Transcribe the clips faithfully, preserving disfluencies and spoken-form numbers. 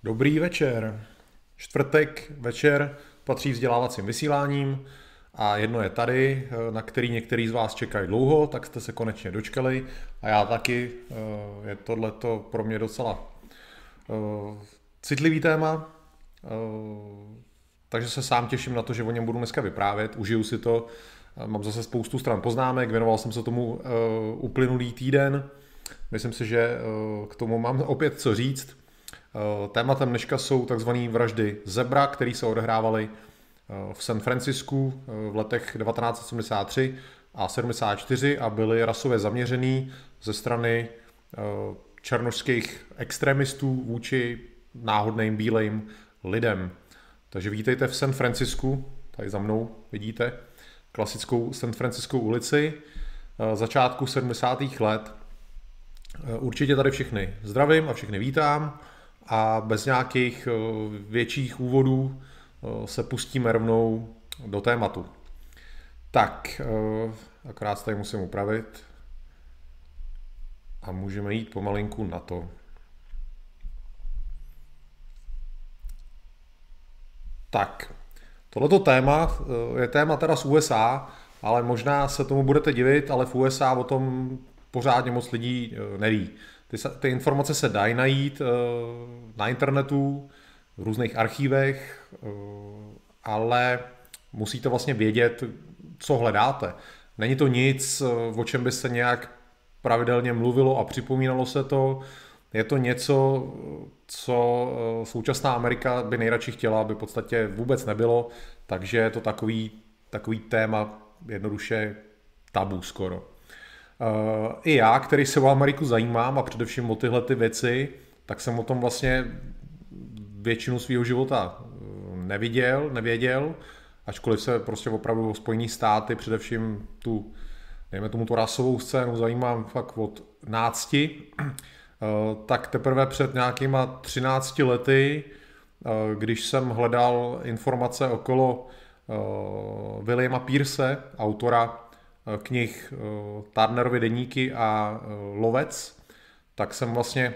Dobrý večer. Čtvrtek večer patří vzdělávacím vysíláním a jedno je tady, na který některý z vás čekají dlouho, tak jste se konečně dočkali a já taky. Je tohleto pro mě docela citlivý téma, takže se sám těším na to, že o něm budu dneska vyprávět, užiju si to. Mám zase spoustu stran poznámek, věnoval jsem se tomu uplynulý týden. Myslím si, že k tomu mám opět co říct. Tématem dneška jsou takzvané vraždy Zebra, které se odehrávaly v San Francisku v letech devatenáct set sedmdesát tři a sedmdesát čtyři a byly rasově zaměřený ze strany černošských extremistů vůči náhodným bílým lidem. Takže vítejte v San Francisku, tady za mnou vidíte klasickou San Franciskou ulici začátku sedmdesátých let. Určitě tady všechny zdravím a všechny vítám a bez nějakých větších úvodů se pustíme rovnou do tématu. Tak, akorát se tady musím upravit a můžeme jít pomalinku na to. Tak, tohleto téma je téma teda z U S A, ale možná se tomu budete divit, ale v U S A o tom pořádně moc lidí neví. Ty, ty informace se dají najít na internetu, v různých archívech, ale musíte vlastně vědět, co hledáte. Není to nic, o čem by se nějak pravidelně mluvilo a připomínalo se to. Je to něco, co současná Amerika by nejradši chtěla, aby v podstatě vůbec nebylo, takže je to takový, takový téma jednoduše tabu skoro. I já, který se o Ameriku zajímám a především o tyhle ty věci, tak jsem o tom vlastně většinu svého života neviděl, nevěděl, ačkoliv se prostě opravdu o Spojené státy, především tu, dejme tomu tu rasovou scénu, zajímám fakt od nácti, tak teprve před nějakýma třinácti lety, když jsem hledal informace okolo Williama Pierce, autora knih Turnerovy deníky a Lovec, tak jsem vlastně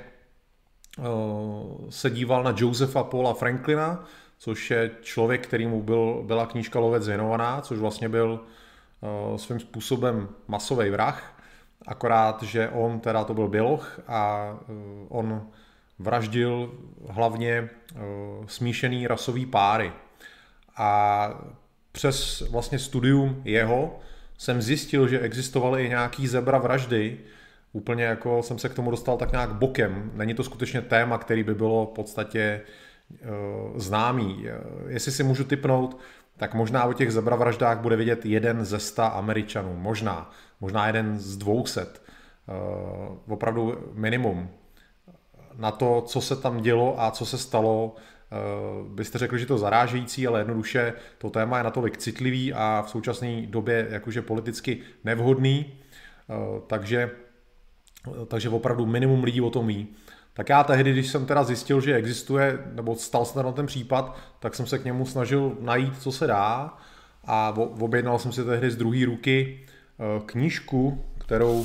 se díval na Josepha Paula Franklina, což je člověk, kterýmu byl, byla knížka Lovec věnovaná, což vlastně byl svým způsobem masový vrah, akorát, že on teda to byl běloch a on vraždil hlavně smíšený rasový páry. A přes vlastně studium jeho jsem zjistil, že existovaly i nějaký zebra vraždy, úplně jako jsem se k tomu dostal tak nějak bokem. Není to skutečně téma, který by bylo v podstatě uh, známý. Jestli si můžu tipnout, tak možná o těch zebra vraždách bude vidět jeden ze sta Američanů. Možná. Možná jeden z dvouset. Uh, opravdu minimum. Na to, co se tam dělo a co se stalo, Uh, byste řekli, že to zarážející, ale jednoduše to téma je natolik citlivý a v současné době jakože politicky nevhodný, uh, takže, uh, takže opravdu minimum lidí o tom ví. Tak já tehdy, když jsem teda zjistil, že existuje, nebo stal se na ten případ, tak jsem se k němu snažil najít, co se dá a objednal jsem si tehdy z druhé ruky uh, knížku, kterou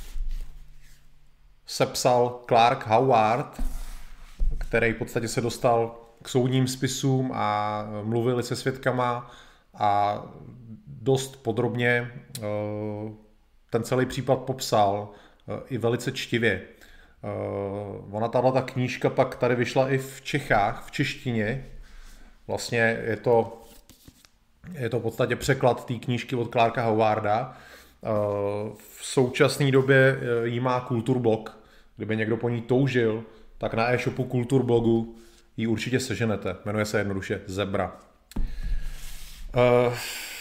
sepsal Clark Howard, který v podstatě se dostal k soudním spisům a mluvili se svědkama a dost podrobně ten celý případ popsal i velice čtivě. Ona tato knížka pak tady vyšla i v Čechách, v češtině. Vlastně je to, je to v podstatě překlad té knížky od Clarka Howarda. V současné době jí má Kulturblog. Kdyby někdo po ní toužil, tak na e-shopu Kulturblogu ji určitě seženete. Jmenuje se jednoduše Zebra. Uh,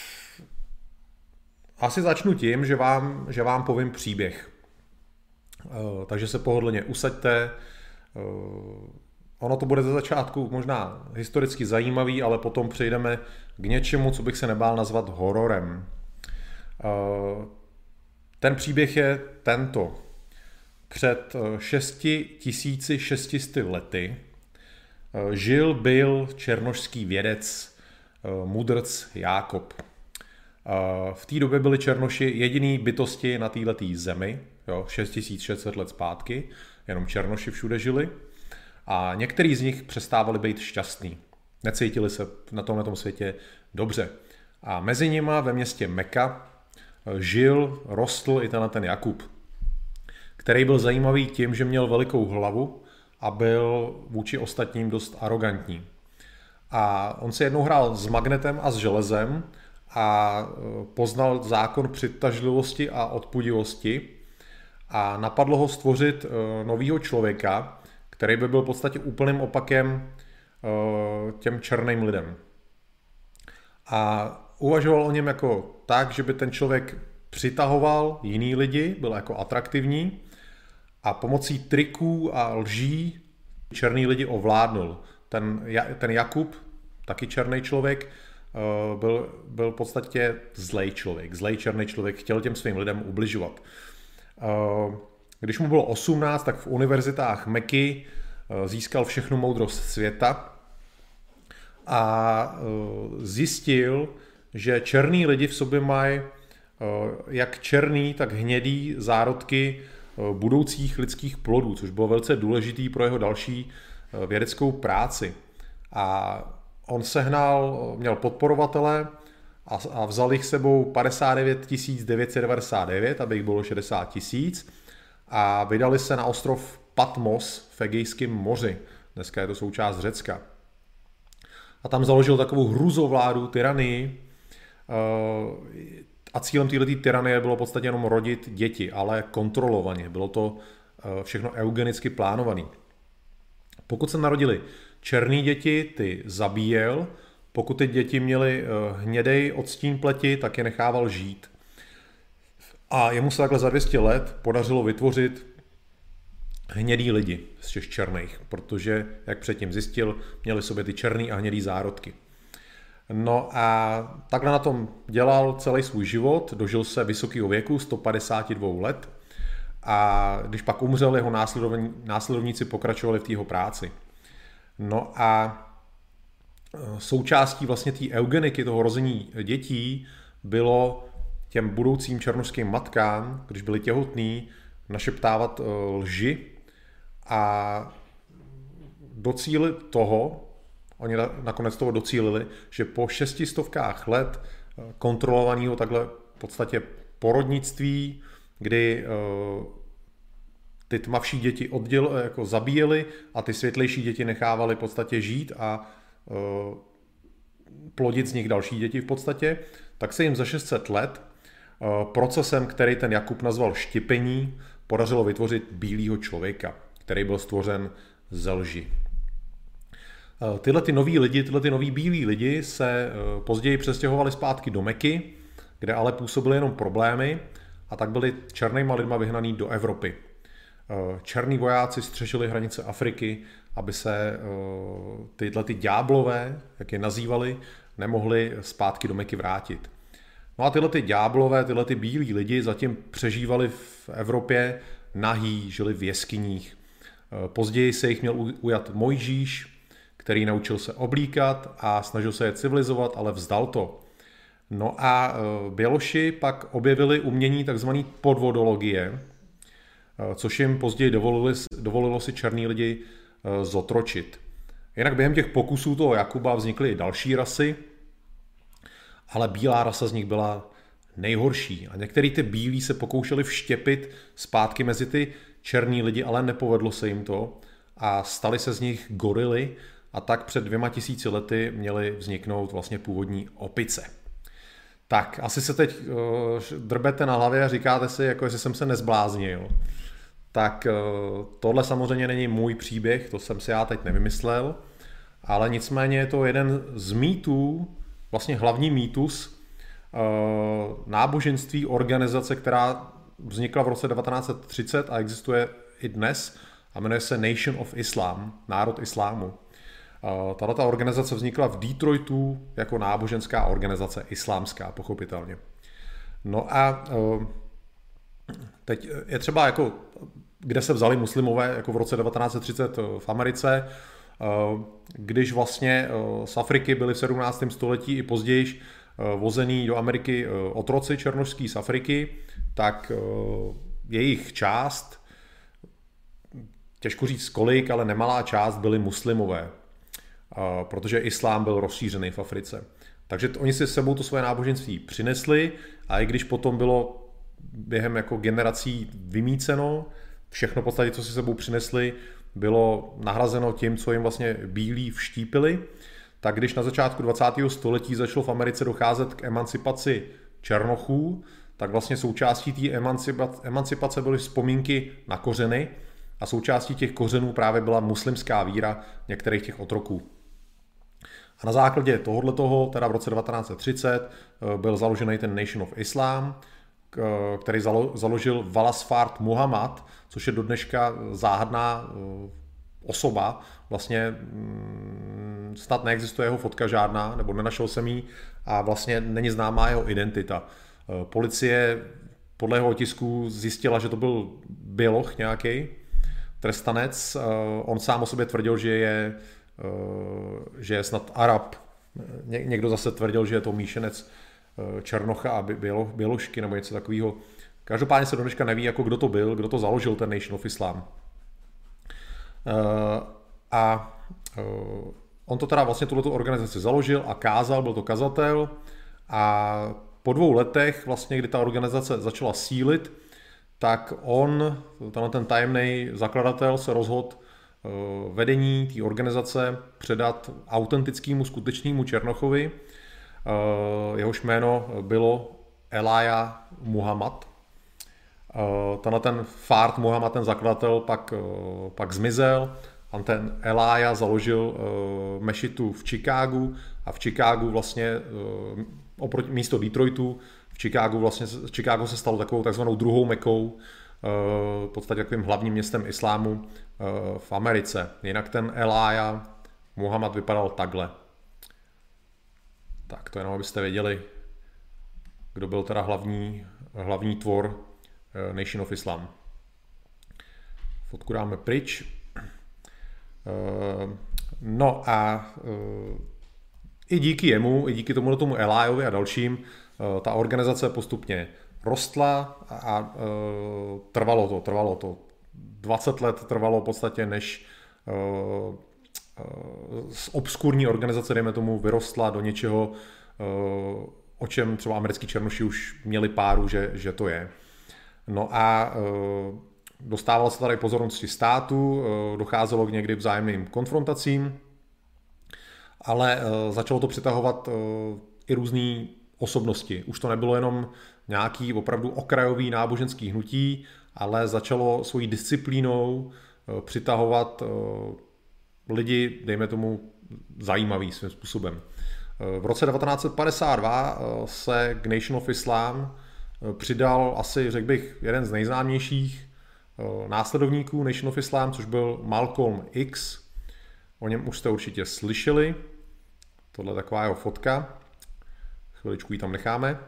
asi začnu tím, že vám, že vám povím příběh. Uh, takže se pohodlně usaďte. Uh, ono to bude ze začátku možná historicky zajímavý, ale potom přejdeme k něčemu, co bych se nebál nazvat hororem. Uh, ten příběh je tento. Před šesti tisíci šesti sty lety žil byl černošský vědec mudrc Jákob. V té době byli černoši jediný bytosti na této zemi, jo, šest tisíc šest set let zpátky, jenom černoši všude žili. a některý z nich přestávali být šťastní. Necítili se na tomhle světě dobře. A mezi nima ve městě Meka žil, rostl i tenhle ten Jakub, který byl zajímavý tím, že měl velikou hlavu a byl vůči ostatním dost arrogantní. A on si jednou hrál s magnetem a s železem a poznal zákon přitažlivosti a odpudivosti a napadlo ho stvořit novýho člověka, který by byl v podstatě úplným opakem těm černým lidem. A uvažoval o něm jako tak, že by ten člověk přitahoval jiný lidi, byl jako atraktivní a pomocí triků a lží černý lidi ovládnul. Ten, ten Jakub, taky černý člověk, byl, byl v podstatě zlej člověk, zlej černý člověk, chtěl těm svým lidem ubližovat. Když mu bylo osmnáct, tak v univerzitách Meky získal všechnu moudrost světa a zjistil, že černý lidi v sobě mají jak černý, tak hnědý zárodky budoucích lidských plodů, což bylo velice důležitý pro jeho další vědeckou práci. A on sehnal, měl podporovatele a, a vzal jich sebou padesát devět tisíc devět set devadesát devět, aby jich bylo šedesát tisíc a vydali se na ostrov Patmos v Egejském moři. Dneska je to součást Řecka. A tam založil takovou hrůzovládu, tyranii. A cílem této tyranie bylo v podstatě jenom rodit děti, ale kontrolovaně. Bylo to všechno eugenicky plánované. Pokud se narodili černý děti, ty zabíjel. Pokud ty děti měly hnědej odstín pleti, tak je nechával žít. A jemu se takhle za dvě stě let podařilo vytvořit hnědý lidi z těch černých, protože, jak předtím zjistil, měli sobě ty černý a hnědý zárodky. No a takhle na tom dělal celý svůj život, dožil se vysokého věku, sto padesát dva let, a když pak umřel, jeho následovníci pokračovali v té jeho práci. No a součástí vlastně té eugeniky, toho rození dětí, bylo těm budoucím černošským matkám, když byli těhotní, našeptávat lži a docílit toho, oni nakonec toho docílili, že po šestistovkách let kontrolovaného takhle v podstatě porodnictví, kdy ty tmavší děti odděl, jako zabíjeli a ty světlejší děti nechávali v podstatě žít a plodit z nich další děti v podstatě, tak se jim za šest set let procesem, který ten Jakub nazval štěpení, podařilo vytvořit bílého člověka, který byl stvořen ze lži. Tyhle ty noví lidi, tyhle ty noví bílí lidi se později přestěhovali zpátky do Meky, kde ale působily jenom problémy a tak byli černýma lidma vyhnaný do Evropy. Černí vojáci střežili hranice Afriky, aby se tyhle ty ďáblové, jak je nazývali, nemohli zpátky do Meky vrátit. No a tyhle ty ďáblové, tyhle ty bílí lidi zatím přežívali v Evropě nahý, žili v jeskyních. Později se jich měl ujat Mojžíš, který naučil se oblíkat a snažil se je civilizovat, ale vzdal to. No a Běloši pak objevili umění tzv. Podvodologie, což jim později dovolili, dovolilo si černý lidi zotročit. Jinak během těch pokusů toho Jakuba vznikly i další rasy, ale bílá rasa z nich byla nejhorší. A některý ty bílí se pokoušeli vštěpit zpátky mezi ty černý lidi, ale nepovedlo se jim to a stali se z nich gorily a tak před dvěma tisíci lety měly vzniknout vlastně původní opice. Tak, asi se teď uh, drbete na hlavě a říkáte si, jako jestli jsem se nezbláznil. Tak uh, tohle samozřejmě není můj příběh, to jsem si já teď nevymyslel, ale nicméně je to jeden z mýtů, vlastně hlavní mýtus uh, náboženství organizace, která vznikla v roce devatenáct set třicet a existuje i dnes a jmenuje se Nation of Islam, národ islámu. Tato organizace vznikla v Detroitu jako náboženská organizace, islámská, pochopitelně. No a teď je třeba, jako, kde se vzali muslimové jako v roce devatenáct set třicet v Americe, když vlastně z Afriky byli v sedmnáctém století i později vozený do Ameriky otroci černošský z Afriky, tak jejich část těžko říct kolik, ale nemalá část byli muslimové, protože islám byl rozšířený v Africe. Takže oni si s sebou to své náboženství přinesli a i když potom bylo během jako generací vymýceno, všechno v podstatě, co si sebou přinesli, bylo nahrazeno tím, co jim vlastně bílí vštípili, tak když na začátku dvacátého století začalo v Americe docházet k emancipaci černochů, tak vlastně součástí té emancipace byly vzpomínky na kořeny a součástí těch kořenů právě byla muslimská víra některých těch otroků. A na základě tohoto, teda v roce devatenáct set třicet, byl založený ten Nation of Islam, který založil Wallace Fard Muhammad, což je do dneška záhadná osoba. Vlastně snad neexistuje jeho fotka žádná, nebo nenašel jsem ji a vlastně není známá jeho identita. Policie podle jeho otisků zjistila, že to byl běloch nějaký trestanec. On sám o sobě tvrdil, že je, že je snad Arab. Někdo zase tvrdil, že je to míšenec Černocha a Běložky nebo něco takového. Každopádně se do dneška neví, jako kdo to byl, kdo to založil, ten Nation of Islam. A on to teda vlastně tuhletu organizaci založil a kázal, byl to kazatel a po dvou letech, vlastně, kdy ta organizace začala sílit, tak on, tenhle ten tajemný zakladatel, se rozhodl vedení té organizace předat autentickému, skutečnému Černochovi. Jehož jméno bylo Elijah Muhammad. Tenhle ten Fard Muhammad, ten zakladatel, pak, pak zmizel a ten Elijah založil mešitu v Chicagu a v Chicagu vlastně oproti místo Detroitu v Chicagu vlastně Chicago se stalo takovou takzvanou druhou Mekou, v podstatě takovým hlavním městem islámu v Americe. Jinak ten Elijah Muhammad vypadal takhle. Tak to jenom, abyste věděli, kdo byl teda hlavní, hlavní tvor Nation of Islam. Fotku dáme pryč. No a i díky jemu, i díky tomu tomu Elijovi a dalším, ta organizace postupně rostla a trvalo to, trvalo to. dvacet let trvalo v podstatě, než z obskurní organizace, dejme tomu, vyrostla do něčeho, o čem třeba americký černoši už měli páru, že, že to je. No a dostávalo se tady pozornosti státu, docházelo k někdy vzájemným konfrontacím, ale začalo to přitahovat i různé osobnosti. Už to nebylo jenom nějaký opravdu okrajový náboženský hnutí, ale začalo svojí disciplínou přitahovat lidi, dejme tomu, zajímavý svým způsobem. V roce devatenáct set padesát dva se k Nation of Islam přidal asi, řekl bych, jeden z nejznámějších následovníků Nation of Islam, což byl Malcolm X. O něm už jste určitě slyšeli. Tohle je taková jeho fotka. Chviličku ji tam necháme.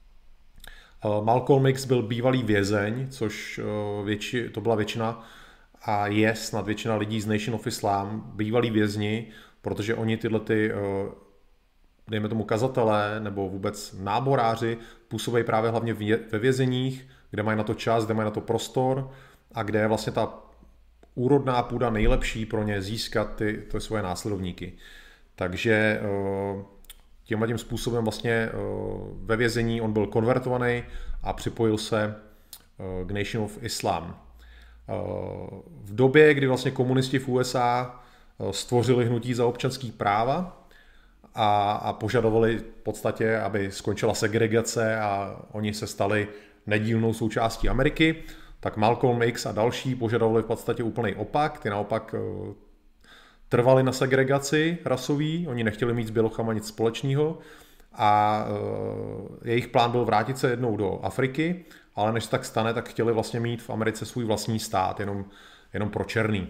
Malcolm X byl bývalý vězeň, což větši, to byla většina a je snad většina lidí z Nation of Islam, bývalí vězni, protože oni tyhle ty, dejme tomu kazatelé nebo vůbec náboráři, působí právě hlavně ve vězeních, kde mají na to čas, kde mají na to prostor a kde je vlastně ta úrodná půda nejlepší pro ně získat ty, ty svoje následovníky. Takže tímhle tím způsobem vlastně ve vězení on byl konvertovaný a připojil se k Nation of Islam. V době, kdy vlastně komunisti v U S A stvořili hnutí za občanský práva a, a požadovali v podstatě, aby skončila segregace a oni se stali nedílnou součástí Ameriky, tak Malcolm X a další požadovali v podstatě úplný opak. Ty naopak trvali na segregaci rasový, oni nechtěli mít s bělochama nic společného a jejich plán byl vrátit se jednou do Afriky, ale než se tak stane, tak chtěli vlastně mít v Americe svůj vlastní stát, jenom, jenom pro černý.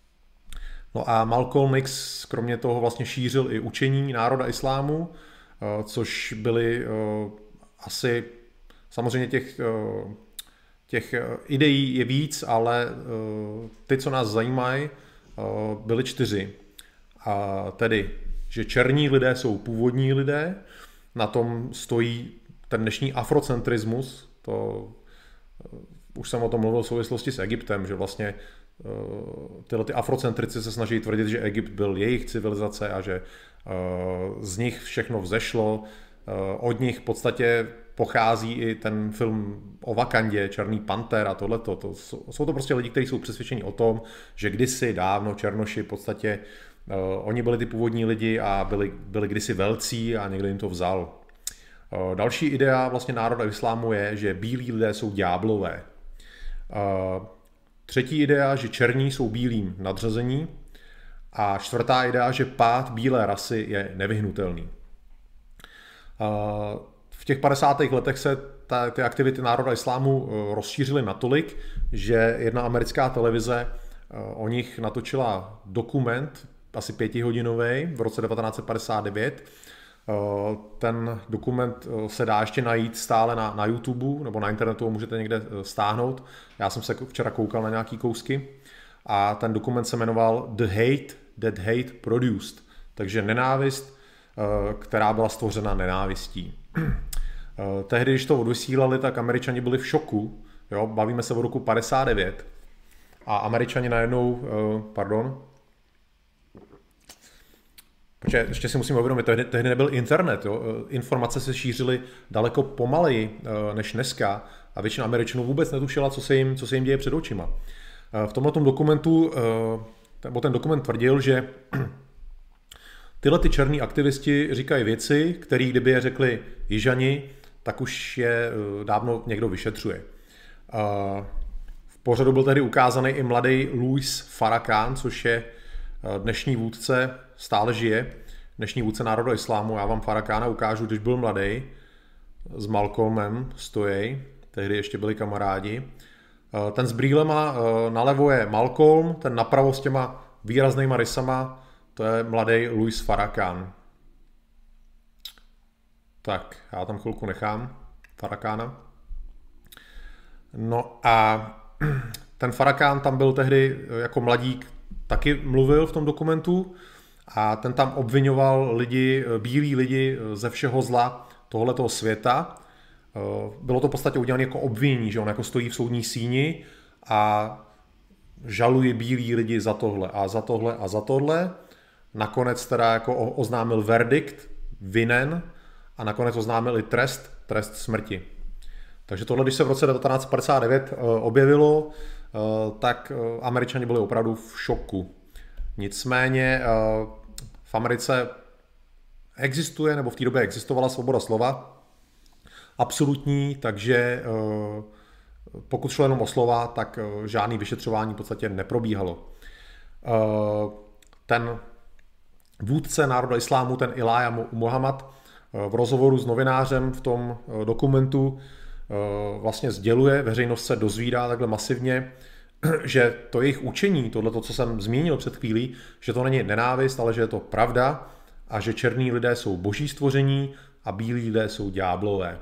No a Malcolm X kromě toho vlastně šířil i učení národa islámu, což byly asi, samozřejmě těch, těch ideí je víc, ale ty, co nás zajímají, byly čtyři. A tedy, že černí lidé jsou původní lidé, na tom stojí ten dnešní afrocentrismus, to už jsem o tom mluvil v souvislosti s Egyptem, že vlastně tyhle ty afrocentrici se snaží tvrdit, že Egypt byl jejich civilizace a že z nich všechno vzešlo. Od nich v podstatě pochází i ten film o Wakandě, Černý panter a tohleto. To jsou to prostě lidi, kteří jsou přesvědčeni o tom, že kdysi dávno Černoši v podstatě uh, oni byli ty původní lidi a byli, byli kdysi velcí a někdo jim to vzal. Uh, další idea vlastně národa islámu je, že bílí lidé jsou ďáblové. Uh, třetí idea, že černí jsou bílým nadřazení. A čtvrtá idea, že pád bílé rasy je nevyhnutelný. Uh, V těch padesátých letech se ta, ty aktivity národa islámu rozšířily natolik, že jedna americká televize o nich natočila dokument, asi pětihodinový, v roce devatenáct set padesát devět. Ten dokument se dá ještě najít stále na, na YouTube, nebo na internetu ho můžete někde stáhnout. Já jsem se včera koukal na nějaký kousky. A ten dokument se jmenoval The Hate That Hate Produced, takže nenávist, která byla stvořena nenávistí. Tehdy, když to odvysílali, tak Američani byli v šoku. Jo? Bavíme se o roku padesát devět. A Američani najednou, pardon, protože ještě si musím uvědomit, tehdy, tehdy nebyl internet. Jo? Informace se šířily daleko pomaleji než dneska a většina Američanů vůbec netušila, co se jim, co se jim děje před očima. V tomto dokumentu, ten, ten dokument tvrdil, že tyhle ty černí aktivisti říkají věci, které kdyby je řekli Jižani, tak už je dávno někdo vyšetřuje. V pořadu byl tehdy ukázaný i mladý Louis Farrakhan, což je dnešní vůdce, stále žije, dnešní vůdce národa islámu. Já vám Farrakhana ukážu, když byl mladý, s Malcolmem stojí, tehdy ještě byli kamarádi. Ten s brýlema nalevo je Malcolm, ten napravo s těma výraznýma rysama, to je mladý Louis Farrakhan. Tak, já tam chvilku nechám Farrakhana. No a ten Farrakhan tam byl tehdy jako mladík, taky mluvil v tom dokumentu a ten tam obvinoval lidi, bílí lidi ze všeho zla tohletoho světa. Bylo to v podstatě udělané jako obvinění, že on jako stojí v soudní síni a žaluje bílí lidi za tohle a za tohle a za tohle. Nakonec teda jako oznámil verdikt, vinen, a nakonec oznámil i trest, trest smrti. Takže tohle, když se v roce devatenáct set padesát devět objevilo, tak Američani byli opravdu v šoku. Nicméně v Americe existuje, nebo v té době existovala svoboda slova, absolutní, takže pokud šlo jenom o slova, tak žádný vyšetřování v podstatě neprobíhalo. Ten vůdce národa islámu, ten Elijah Muhammad, v rozhovoru s novinářem v tom dokumentu vlastně sděluje, veřejnost se dozvídá takhle masivně, že to jejich učení, tohle, co jsem zmínil před chvílí, že to není nenávist, ale že je to pravda a že černí lidé jsou boží stvoření a bílí lidé jsou ďáblové.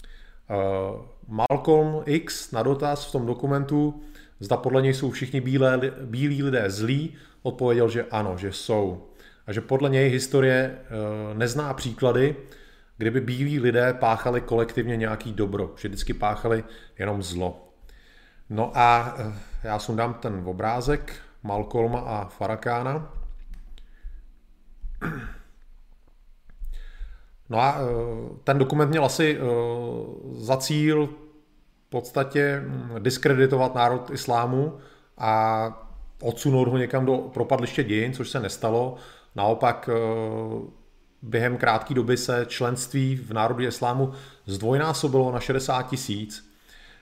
Malcolm X na dotaz v tom dokumentu, zda podle něj jsou všichni bílé, bílí lidé zlí, odpověděl, že ano, že jsou. A že podle něj historie nezná příklady, kdyby bílí lidé páchali kolektivně nějaký dobro, že vždycky páchali jenom zlo. No a já sundám ten obrázek Malcolma a Farrakhana. No a ten dokument měl asi za cíl v podstatě diskreditovat národ islámu a odsunout ho někam do propadliště dějin, což se nestalo. Naopak během krátké doby se členství v národě islámu zdvojnásobilo na šedesát tisíc.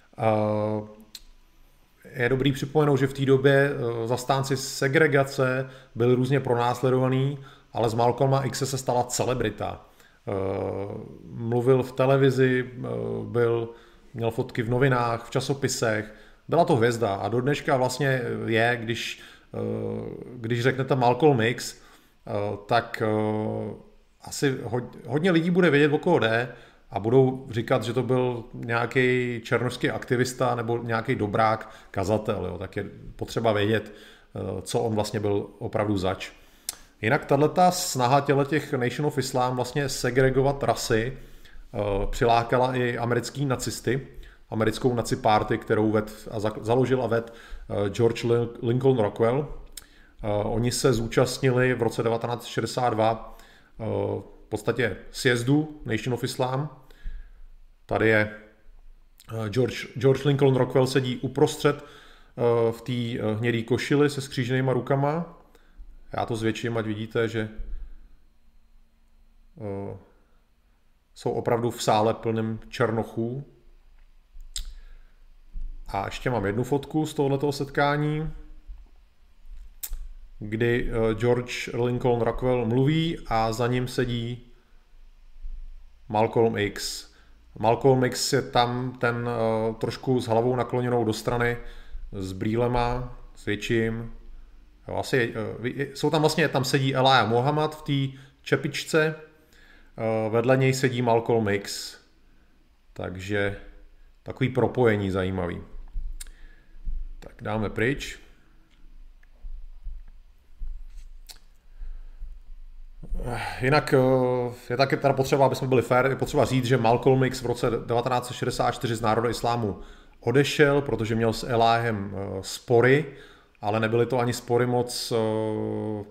Je dobrý připomenout, že v té době zastánci segregace byli různě pronásledovaní, ale z Malcolma X se stala celebrita. Mluvil v televizi, byl, měl fotky v novinách, v časopisech, byla to hvězda a do dneška vlastně je, když, když řeknete Malcolm X, tak asi hodně lidí bude vědět, o koho jde a budou říkat, že to byl nějaký černošský aktivista nebo nějaký dobrák, kazatel. Jo. Tak je potřeba vědět, co on vlastně byl opravdu zač. Jinak tato snaha těch Nation of Islam vlastně segregovat rasy přilákala i americký nacisty, americkou Nazi party, kterou ved a založil a ved George Lincoln Rockwell. Oni se zúčastnili v roce devatenáct set šedesát dva v podstatě sjezdu Nation of Islam. Tady je George, George Lincoln Rockwell sedí uprostřed v té hnědé košili se skříženýma rukama. Já to zvětším, ať vidíte, že jsou opravdu v sále plným černochů. A ještě mám jednu fotku z tohoto setkání, kdy George Lincoln Rockwell mluví a za ním sedí Malcolm X. Malcolm X je tam ten uh, trošku s hlavou nakloněnou do strany, s brýlema, s větším. Jo, asi, uh, jsou tam vlastně, tam sedí Elijah Muhammad v té čepičce, uh, vedle něj sedí Malcolm X. Takže takový propojení zajímavý. Tak dáme pryč. Jinak je taky teda potřeba, aby jsme byli fair, je potřeba říct, že Malcolm X v roce devatenáct set šedesát čtyři z národa islámu odešel, protože měl s Eliahem spory, ale nebyly to ani spory moc uh,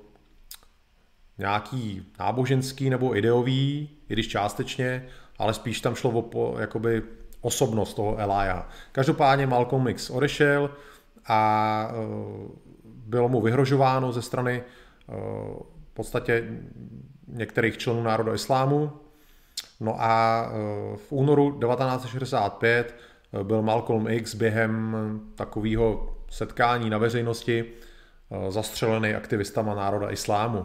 nějaký náboženský nebo ideový, i když částečně, ale spíš tam šlo o po, jakoby osobnost toho Elijah. Každopádně Malcolm X odešel a uh, bylo mu vyhrožováno ze strany uh, v podstatě některých členů národa islámu. No a v únoru devatenáct set šedesát pět byl Malcolm X během takového setkání na veřejnosti zastřelený aktivistama národa islámu.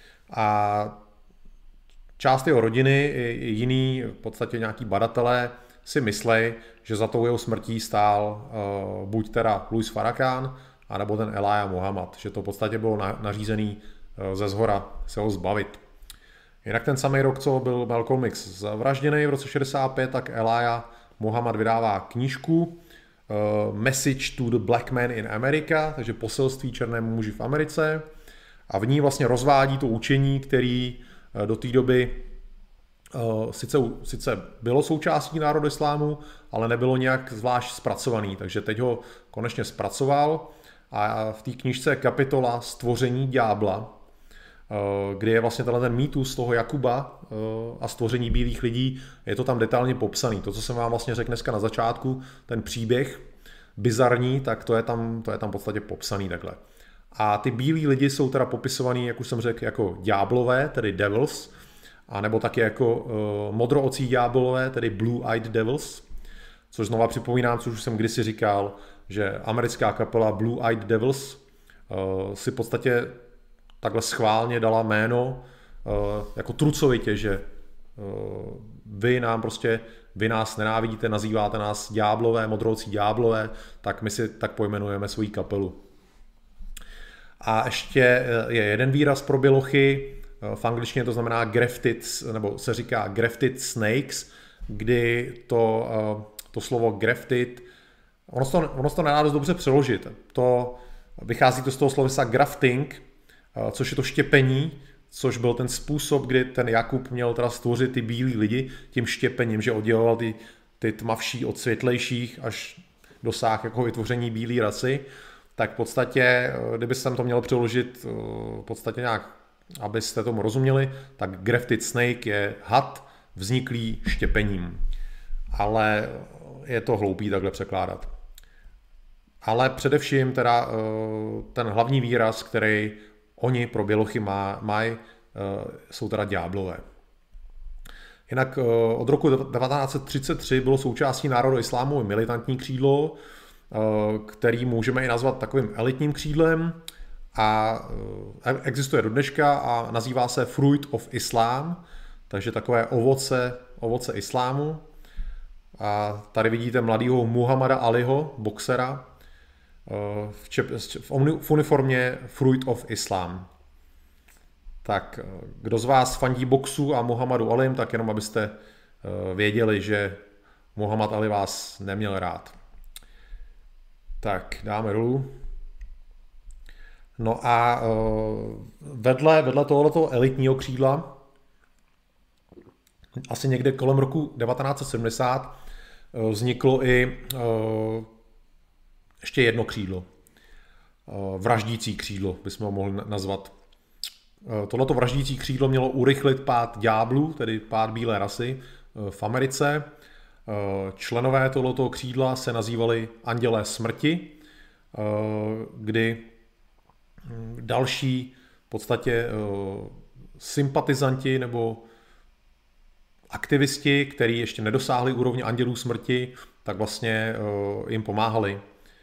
A část jeho rodiny i jiný, v podstatě nějaký badatelé si myslí, že za tou jeho smrtí stál buď teda Louis Farrakhan, anebo ten Elijah Muhammad, že to v podstatě bylo nařízený ze zhora se ho zbavit. Jinak ten samý rok, co byl Malcolm X zavražděný v roce šedesát pět, tak Elijah Muhammad vydává knížku uh, Message to the Black Man in America, takže poselství černému muži v Americe, a v ní vlastně rozvádí to učení, který uh, do té doby uh, sice, sice bylo součástí národa islámu, ale nebylo nějak zvlášť zpracovaný, takže teď ho konečně zpracoval a v té knížce je kapitola Stvoření ďábla, kdy je vlastně tenhle ten mýtus toho Jakuba a stvoření bílých lidí, je to tam detailně popsaný. To, co jsem vám vlastně řekl dneska na začátku, ten příběh bizarní, tak to je tam, to je tam v podstatě popsaný takhle. A ty bílí lidi jsou teda popisovaný, jak už jsem řekl, jako ďáblové, tedy devils, a nebo taky jako uh, modroocí ďáblové, tedy blue-eyed devils, což znova připomínám, což už jsem kdysi říkal, že americká kapela Blue-eyed Devils uh, si v podstatě takhle schválně dala jméno uh, jako trucovitě, že uh, vy nám prostě, vy nás nenávidíte, nazýváte nás ďáblové, modroucí ďáblové, tak my si tak pojmenujeme svoji kapelu. A ještě je jeden výraz pro bělochy, v angličtině to znamená grafted, nebo se říká grafted snakes, kdy to, uh, to slovo grafted, ono se to, ono se to nedá dost dobře přeložit. To vychází to z toho slovesa grafting, což je to štěpení, což byl ten způsob, kdy ten Jakub měl teda stvořit ty bílí lidi tím štěpením, že odděloval ty, ty tmavší od světlejších, až dosáhl jako vytvoření bílé rasy. Tak v podstatě, kdyby jsem to měl přeložit v podstatě nějak, abyste tomu rozuměli, tak grafted snake je had vzniklý štěpením. Ale je to hloupý takhle překládat. Ale především teda ten hlavní výraz, který oni pro bělochy mají, jsou teda ďáblové. Jinak od roku devatenáct set třicet tři bylo součástí národa islámu militantní křídlo, který můžeme i nazvat takovým elitním křídlem a existuje do dneška a nazývá se Fruit of Islam, takže takové ovoce, ovoce islámu. A tady vidíte mladýho Muhammada Aliho, boxera, v, čep, v uniformě Fruit of Islam. Tak kdo z vás fandí boxu a Muhammadu Alim, tak jenom abyste věděli, že Muhammad Ali vás neměl rád. Tak, dáme dolů. No a vedle, vedle tohoto elitního křídla asi někde kolem roku devatenáct set sedmdesát vzniklo i ještě jedno křídlo. Vraždící křídlo bychom ho mohli nazvat. Tohleto vraždící křídlo mělo urychlit pád ďáblů, tedy pád bílé rasy v Americe. Členové tohoto křídla se nazývali Andělé smrti, kdy další v podstatě sympatizanti nebo aktivisti, kteří ještě nedosáhli úrovně Andělů smrti, tak vlastně jim pomáhali.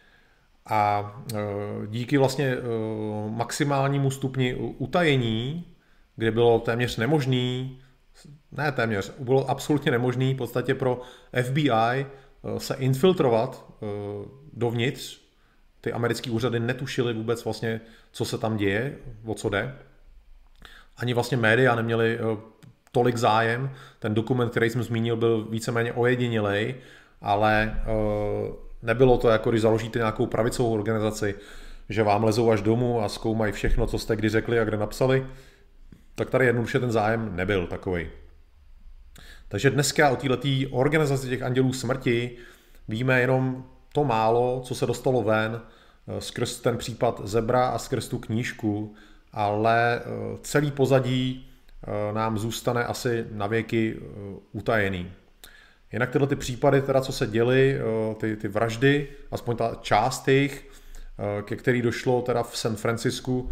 A díky vlastně maximálnímu stupni utajení, kde bylo téměř nemožný, ne téměř, bylo absolutně nemožný v podstatě pro F B I se infiltrovat dovnitř. Ty americké úřady netušily vůbec vlastně, co se tam děje, o co jde. Ani vlastně média neměli tolik zájem. Ten dokument, který jsem zmínil, byl víceméně ojedinělej, ale nebylo to jako když založíte nějakou pravicovou organizaci, že vám lezou až domů a zkoumají všechno, co jste kdy řekli a kde napsali, tak tady jednoduše ten zájem nebyl takovej. Takže dneska o této organizaci těch Andělů smrti víme jenom to málo, co se dostalo ven skrz ten případ Zebra a skrz tu knížku, ale celý pozadí nám zůstane asi navěky utajený. Jinak tyhle ty případy, teda, co se děly, ty, ty vraždy, aspoň ta část jich, ke který došlo teda v San Francisku,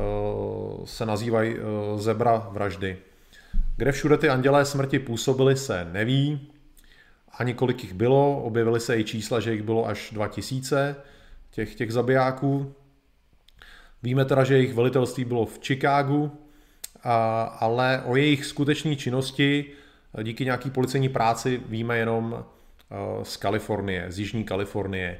se nazývají Zebra vraždy. Kde všude ty Andělé smrti působily, se neví, ani kolik jich bylo, objevily se i čísla, že jich bylo až dva tisíce těch, těch zabijáků. Víme teda, že jejich velitelství bylo v Chicagu, a, ale o jejich skutečné činnosti díky nějaký policejní práci víme jenom z Kalifornie, z Jižní Kalifornie.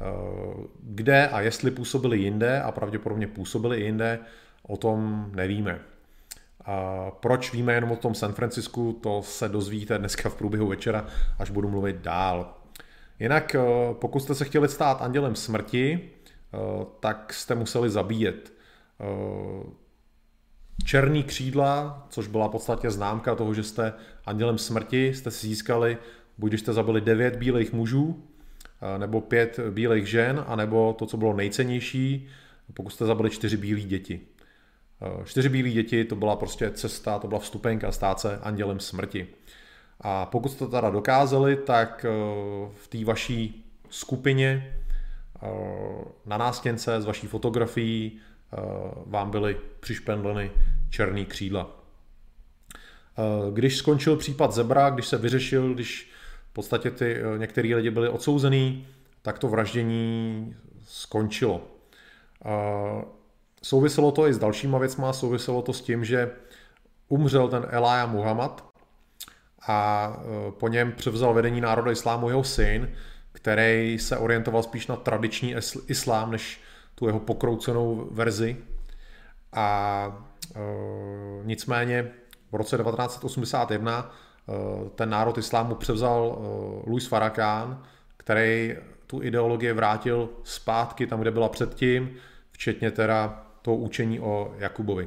Kde a jestli působili jinde, a pravděpodobně působili i jinde, o tom nevíme. A proč víme jenom o tom San Francisku, to se dozvíte dneska v průběhu večera, až budu mluvit dál. Jinak pokud jste se chtěli stát andělem smrti, tak jste museli zabíjet. Černý křídla, což byla v podstatě známka toho, že jste andělem smrti, jste si získali, buď když jste zabili devět bílých mužů, nebo pět bílých žen, anebo to, co bylo nejcennější, pokud jste zabili čtyři bílé děti. Čtyři bílé děti, to byla prostě cesta, to byla vstupenka stát se andělem smrti. A pokud jste to teda dokázali, tak v té vaší skupině na nástěnce z vaší fotografií vám byly přišpendleny černý křídla. Když skončil případ Zebra, když se vyřešil, když v podstatě ty některý lidi byli odsouzený, tak to vraždění skončilo. Souviselo to i s dalšíma věcma, souviselo to s tím, že umřel ten Elijah Muhammad a po něm převzal vedení národa islámu jeho syn, který se orientoval spíš na tradiční islám, než tu jeho pokroucenou verzi. A e, nicméně v roce devatenáct osmdesát jedna e, ten národ islámu převzal e, Louis Farrakhan, který tu ideologii vrátil zpátky tam, kde byla předtím, včetně teda toho učení o Jakubovi.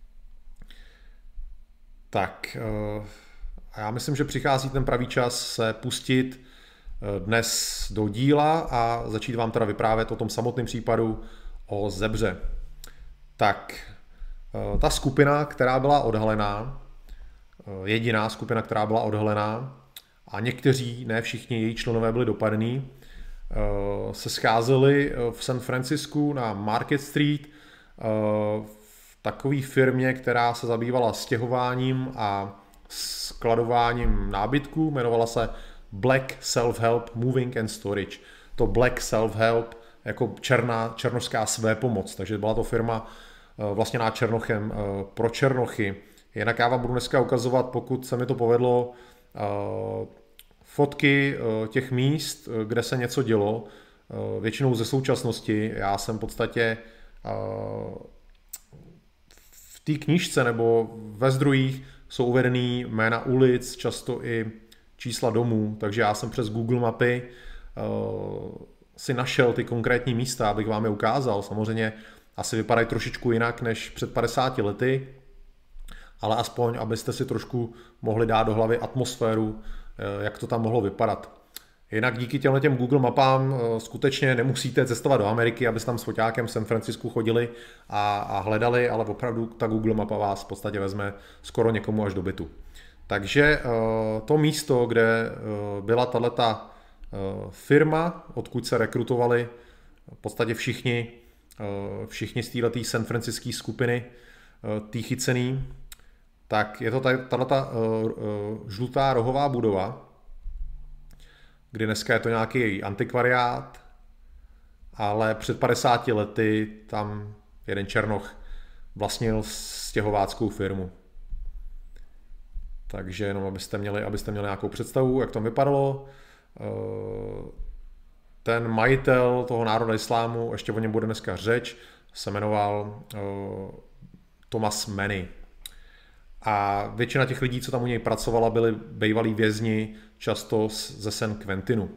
Tak e, a já myslím, že přichází ten pravý čas se pustit dnes do díla a začít vám teda vyprávět o tom samotném případu o Zebře. Tak, ta skupina, která byla odhalená, jediná skupina, která byla odhalená, a někteří, ne všichni její členové byli dopadení, se scházeli v San Francisku na Market Street v takové firmě, která se zabývala stěhováním a skladováním nábytku, jmenovala se Black Self-Help Moving and Storage. To Black Self-Help jako černá, černošská svépomoc, takže byla to firma vlastněná Černochem pro Černochy. Jinak já vám budu dneska ukazovat, pokud se mi to povedlo, fotky těch míst, kde se něco dělo, většinou ze současnosti. Já jsem v podstatě v té knížce nebo ve zdrojích jsou uvedený jména ulic, často i čísla domů, takže já jsem přes Google mapy uh, si našel ty konkrétní místa, abych vám je ukázal. Samozřejmě asi vypadají trošičku jinak než před padesáti lety, ale aspoň, abyste si trošku mohli dát do hlavy atmosféru, uh, jak to tam mohlo vypadat. Jinak díky těmhle těm Google mapám skutečně nemusíte cestovat do Ameriky, abyste tam s foťákem v San Francisku chodili a, a hledali, ale opravdu ta Google mapa vás v podstatě vezme skoro někomu až do bytu. Takže to místo, kde byla tato firma, odkud se rekrutovali v podstatě všichni, všichni z této San Franciské skupiny, tý chycený, tak je to tato žlutá rohová budova, kdy dneska je to nějaký antikvariát, ale před padesáti lety tam jeden černoch vlastnil stěhováckou firmu. Takže jenom abyste měli, abyste měli nějakou představu, jak to vypadalo. Ten majitel toho národa islámu, ještě o něm bude dneska řeč, se jmenoval Thomas Manny. A většina těch lidí, co tam u něj pracovala, byli bývalí vězni, často ze San Quentinu.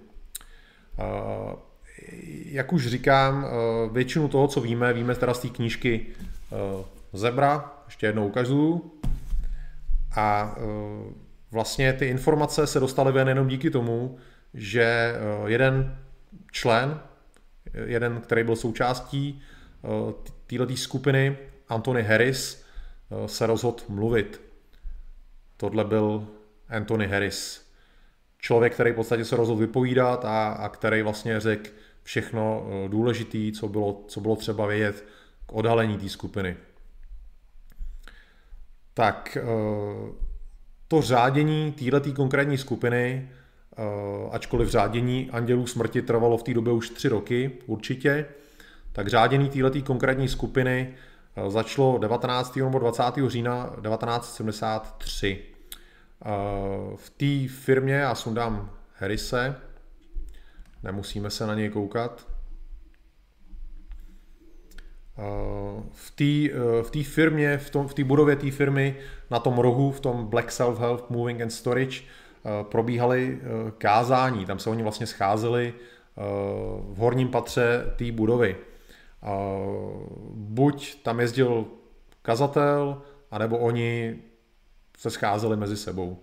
Jak už říkám, většinu toho, co víme, víme teda z té knížky Zebra, ještě jednou ukazuju. A vlastně ty informace se dostaly ven jenom díky tomu, že jeden člen, jeden, který byl součástí této skupiny, Anthony Harris, se rozhodl mluvit. Tohle byl Anthony Harris. Člověk, který v podstatě se rozhodl vypovídat a, a který vlastně řekl všechno důležité, co bylo, co bylo třeba vědět k odhalení té skupiny. Tak to řádění této konkrétní skupiny, ačkoliv řádění Andělů smrti trvalo v té době už tři roky určitě, tak řádění této konkrétní skupiny začalo devatenáctého nebo dvacátého října devatenáct set sedmdesát tři. V té firmě, já sundám Harrise, nemusíme se na něj koukat, v té v té firmě, v, tom, v té budově té firmy, na tom rohu, v tom Black Self-Help Moving and Storage, probíhaly kázání. Tam se oni vlastně scházeli v horním patře té budovy. Buď tam jezdil kazatel, anebo oni se scházeli mezi sebou.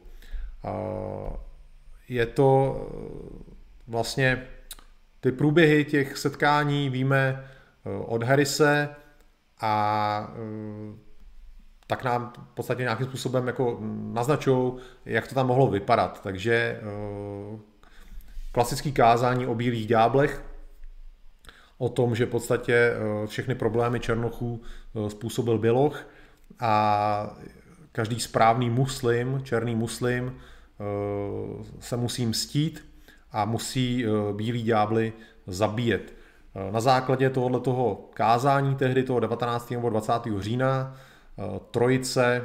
Je to vlastně ty průběhy těch setkání víme od Harrise a tak nám v podstatě nějakým způsobem jako naznačují, jak to tam mohlo vypadat. Takže klasický kázání o bílých ďáblech, o tom, že v podstatě všechny problémy černochů způsobil běloch a každý správný muslim, černý muslim, se musí mstít a musí bílí ďábly zabíjet. Na základě tohoto kázání tehdy toho devatenáctého nebo dvacátého října trojice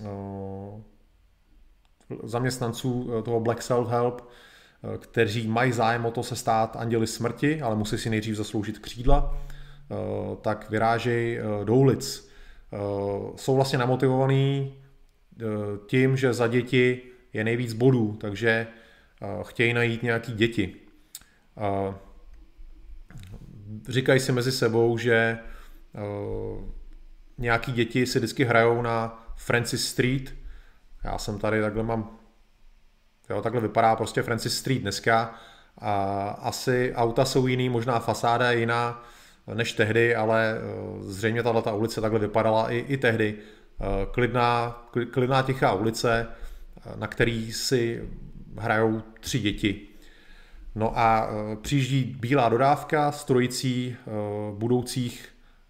zaměstnanců toho Black Self-Help, kteří mají zájem o to se stát anděli smrti, ale musí si nejdřív zasloužit křídla, tak vyrážejí do ulic. Jsou vlastně namotivovaní tím, že za děti je nejvíc bodů, takže chtějí najít nějaký děti. Říkají si mezi sebou, že nějaký děti si vždycky hrajou na Francis Street. Já jsem tady, takhle mám, jo, takhle vypadá prostě Francis Street dneska. A asi auta jsou jiný, možná fasáda je jiná než tehdy, ale zřejmě tato ulice takhle vypadala i, i tehdy. Klidná, klidná tichá ulice, na který si hrajou tři děti. No a přijíždí bílá dodávka s trojicí budoucích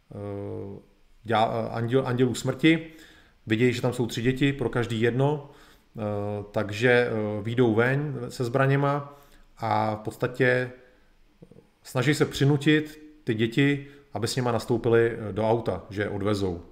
anděl, andělů smrti. Vidějí, že tam jsou tři děti, pro každý jedno, takže vyjdou ven se zbraněma a v podstatě snaží se přinutit ty děti, aby s nima nastoupili do auta, že je odvezou.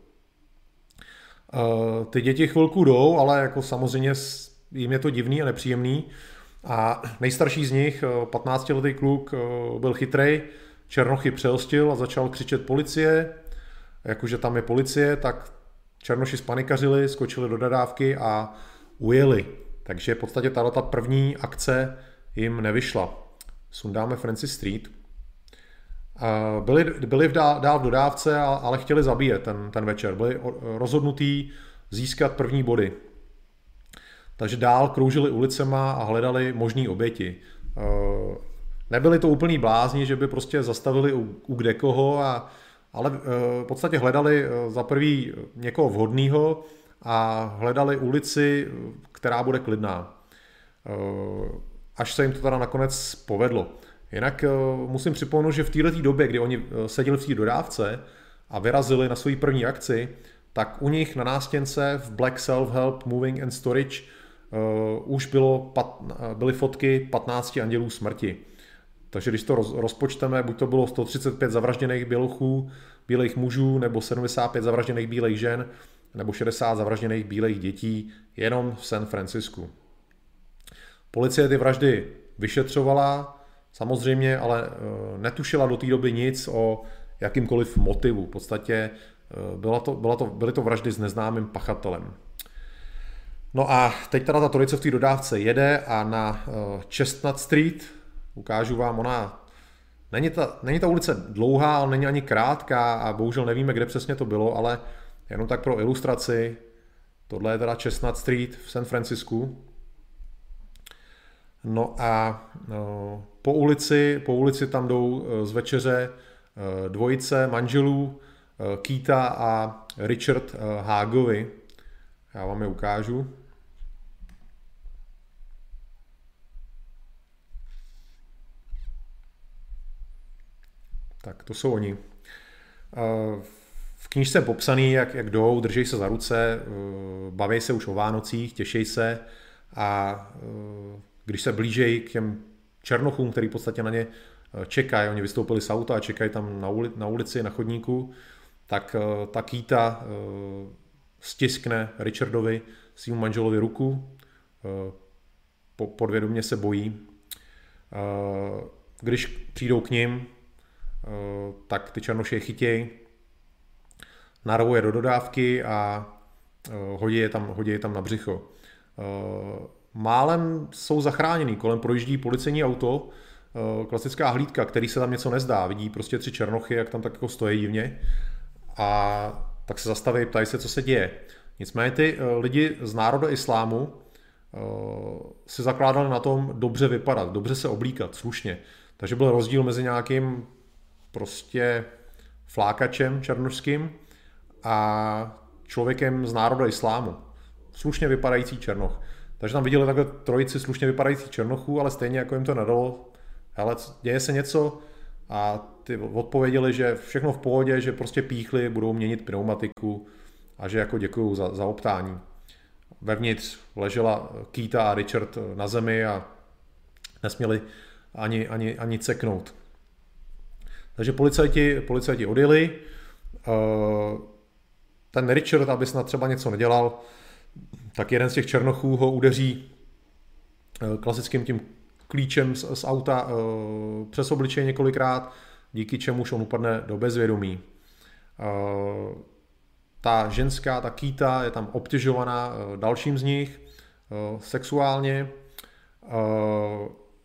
Ty děti chvilku jdou, ale jako samozřejmě jim je to divný a nepříjemný. A nejstarší z nich, patnáctiletý kluk, byl chytrej, černochy přehostil a začal křičet policie. Jakože tam je policie, tak černoši spanikařili, skočili do dodávky a ujeli. Takže v podstatě tato první akce jim nevyšla. Sundáme Francis Street. Byli, byli v dál, dál v dodávce, ale chtěli zabíjet ten, ten večer. Byli rozhodnutí získat první body. Takže dál kroužili ulicema a hledali možný oběti. Nebyli to úplný blázni, že by prostě zastavili u, u kdekoho, a, ale v podstatě hledali za prvý někoho vhodného a hledali ulici, která bude klidná. Až se jim to teda nakonec povedlo. Jinak musím připomenout, že v této době, kdy oni seděli v té dodávce a vyrazili na svoji první akci, tak u nich na nástěnce v Black Self-Help Moving and Storage uh, už bylo pat, byly fotky patnácti andělů smrti. Takže když to roz, rozpočteme, buď to bylo sto třicet pět zavražděných bělochů, bílých mužů, nebo sedmdesát pět zavražděných bílých žen, nebo šedesát zavražděných bílých dětí jenom v San Francisku. Policie ty vraždy vyšetřovala, samozřejmě, ale uh, netušila do té doby nic o jakýmkoliv motivu. V podstatě Byla to, byla to, byly to vraždy s neznámým pachatelem. No a teď teda ta trojice v té dodávce jede a na Chestnut Street, ukážu vám, ona, není ta, není ta ulice dlouhá, ale není ani krátká a bohužel nevíme, kde přesně to bylo, ale jenom tak pro ilustraci, tohle je teda Chestnut Street v San Francisku. No a no, po ulici, po ulici tam jdou z večeře dvojice manželů, Keita a Richard Hagovi. Já vám je ukážu. Tak to jsou oni. V knížce je popsaný, jak, jak jdou, drží se za ruce, baví se už o Vánocích, těší se, a když se blížejí k těm černochům, který v podstatě na ně čekají, oni vystoupili z auta a čekají tam na, uli, na ulici, na chodníku, tak ta Keita stiskne Richardovi, svým manželovi, ruku, podvědomě se bojí. Když přijdou k ním, tak ty černoši je chytějí, narvou je do dodávky a hodí je tam, hodí je tam na břicho. Málem jsou zachráněný, kolem projíždí policejní auto, klasická hlídka, který se tam něco nezdá, vidí prostě tři černochy, jak tam tak jako stojí divně, a tak se zastaví, ptají se, co se děje. Nicméně ty lidi z národa islámu si zakládali na tom dobře vypadat, dobře se oblíkat, slušně. Takže byl rozdíl mezi nějakým prostě flákačem černošským a člověkem z národa islámu. Slušně vypadající černoch. Takže tam viděli takhle trojici slušně vypadajících černochů, ale stejně jako jim to nedalo, hele, děje se něco, a ty odpověděli, že všechno v pohodě, že prostě píchli, budou měnit pneumatiku a že jako děkuju za, za optání. Vevnitř ležela Keita a Richard na zemi a nesměli ani, ani, ani ceknout. Takže policajti, policajti odjeli. Ten Richard, aby snad třeba něco nedělal, tak jeden z těch černochů ho udeří klasickým tím klíčem z, z auta uh, přes obličej několikrát, díky čemuž on upadne do bezvědomí. Uh, ta ženská, ta Keita, je tam obtěžovaná uh, dalším z nich uh, sexuálně. Uh,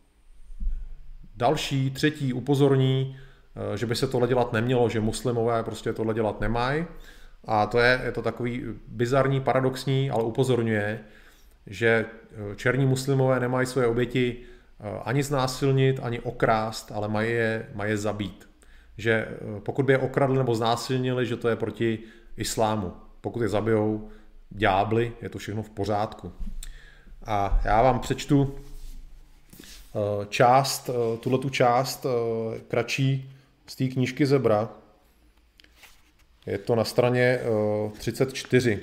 další, třetí upozorní, uh, že by se tohle dělat nemělo, že muslimové prostě tohle dělat nemají. A to je, je to takový bizarní, paradoxní, ale upozorňuje, že černí muslimové nemají svoje oběti ani znásilnit, ani okrást, ale mají je, mají je zabít. Že pokud by je okradli nebo znásilnili, že to je proti islámu. Pokud je zabijou ďábly, je to všechno v pořádku. A já vám přečtu část, tuhletu část kratší z té knížky Zebra. Je to na straně třicet čtyři.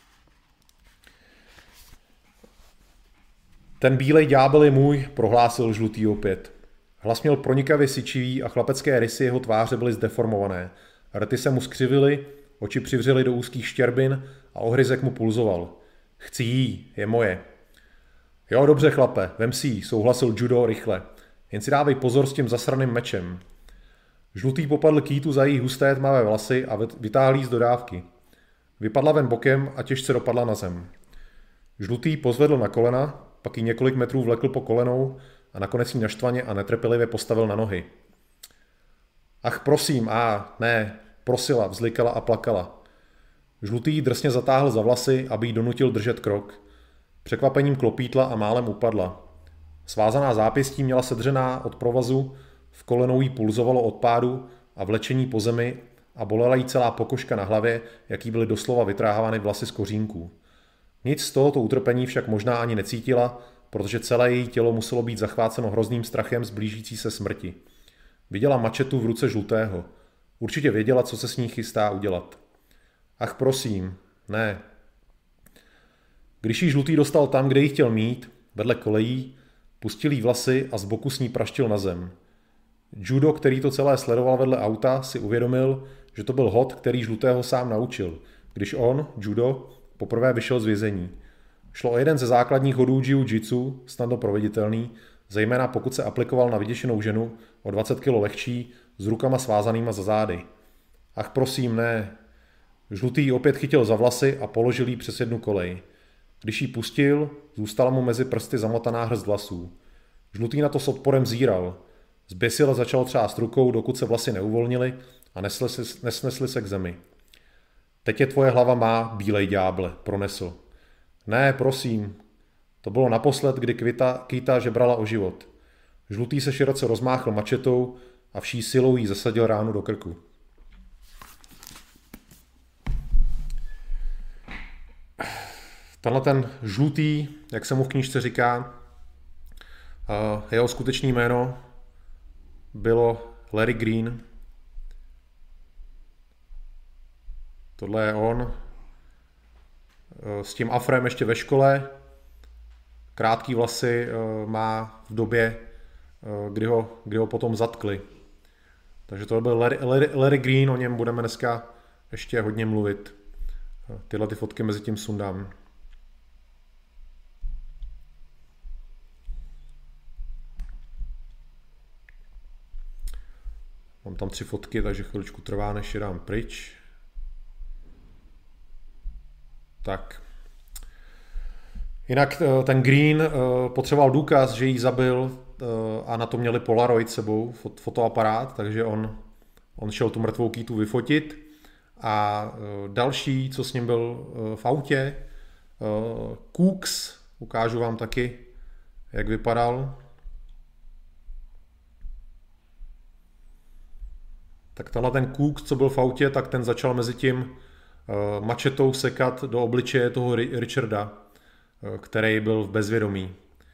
Ten bílej ďábel je můj, prohlásil žlutý opět. Hlas měl pronikavě syčivý a chlapecké rysy jeho tváře byly zdeformované. Rty se mu skřivily, oči přivřely do úzkých štěrbin a ohryzek mu pulzoval. Chci jí, je moje. Jo, dobře, chlape, vem si jí, souhlasil Judo rychle. Jen si dávej pozor s tím zasraným mečem. Žlutý popadl Keitu za její husté tmavé vlasy a vytáhl jí z dodávky. Vypadla ven bokem a těžce dopadla na zem. Žlutý pozvedl na kolena, pak jí několik metrů vlekl po kolenou a nakonec jí naštvaně a netrpělivě postavil na nohy. Ach, prosím, a ne, prosila, vzlikala a plakala. Žlutý jí drsně zatáhl za vlasy, aby jí donutil držet krok. Překvapením klopítla a málem upadla. Svázaná zápěstí měla sedřená od provazu, v kolenou jí pulzovalo od pádu a vlečení po zemi a bolela jí celá pokožka na hlavě, jaký byly doslova vytráhávány vlasy z kořínků. Nic z tohoto utrpení však možná ani necítila, protože celé její tělo muselo být zachváceno hrozným strachem z blížící se smrti. Viděla mačetu v ruce žlutého. Určitě věděla, co se s ní chystá udělat. Ach prosím, ne. Když jí žlutý dostal tam, kde ji chtěl mít, vedle kolejí, pustil jí vlasy a z boku s ní praštil na zem. Judo, který to celé sledoval vedle auta, si uvědomil, že to byl hod, který žlutého sám naučil, když on, Judo, poprvé vyšel z vězení. Šlo o jeden ze základních hodů jiu-jitsu, snadno proveditelný, zejména pokud se aplikoval na vyděšenou ženu o dvacet kilo lehčí, s rukama svázanýma za zády. Ach prosím, ne. Žlutý ji opět chytil za vlasy a položil jí přes jednu kolej. Když ji pustil, zůstala mu mezi prsty zamotaná hrst vlasů. Žlutý na to s odporem zíral. Zběsile začal třást rukou, dokud se vlasy neuvolnily a nesnesly, nesnesly se k zemi. Teď je tvoje hlava má, bílej ďáble, pronesl. Ne, prosím. To bylo naposled, kdy Kvita, Kýta žebrala o život. Žlutý se široce rozmáchl mačetou a vší silou jí zasadil ránu do krku. Tenhle ten žlutý, jak se mu v knížce říká, jeho skutečné jméno bylo Larry Green. Tohle je on. S tím afrem ještě ve škole. Krátký vlasy má v době, kdy ho, kdy ho potom zatkli. Takže to byl Larry, Larry, Larry Green, o něm budeme dneska ještě hodně mluvit. Tyhle ty fotky mezi tím sundám. Mám tam tři fotky, takže chviličku trvá, než je dám pryč. Tak. Jinak ten Green potřeboval důkaz, že jí zabil a na to měli Polaroid sebou, fotoaparát, takže on, on šel tu mrtvou Kýtu vyfotit. A další, co s ním byl v autě, Cooks, ukážu vám taky, jak vypadal. Tak tenhle ten Cooks, co byl v autě, tak ten začal mezi tím mačetou sekat do obličeje toho Richarda, který byl v bezvědomí.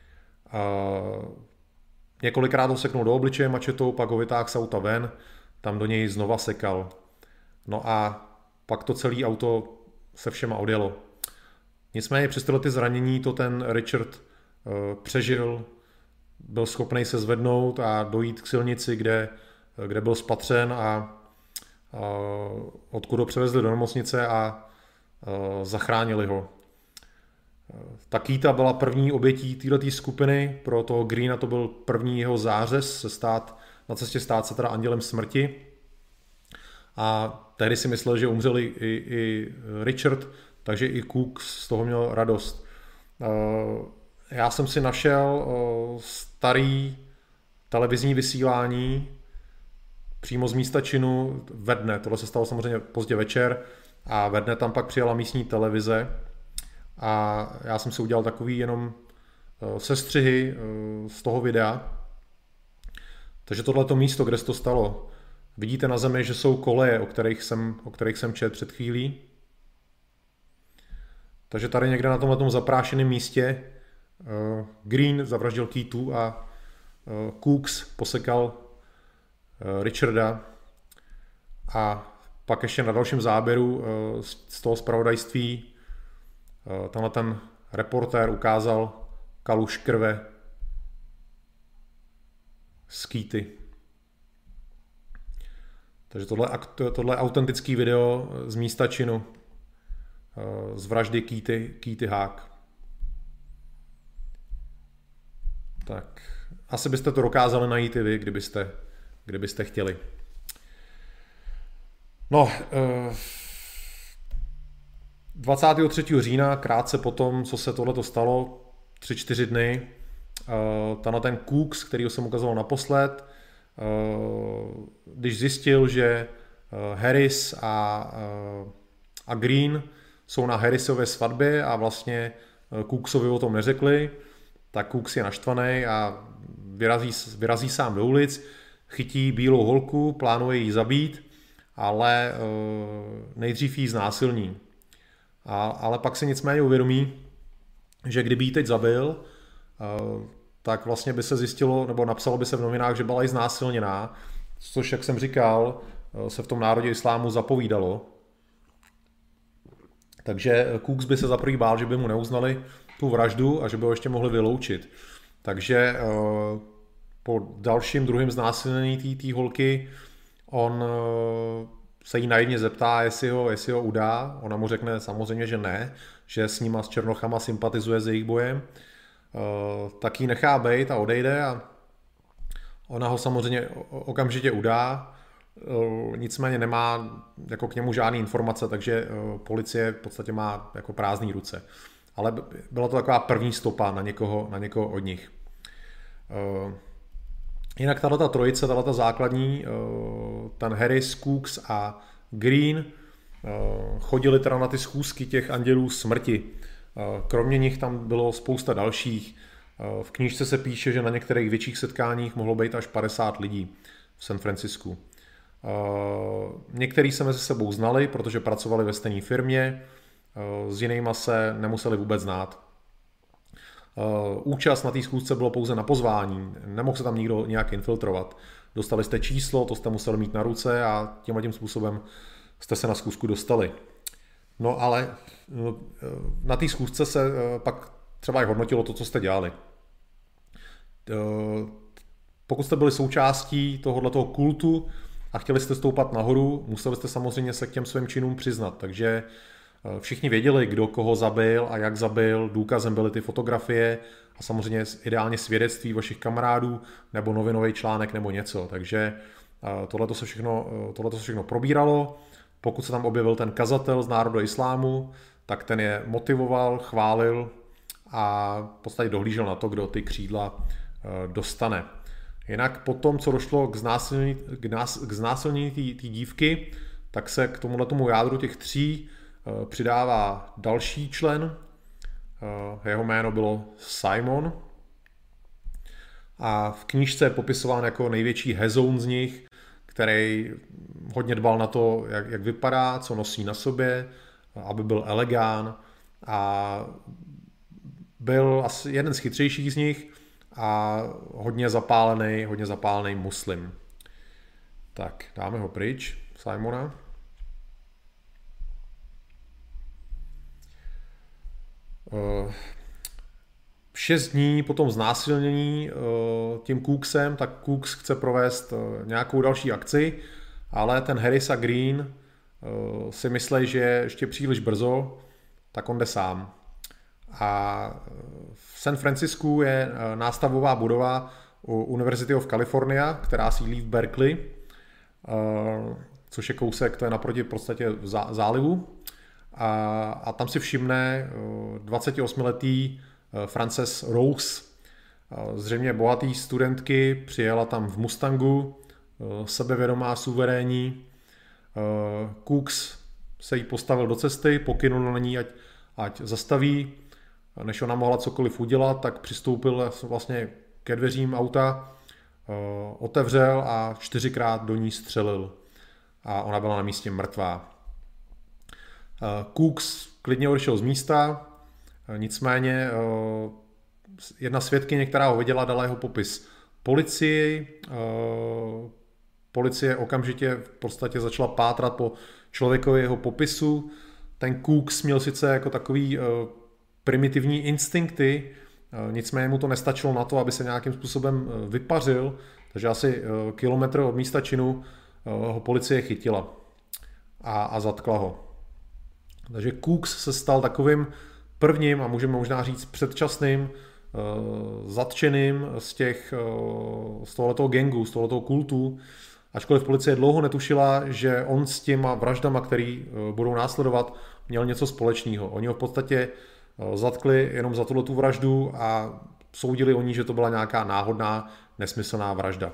Několikrát ho seknul do obličeje mačetou, pak ho vytáhl z auta ven, tam do něj znova sekal. No a pak to celé auto se všema odjelo. Nicméně přes tyhle ty zranění to ten Richard přežil, byl schopný se zvednout a dojít k silnici, kde, kde byl spatřen a, a odkud ho převezli do nemocnice a, a zachránili ho. Ta Kýta byla první obětí této skupiny, pro toho Greena to byl první jeho zářez se stát, na cestě stát se teda andělem smrti. A tehdy si myslel, že umřel i, i, i Richard, takže i Cook z toho měl radost. Já jsem si našel starý televizní vysílání přímo z místa činu ve dne. Tohle se stalo samozřejmě pozdě večer a ve dne tam pak přijela místní televize a já jsem si udělal takový jenom sestřihy z toho videa. Takže tohleto místo, kde se to stalo, vidíte na zemi, že jsou koleje, o kterých jsem, o kterých jsem četl před chvílí. Takže tady někde na tomhle zaprášeném místě uh, Green zavraždil Kýtu a uh, Cooks posekal uh, Richarda. A pak ještě na dalším záběru uh, z toho zpravodajství uh, tenhle ten reportér ukázal kaluž krve z Kýty. Takže tohle, tohle je autentický video z místa činu, z vraždy Kýty, Kýty Haag. Tak, asi byste to dokázali najít i vy, kdybyste, kdybyste chtěli. No, dvacátého třetího října, krátce potom, co se tohleto stalo, tři, čtyři dny, tenhle ten Cooks, kterýho jsem ukazoval naposled, když zjistil, že Harris a, a Green jsou na Harrisově svatbě a vlastně Cooksovi o tom neřekli, tak Cooks je naštvaný a vyrazí, vyrazí sám do ulic, chytí bílou holku, plánuje ji zabít, ale nejdřív ji znásilní. A, ale pak si nicméně uvědomí, že kdyby ji teď zabil, tak vlastně by se zjistilo, nebo napsalo by se v novinách, že byla i znásilněná, což, jak jsem říkal, se v tom národě islámu zapovídalo. Takže Cooks by se za prvý bál, že by mu neuznali tu vraždu a že by ho ještě mohli vyloučit. Takže po dalším druhém znásilnění té holky on se jí naivně zeptá, jestli ho, jestli ho udá. Ona mu řekne samozřejmě, že ne, že s nima s černochama sympatizuje s jejich bojem. Tak ji nechá bejt a odejde a ona ho samozřejmě okamžitě udá, nicméně nemá jako k němu žádný informace, takže policie v podstatě má jako prázdný ruce. Ale byla to taková první stopa na někoho, na někoho od nich. Jinak tato trojice, tato základní, ten Harris, Cooks a Green, chodili teda na ty schůzky těch andělů smrti. Kromě nich tam bylo spousta dalších. V knížce se píše, že na některých větších setkáních mohlo být až padesát lidí v San Francisku. Někteří se mezi sebou znali, protože pracovali ve stejné firmě, s jinýma se nemuseli vůbec znát. Účast na té schůzce bylo pouze na pozvání, nemohl se tam nikdo nějak infiltrovat. Dostali jste číslo, to jste museli mít na ruce a tímhle tím způsobem jste se na schůzku dostali. No ale na té schůzce se pak třeba i hodnotilo to, co jste dělali. Pokud jste byli součástí tohoto kultu a chtěli jste stoupat nahoru, museli jste samozřejmě se k těm svým činům přiznat. Takže všichni věděli, kdo koho zabil a jak zabil, důkazem byly ty fotografie a samozřejmě ideálně svědectví vašich kamarádů nebo novinový článek nebo něco. Takže tohleto se všechno, tohleto se všechno probíralo. Pokud se tam objevil ten kazatel z národa islámu, tak ten je motivoval, chválil a v podstatě dohlížel na to, kdo ty křídla dostane. Jinak potom, co došlo k znásilnění, k nás, k znásilnění té dívky, tak se k tomuhletomu jádru těch tří přidává další člen. Jeho jméno bylo Simon. A v knížce je popisován jako největší hezoun z nich, který hodně dbal na to, jak, jak vypadá, co nosí na sobě, aby byl elegán a byl asi jeden z chytřejších z nich a hodně zapálený, hodně zapálený muslim. Tak, dáme ho pryč, Simona. Šest dní po tom znásilnění tím Cooksem, tak Cooks chce provést nějakou další akci, ale ten Harris a Green si myslí, že je ještě příliš brzo, tak on jde sám. A v San Francisku je nástavová budova u University of California, která sídlí v Berkeley, což je kousek, to je naproti v podstatě zálivu. A, a tam si všimne dvacetiosmiletý Frances Rose, zřejmě bohatý studentky, přijela tam v Mustangu, sebevědomá, suverénní. Cooks se jí postavil do cesty, pokynul na ní, ať, ať zastaví. Než ona mohla cokoliv udělat, tak přistoupil vlastně ke dveřím auta, otevřel a čtyřikrát do ní střelil. A ona byla na místě mrtvá. Cooks klidně odešel z místa, nicméně jedna svědkyně, která ho viděla, dala jeho popis policii. Policie okamžitě v podstatě začala pátrat po člověkovi jeho popisu. Ten Cooks měl sice jako takový primitivní instinkty, nicméně mu to nestačilo na to, aby se nějakým způsobem vypařil, takže asi kilometr od místa činu ho policie chytila a, a zatkla ho. Takže Cooks se stal takovým prvním a můžeme možná říct předčasným uh, zatčeným z, těch, uh, z tohoto gangu, z tohoto kultu, ačkoliv policie dlouho netušila, že on s těma vraždama, který uh, budou následovat, měl něco společného. Oni ho v podstatě uh, zatkli jenom za tuhletu vraždu a soudili o ní, že to byla nějaká náhodná, nesmyslná vražda.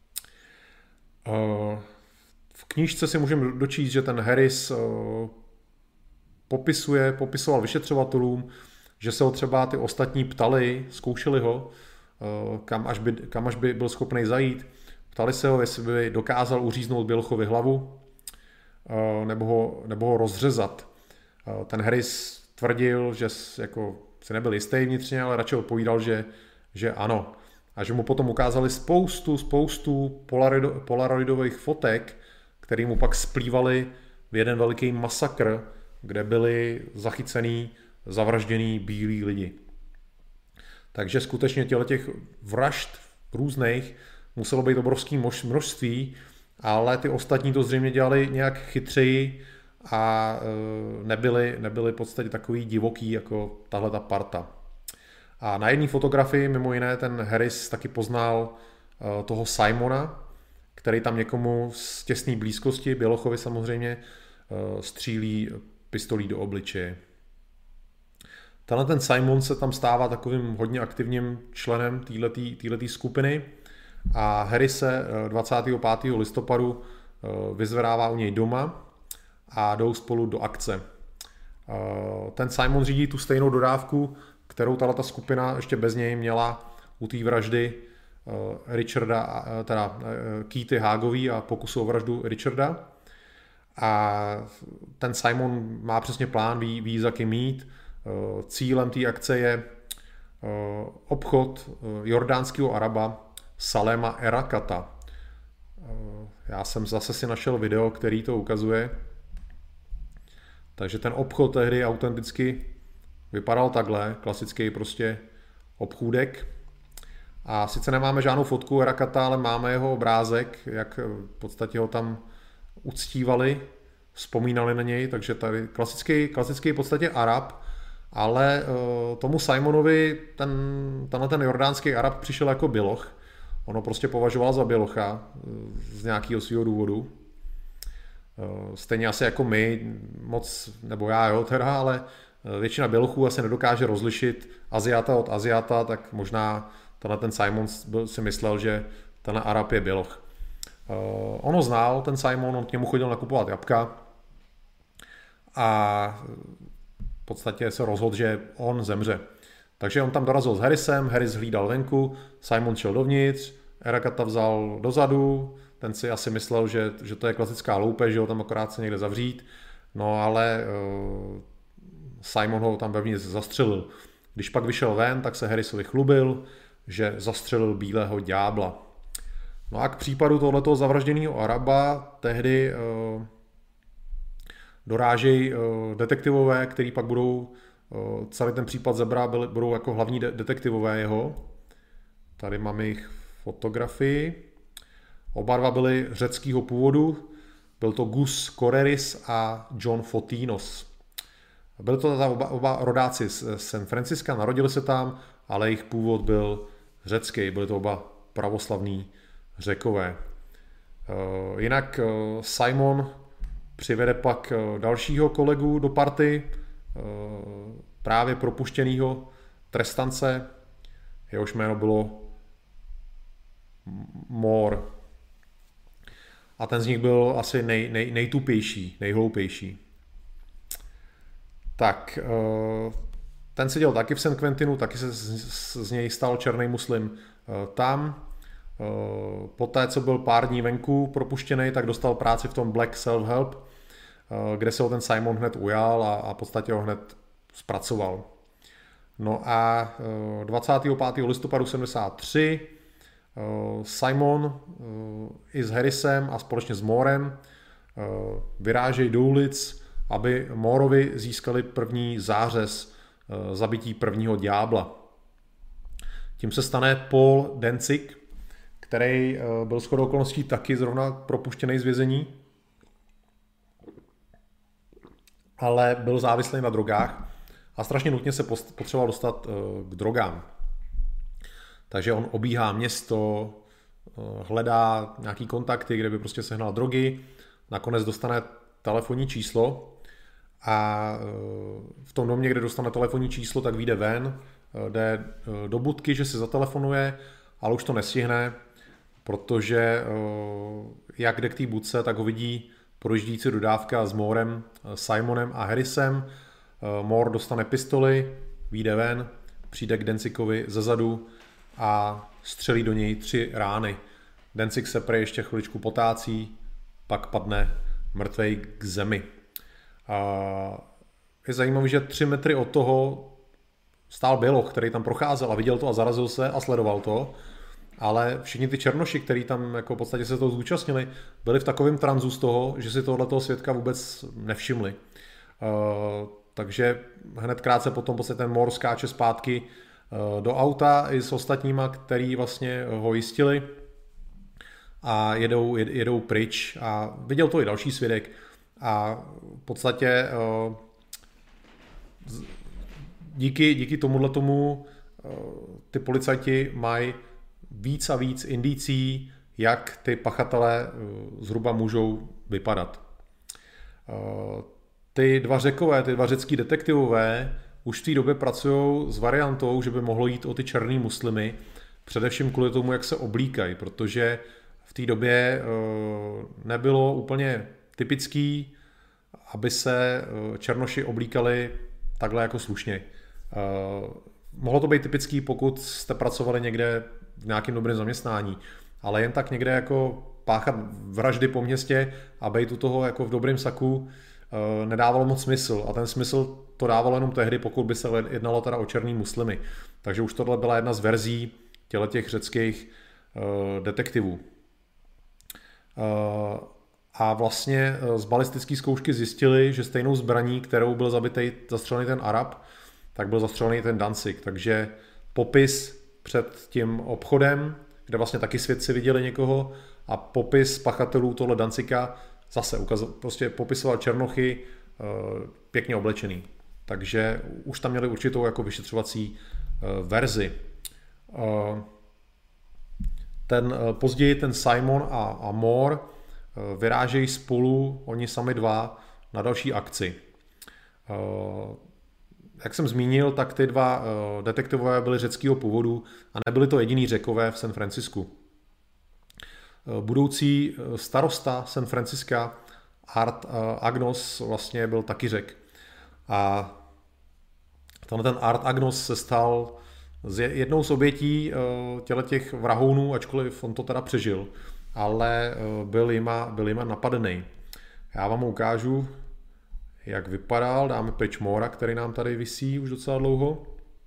Uh, v knížce si můžeme dočíst, že ten Harris uh, popisuje, popisoval vyšetřovatelům, že se ho třeba ty ostatní ptali, zkoušeli ho, kam až by, kam až by byl schopný zajít. Ptali se ho, jestli by dokázal uříznout Bělochovi hlavu nebo ho, nebo ho rozřezat. Ten Harris tvrdil, že jako si nebyl jistý vnitřně, ale radši odpovídal, že, že ano. A že mu potom ukázali spoustu, spoustu polarido, polaroidových fotek, které mu pak splývaly v jeden veliký masakr, kde byli zachycený, zavražděný bílí lidi. Takže skutečně těch vražd různých muselo být obrovské množství, ale ty ostatní to zřejmě dělali nějak chytřeji a nebyli, nebyli v podstatě takový divoký jako tahle ta parta. A na jedné fotografii mimo jiné ten Harris taky poznal toho Simona, který tam někomu z těsné blízkosti, Bělochovi samozřejmě, střílí pistolí do obličeje. Tenhle ten Simon se tam stává takovým hodně aktivním členem téhleté skupiny a Harry se dvacátého pátého listopadu vyzvedává u něj doma a jdou spolu do akce. Ten Simon řídí tu stejnou dodávku, kterou tato skupina ještě bez něj měla u té vraždy Richarda, teda Keithy Haagový a pokusu o vraždu Richarda. A ten Simon má přesně plán, ví, ví za kým mít. Cílem té akce je obchod jordánského Araba Salema Erakata. Já jsem zase si našel video, který to ukazuje. Takže ten obchod tehdy autenticky vypadal takhle, klasický prostě obchůdek. A sice nemáme žádnou fotku Erakata, ale máme jeho obrázek, jak v podstatě ho tam uctívali, vzpomínali na něj, takže tady klasický, klasický v podstatě Arab, ale uh, tomu Simonovi ten, tenhle ten jordánský Arab přišel jako běloch. Ono prostě považoval za bělocha z nějakého svého důvodu. Uh, stejně asi jako my, moc, nebo já jo teda, ale většina bělochů asi nedokáže rozlišit Aziata od Aziata, tak možná tenhle ten Simon si myslel, že ten Arab je běloch. Uh, ono znal, ten Simon, on k němu chodil nakupovat jabka a v podstatě se rozhodl, že on zemře. Takže on tam dorazil s Harrisem, Harris hlídal venku, Simon šel dovnitř, Erakata vzal dozadu, ten si asi myslel, že, že to je klasická loupež, že ho tam akorát se někde zavřít, no ale uh, Simon ho tam vevnitř zastřelil. Když pak vyšel ven, tak se Harrisovi chlubil, že zastřelil bílého ďábla. No a k případu tohoto zavražděného Araba tehdy uh, dorážejí uh, detektivové, který pak budou uh, celý ten případ Zebra byli, budou jako hlavní de- detektivové jeho. Tady máme jejich fotografii. Oba dva byli řeckého původu. Byl to Gus Koreris a John Fotinos. Byli to oba, oba rodáci z San Francisca, narodili se tam, ale jejich původ byl řecký. Byli to oba pravoslavní Řekové. Jinak Simon přivede pak dalšího kolegu do party, právě propuštěného trestance, jehož jméno bylo Moore. A ten z nich byl asi nej, nej, nejtupější, nejhloupější. Tak, ten seděl taky v San Quentinu, taky se z, z něj stal černý muslim tam. Poté, co byl pár dní venku propuštěný, tak dostal práci v tom Black Self-Help, kde se ho ten Simon hned ujal a, a v podstatě ho hned zpracoval. No a dvacátého pátého listopadu sedmdesát tři Simon i s Harrisem a společně s Moorem vyrážejí do ulic, aby Moorovi získali první zářez zabití prvního ďábla. Tím se stane Paul Danzig, který byl shodou okolností taky zrovna propuštěný z vězení, ale byl závislý na drogách a strašně nutně se potřeboval dostat k drogám. Takže on obíhá město, hledá nějaký kontakty, kde by prostě sehnal drogy, nakonec dostane telefonní číslo a v tom domě, kde dostane telefonní číslo, tak vyjde ven, jde do budky, že si zatelefonuje, ale už to nestihne, protože jak jde k té budce, tak ho vidí projíždějící dodávka s Moorem, Simonem a Harrisem. Moore dostane pistoli, vyjde ven, přijde k Dencikovi zezadu a střelí do něj tři rány. Dencik se prej ještě chviličku potácí, pak padne mrtvej k zemi. A je zajímavé, že tři metry od toho stál běloch, který tam procházel a viděl to a zarazil se a sledoval to. Ale všichni ty černoši, kteří tam jako v podstatě se toho zúčastnili, byli v takovém tranzu z toho, že si tohletoho svědka vůbec nevšimli. Uh, takže hned krátce potom prostě ten Moore skáče zpátky uh, do auta i s ostatníma, který vlastně ho jistili a jedou, jed, jedou pryč a viděl to i další svědek a v podstatě uh, díky, díky tomuhle tomu uh, ty policajti mají víc a víc indicí, jak ty pachatelé zhruba můžou vypadat. Ty dva Řekové, ty dva řecký detektivové už v té době pracují s variantou, že by mohlo jít o ty černý muslimy, především kvůli tomu, jak se oblíkají, protože v té době nebylo úplně typický, aby se černoši oblíkali takhle jako slušně. Mohlo to být typický, pokud jste pracovali někde v nějakém dobrém zaměstnání, ale jen tak někde jako páchat vraždy po městě a být u toho jako v dobrém saku e, nedávalo moc smysl. A ten smysl to dávalo jenom tehdy, pokud by se jednalo teda o černý muslimy. Takže už tohle byla jedna z verzí těch řeckých e, detektivů. E, a vlastně z balistické zkoušky zjistili, že stejnou zbraní, kterou byl zabitý, zastřelený ten Arab, tak byl zastřelený ten Dancik. Takže popis před tím obchodem, kde vlastně taky svědci viděli někoho, a popis pachatelů tohle Dancika zase ukazal, prostě popisoval černochy pěkně oblečený. Takže už tam měli určitou jako vyšetřovací verzi. Ten, později ten Simon a, a Moore vyrážejí spolu, oni sami dva, na další akci. Jak jsem zmínil, tak ty dva detektivové byli řeckého původu a nebyli to jediný Řekové v San Francisku. Budoucí starosta San Francisca Art Agnos vlastně byl taky Řek. A tenhle ten Art Agnos se stal jednou z obětí těch vrahounů, ačkoliv on to teda přežil, ale byl jima, byl jima napadený. Já vám ukážu, jak vypadal, dáme pryč Moora, který nám tady visí už docela dlouho.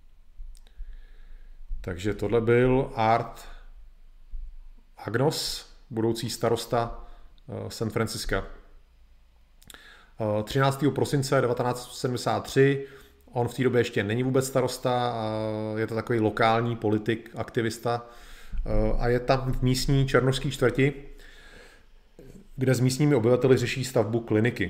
Takže tohle byl Art Agnos, budoucí starosta San Francisca. třináctého prosince devatenáct set sedmdesát tři, on v té době ještě není vůbec starosta, je to takový lokální politik, aktivista a je tam v místní černošské čtvrti, kde s místními obyvateli řeší stavbu kliniky.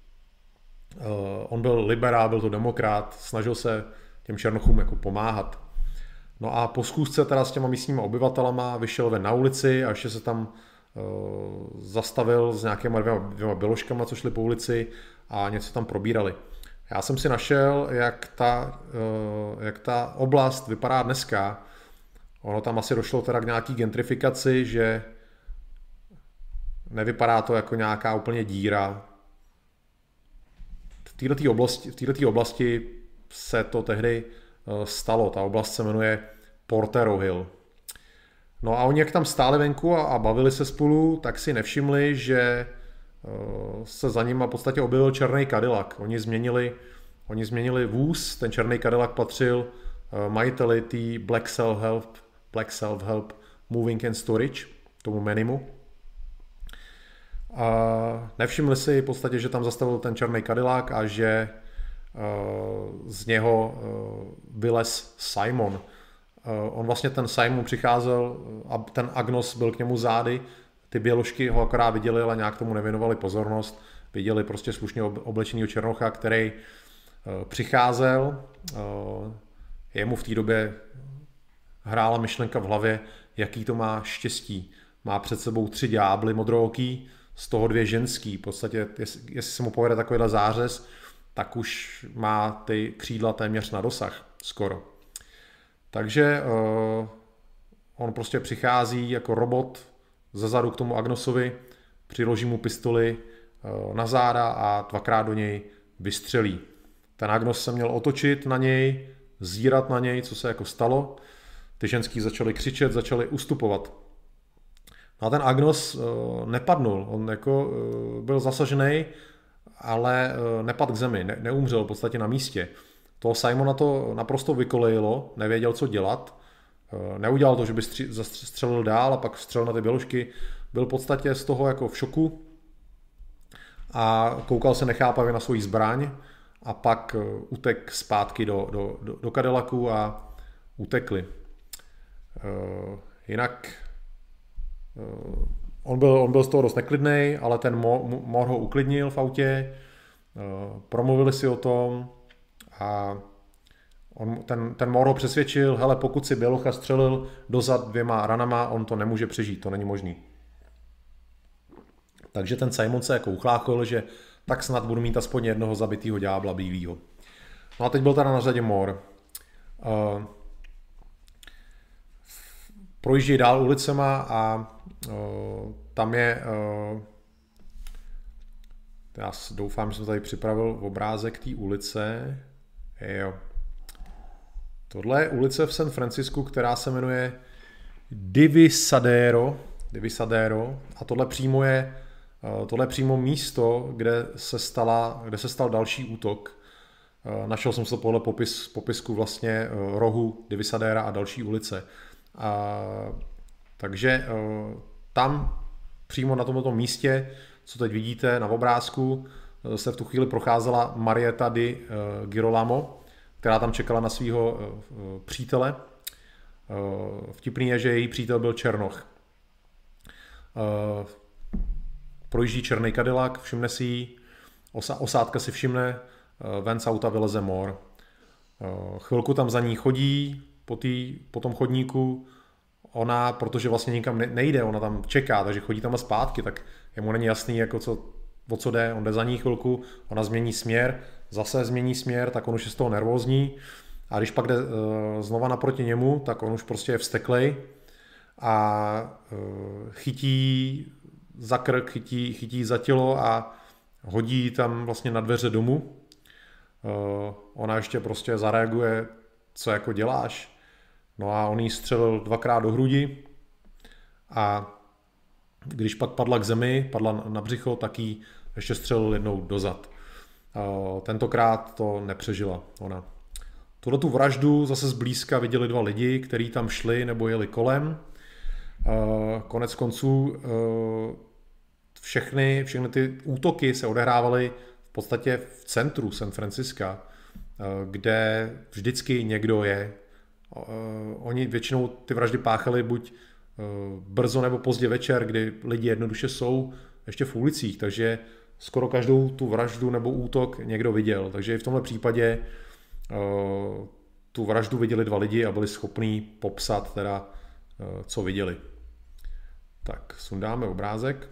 On byl liberál, byl to demokrat, snažil se těm černochům jako pomáhat. No a po schůzce teda s těma místníma obyvatelama vyšel ven na ulici a ještě se tam uh, zastavil s nějakýma dvěma, dvěma běložkama, co šli po ulici a něco tam probírali. Já jsem si našel, jak ta, uh, jak ta oblast vypadá dneska. Ono tam asi došlo teda k nějaký gentrifikaci, že nevypadá to jako nějaká úplně díra. V této oblasti, v této oblasti se to tehdy stalo. Ta oblast se jmenuje Portero Hill. No a oni, jak tam stáli venku a, a bavili se spolu, tak si nevšimli, že uh, se za nima v podstatě objevil černý Cadillac. Oni změnili, oni změnili vůz, ten černý Cadillac patřil uh, majiteli té Black Self-Help, Black Self-Help Moving and Storage, tomu Manimu. Uh, nevšimli si v podstatě, že tam zastavil ten černý Cadillac a že uh, z něho uh, vylez Simon. Uh, on vlastně ten Simon přicházel a ten Agnos byl k němu zády, ty běložky ho akorát viděli, ale nějak tomu nevěnovali pozornost. Viděli prostě slušně oblečenýho černocha, který uh, přicházel. Uh, jemu v té době hrála myšlenka v hlavě, jaký to má štěstí. Má před sebou tři ďábly modrooký, z toho dvě ženský. V podstatě, jestli se mu povede takovýhle zářez, tak už má ty křídla téměř na dosah, skoro. Takže uh, on prostě přichází jako robot zezadu k tomu Agnosovi, přiloží mu pistoli uh, na záda a dvakrát do něj vystřelí. Ten Agnos se měl otočit na něj, zírat na něj, co se jako stalo. Ty ženský začaly křičet, začaly ustupovat. No a ten Agnos nepadnul, on jako byl zasažený, ale nepadl k zemi, ne, neumřel v podstatě na místě. Toho Simona to naprosto vykolejilo, nevěděl, co dělat. Neudělal to, že by zastřelil dál a pak střelil na ty běložky. Byl v podstatě z toho jako v šoku a koukal se nechápavě na svoji zbraň a pak utek zpátky do, do, do, do Cadillacu a utekli. Jinak on byl, on byl z toho dost neklidnej, ale ten Moore ho uklidnil v autě, promluvili si o tom a on, ten, ten Moore ho přesvědčil, hele, pokud si bělocha střelil dozad dvěma ranama, on to nemůže přežít, to není možný. Takže ten Simon se jako uchláchl, že tak snad budu mít aspoň jednoho zabitýho ďábla bílýho. No a teď byl teda na řadě Moore. Uh, projíždí dál ulicema a uh, tam je, uh, já doufám, že jsem tady připravil obrázek té ulice. Jo. Tohle je ulice v San Francisku, která se jmenuje Divisadero, Divisadero a tohle přímo je tohle je přímo místo, kde se, stala, kde se stal další útok. Našel jsem se podle popis, popisku vlastně rohu Divisadera a další ulice. A, takže tam přímo na tomto místě, co teď vidíte na obrázku, se v tu chvíli procházela Marietta di Girolamo, která tam čekala na svého přítele. Vtipný je, že její přítel byl Černoch. Projíždí černý Cadillac, všimne si ji, osádka si všimne, ven z auta vyleze Moore. Chvilku tam za ní chodí po, tý, po tom chodníku, ona, protože vlastně nikam nejde, ona tam čeká, takže chodí tam a zpátky, tak jemu není jasný, jako co, o co jde, on jde za ní chvilku, ona změní směr, zase změní směr, tak on už je z toho nervózní a když pak jde znova naproti němu, tak on už prostě je vzteklej a chytí za krk, chytí, chytí za tělo a hodí tam vlastně na dveře domu. Uh, ona ještě prostě zareaguje, co jako děláš. No a on jí střelil dvakrát do hrudi a když pak padla k zemi, padla na břicho, tak jí ještě střelil jednou dozad. Uh, tentokrát to nepřežila ona. Tuhletu vraždu zase zblízka viděli dva lidi, kteří tam šli nebo jeli kolem. Uh, konec konců uh, všechny, všechny ty útoky se odehrávaly v podstatě v centru San Francisca, uh, kde vždycky někdo je. Uh, oni většinou ty vraždy páchali buď uh, brzo nebo pozdě večer, kdy lidi jednoduše jsou ještě v ulicích, takže skoro každou tu vraždu nebo útok někdo viděl. Takže i v tomhle případě uh, tu vraždu viděli dva lidi a byli schopní popsat teda, uh, co viděli. Tak, sundáme obrázek.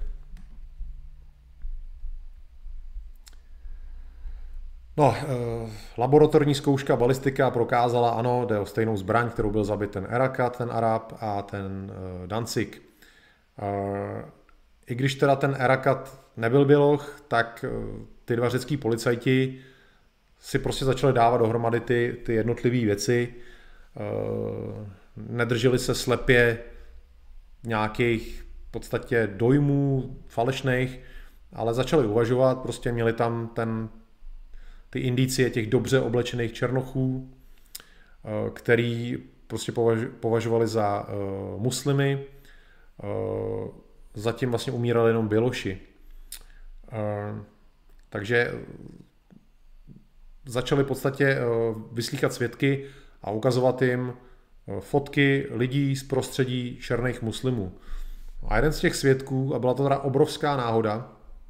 No, eh, laboratorní zkouška balistika prokázala, ano, jde o stejnou zbraň, kterou byl zabit ten Erakat, ten Arab a ten eh, Danzig. Eh, I když teda ten Erakat nebyl běloch, tak eh, ty dva řecký policajti si prostě začali dávat dohromady ty, ty jednotlivé věci. Eh, nedrželi se slepě nějakých v podstatě dojmů falešných, ale začali uvažovat, prostě měli tam ten, ty indicie těch dobře oblečených černochů, který prostě považovali za uh, muslimy, uh, zatím vlastně umírali jenom běloši. Uh, takže začali v podstatě uh, vyslýchat svědky a ukazovat jim fotky lidí z prostředí černých muslimů. A jeden z těch svědků, a byla to teda obrovská náhoda,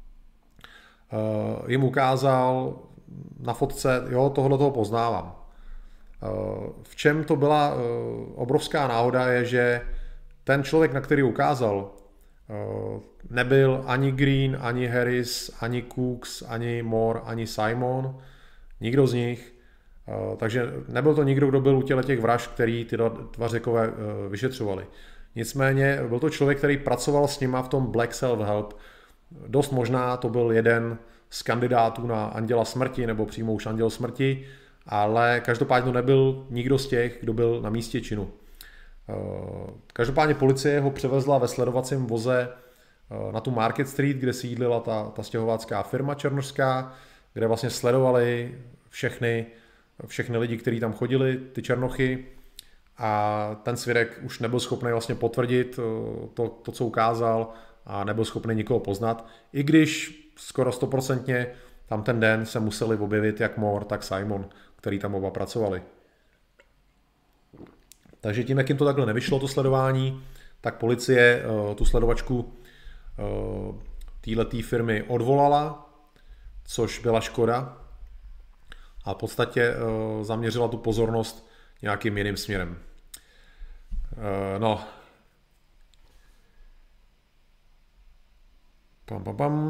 jim ukázal na fotce, jo, tohle toho poznávám. V čem to byla obrovská náhoda je, že ten člověk, na který ukázal, nebyl ani Green, ani Harris, ani Cooks, ani Moore, ani Simon, nikdo z nich. Takže nebyl to nikdo, kdo byl u těle těch vražd, který ty dva Řekové vyšetřovali. Nicméně byl to člověk, který pracoval s nima v tom Black Self-Help. Dost možná to byl jeden z kandidátů na Anděla smrti, nebo přímo už Anděl smrti, ale každopádně to nebyl nikdo z těch, kdo byl na místě činu. Každopádně policie ho převezla ve sledovacím voze na tu Market Street, kde sídlila ta, ta stěhovácká firma černošská, kde vlastně sledovali všechny, všechny lidi, kteří tam chodili, ty černochy, a ten svědek už nebyl schopný vlastně potvrdit to, to, co ukázal, a nebyl schopný nikoho poznat, i když skoro stoprocentně tam ten den se museli objevit jak Moore, tak Simon, který tam oba pracovali. Takže tím, jak jim to takhle nevyšlo, to sledování, tak policie tu sledovačku téhletý firmy odvolala, což byla škoda, a v podstatě zaměřila tu pozornost nějakým jiným směrem. No. Pam, pam, pam.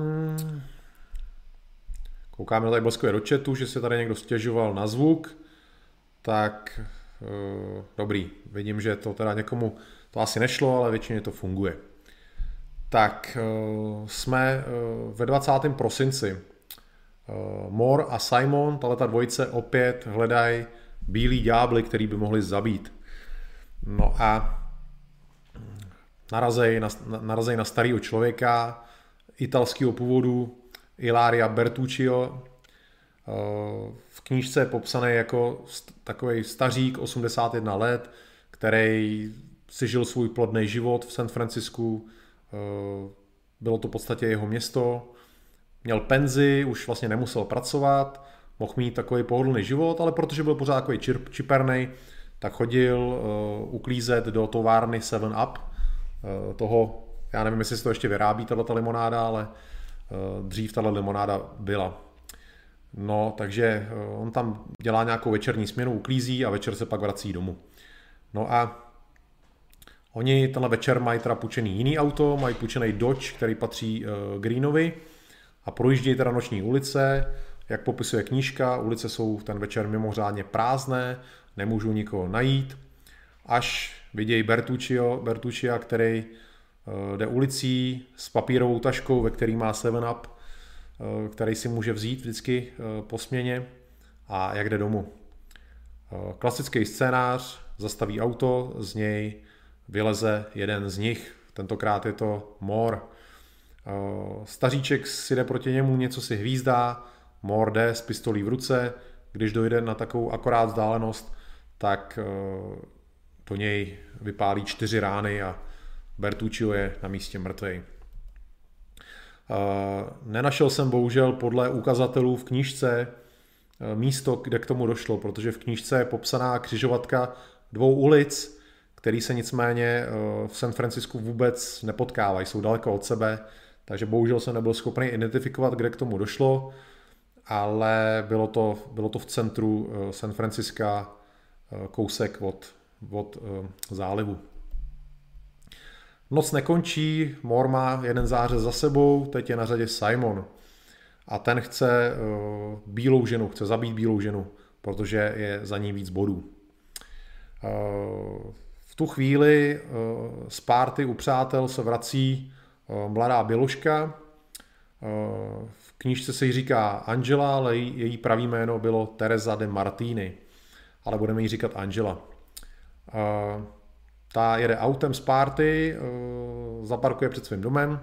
Koukáme tady bleskově do chatu, že se tady někdo stěžoval na zvuk. Tak dobrý, vidím, že to teda někomu to asi nešlo, ale většině to funguje. Tak jsme ve dvacátém prosinci. Moore a Simon, tato dvojice, opět hledají bílí ďábly, který by mohli zabít. No a narazej na, narazej na starého člověka italského původu, Ilaria Bertuccio. V knížce je popsaný jako takový stařík, osmdesát jedna let, který si žil svůj plodný život v San Francisku. Bylo to v podstatě jeho město. Měl penzi, už vlastně nemusel pracovat, mohl mít takový pohodlný život, ale protože byl pořád takový čipernej, tak chodil uh, uklízet do továrny seven up. Uh, toho, já nevím, jestli se to ještě vyrábí, tato limonáda, ale uh, dřív tato limonáda byla. No, takže uh, on tam dělá nějakou večerní směnu, uklízí a večer se pak vrací domů. No a oni tenhle večer mají teda půjčený jiný auto, mají půjčený Dodge, který patří uh, Greenovi, a projíždějí teda noční ulice. Jak popisuje knížka, ulice jsou ten večer mimořádně prázdné, nemůžou nikoho najít, až vidějí Bertuccio, Bertuccia, který uh, jde ulicí s papírovou taškou, ve který má seven up, uh, který si může vzít vždycky uh, po směně, a jak jde domů. Uh, klasický scénář, zastaví auto, z něj vyleze jeden z nich, tentokrát je to Moore. Uh, staříček si jde proti němu, něco si hvízdá, Moore jde s pistolí v ruce, když dojde na takovou akorát vzdálenost, tak uh, do něj vypálí čtyři rány a Bertuccio je na místě mrtvej. Uh, nenašel jsem bohužel podle ukazatelů v knížce uh, místo, kde k tomu došlo, protože v knížce je popsaná křižovatka dvou ulic, které se nicméně uh, v San Francisku vůbec nepotkávají, jsou daleko od sebe, takže bohužel jsem nebyl schopný identifikovat, kde k tomu došlo, ale bylo to, bylo to v centru uh, San Franciska, uh, kousek od, od uh, zálivu. Noc nekončí, Moore má jeden zářez za sebou, teď je na řadě Simon. A ten chce uh, bílou ženu, chce zabít bílou ženu, protože je za ní víc bodů. Uh, v tu chvíli uh, z párty u přátel se vrací uh, mladá běložka. Uh, v knížce se jí říká Angela, ale její, její pravý jméno bylo Teresa de Martini, ale budeme jí říkat Angela. Uh, Ta jede autem z párty, zaparkuje před svým domem,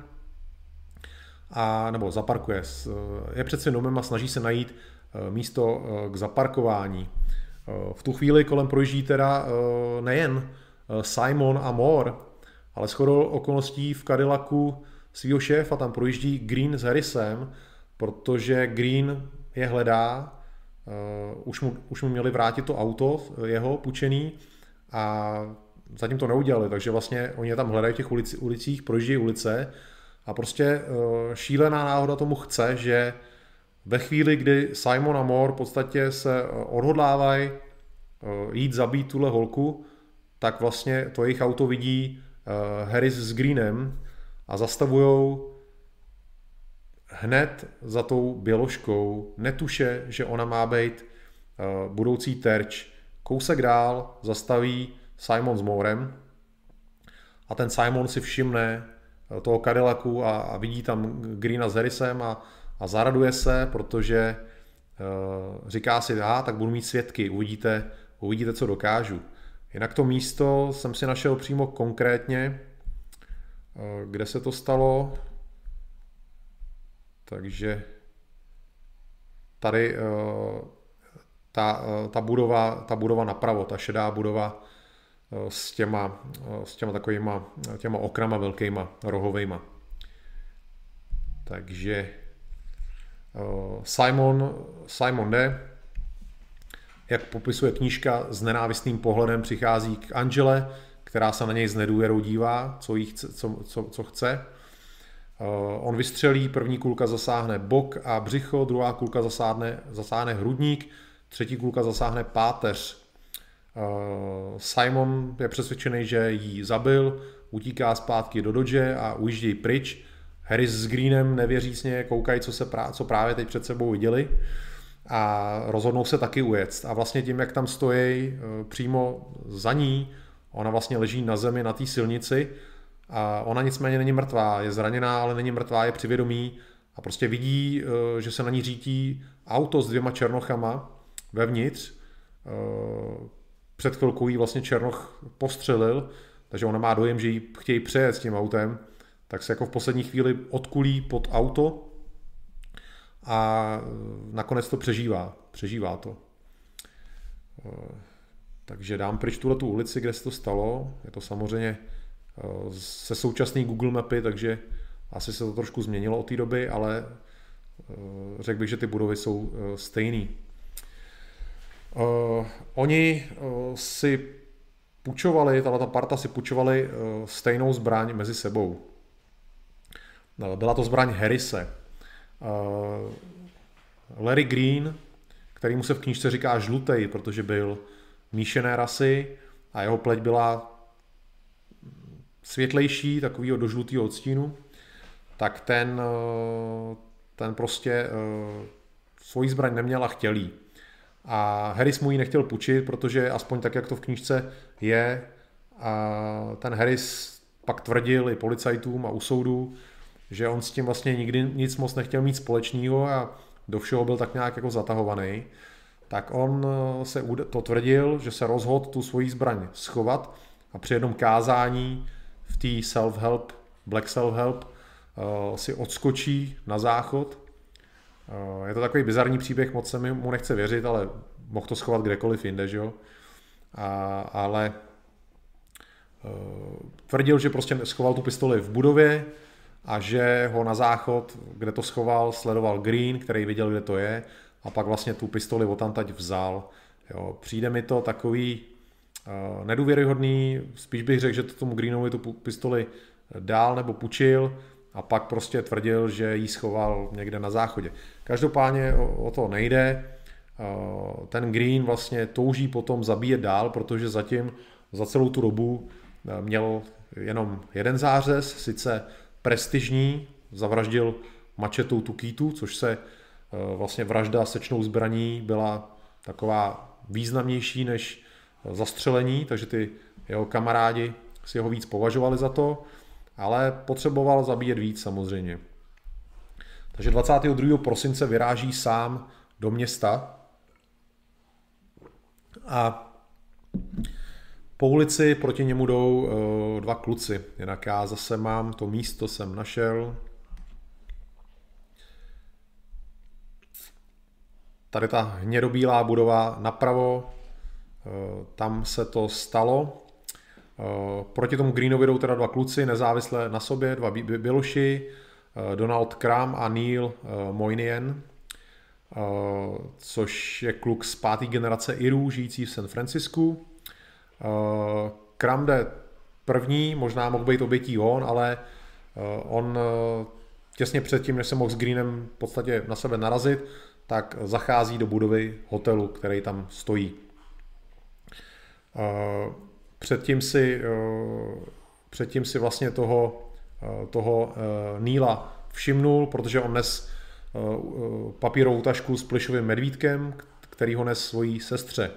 a, nebo zaparkuje, je před svým domem a snaží se najít místo k zaparkování. V tu chvíli kolem projíždí teda nejen Simon a Moore, ale shodou okolností v Cadillacu svýho šéfa tam projíždí Green s Harrisem, protože Green je hledá, už mu, už mu měli vrátit to auto, jeho půjčený, a zatím to neudělali, takže vlastně oni je tam hledají v těch ulici, ulicích, projíždějí ulice, a prostě šílená náhoda tomu chce, že ve chvíli, kdy Simon a Moore v podstatě se odhodlávají jít zabít tuhle holku, tak vlastně to jejich auto vidí Harris s Greenem a zastavujou hned za tou běložkou, netuše, že ona má být budoucí terč. Kousek dál zastaví Simon s Moorem a ten Simon si všimne toho Cadillacu a, a vidí tam Greena s Harrisem a, a zaraduje se, protože říká si, a tak budu mít svědky, uvidíte, uvidíte, co dokážu. Jinak to místo jsem si našel přímo konkrétně, kde se to stalo. Takže tady ta, ta, budova, ta budova napravo, ta šedá budova s těma, s těma takovýma těma okrama velkýma, rohovejma. Takže Simon, Simon D., jak popisuje knížka, s nenávistným pohledem přichází k Angele, která se na něj s nedůvěrou dívá, co, jí chce, co, co, co chce. On vystřelí, první kulka zasáhne bok a břicho, druhá kulka zasáhne, zasáhne hrudník, třetí kulka zasáhne páteř. Simon je přesvědčený, že jí zabil, utíká zpátky do Dodge a ujíždějí pryč. Harris s Greenem nevěřícně koukají, co, se prá- co právě teď před sebou viděli a rozhodnou se taky ujet. A vlastně tím, jak tam stojí přímo za ní, ona vlastně leží na zemi na té silnici a ona nicméně není mrtvá, je zraněná, ale není mrtvá, je při vědomí a prostě vidí, že se na ní řítí auto s dvěma černochama vevnitř. Před chvilkou jí vlastně černoch postřelil, takže ona má dojem, že jí chtějí přejet s tím autem, tak se jako v poslední chvíli odkulí pod auto a nakonec to přežívá. Přežívá to. Takže dám pryč tuhletu ulici, kde se to stalo. Je to samozřejmě se současný Google mapy, takže asi se to trošku změnilo od té doby, ale řekl bych, že ty budovy jsou stejný. Oni si půjčovali, tato parta si půjčovali stejnou zbraň mezi sebou. Byla to zbraň Harrise. Larry Green, kterýmu se v knížce říká žlutej, protože byl míšené rasy a jeho pleť byla světlejší, takovýho do žlutého odstínu, tak ten, ten prostě svoji zbraň neměl a chtěl jí. A Harris mu ji nechtěl půjčit, protože aspoň tak, jak to v knížce je, a ten Harris pak tvrdil i policajtům a u soudu, že on s tím vlastně nikdy nic moc nechtěl mít společného a do všeho byl tak nějak jako zatahovaný. Tak on se to tvrdil, že se rozhodl tu svoji zbraň schovat a při jednom kázání v té self-help, black self-help, si odskočí na záchod. Je to takový bizarní příběh, moc se mu nechce věřit, ale mohl to schovat kdekoliv jinde, že jo. A, ale tvrdil, že prostě schoval tu pistoli v budově a že ho na záchod, kde to schoval, sledoval Green, který viděl, kde to je, a pak vlastně tu pistoli odtamtať vzal. Jo, přijde mi to takový uh, nedůvěryhodný, spíš bych řekl, že to tomu Greenovi tu pistoli dál nebo půjčil a pak prostě tvrdil, že ji schoval někde na záchodě. Každopádně o, o to nejde. Uh, ten Green vlastně touží potom zabíjet dál, protože zatím za celou tu dobu uh, měl jenom jeden zářez, sice prestižní, zavraždil mačetou tu Kýtu, což se vlastně vražda sečnou zbraní byla taková významnější než zastřelení, takže ty jeho kamarádi si ho víc považovali za to, ale potřeboval zabíjet víc samozřejmě. Takže dvacátého druhého prosince vyráží sám do města a po ulici proti němu jdou dva kluci. Jinak já zase mám to místo, jsem našel. Tady ta hnědobílá budova napravo, tam se to stalo. Proti tomu Greenovi jdou teda dva kluci, nezávisle na sobě, dva běloši, Donald Crum a Neil Moynihan, což je kluk z páté generace Irů, žijící v San Francisku. Crum jde první, možná mohl být obětí on, ale on těsně předtím, než se mohl s Greenem v podstatě na sebe narazit, tak zachází do budovy hotelu, který tam stojí. Předtím si, předtím si vlastně toho, toho Neila všimnul, protože on nes papírovou tašku s plyšovým medvídkem, který ho nes svojí sestře.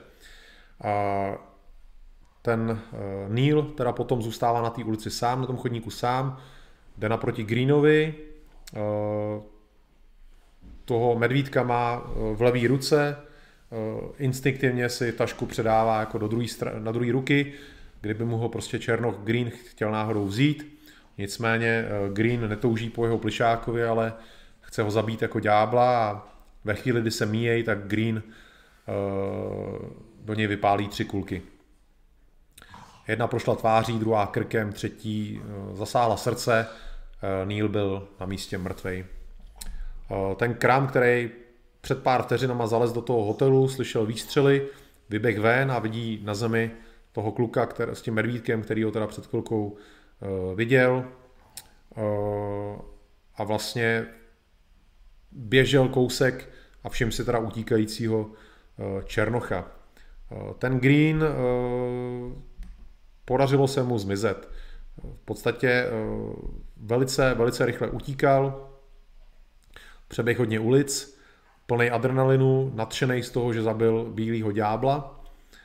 Ten Neil teda potom zůstává na té ulici sám, na tom chodníku sám, jde naproti Greenovi, toho medvídka má v levé ruce, instinktivně si tašku předává jako do druhý str- na druhé ruky, kdyby mu ho prostě Černoch Green chtěl náhodou vzít. Nicméně Green netouží po jeho plišákovi, ale chce ho zabít jako ďábla a ve chvíli, kdy se míjejí, tak Green do něj vypálí tři kulky. Jedna prošla tváří, druhá krkem, třetí zasáhla srdce, Neil byl na místě mrtvej. Ten Krám, který před pár vteřinama zalez do toho hotelu, slyšel výstřely, vyběh ven a vidí na zemi toho kluka který, s tím medvídkem, který ho teda před chvilkou uh, viděl uh, a vlastně běžel kousek a všim si teda utíkajícího uh, Černocha. Uh, ten Green uh, podařilo se mu zmizet. V podstatě uh, velice, velice rychle utíkal, přeběh hodně ulic, plný adrenalinu, nadšený z toho, že zabil bílýho ďábla.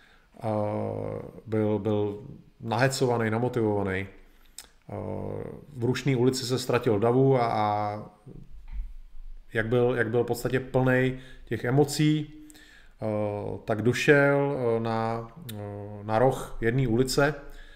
Byl, byl nahecovaný, namotivovaný. V Rušné ulici se ztratil davu a, a jak, byl, jak byl v podstatě plný těch emocí, tak došel na, na roh jedné ulice.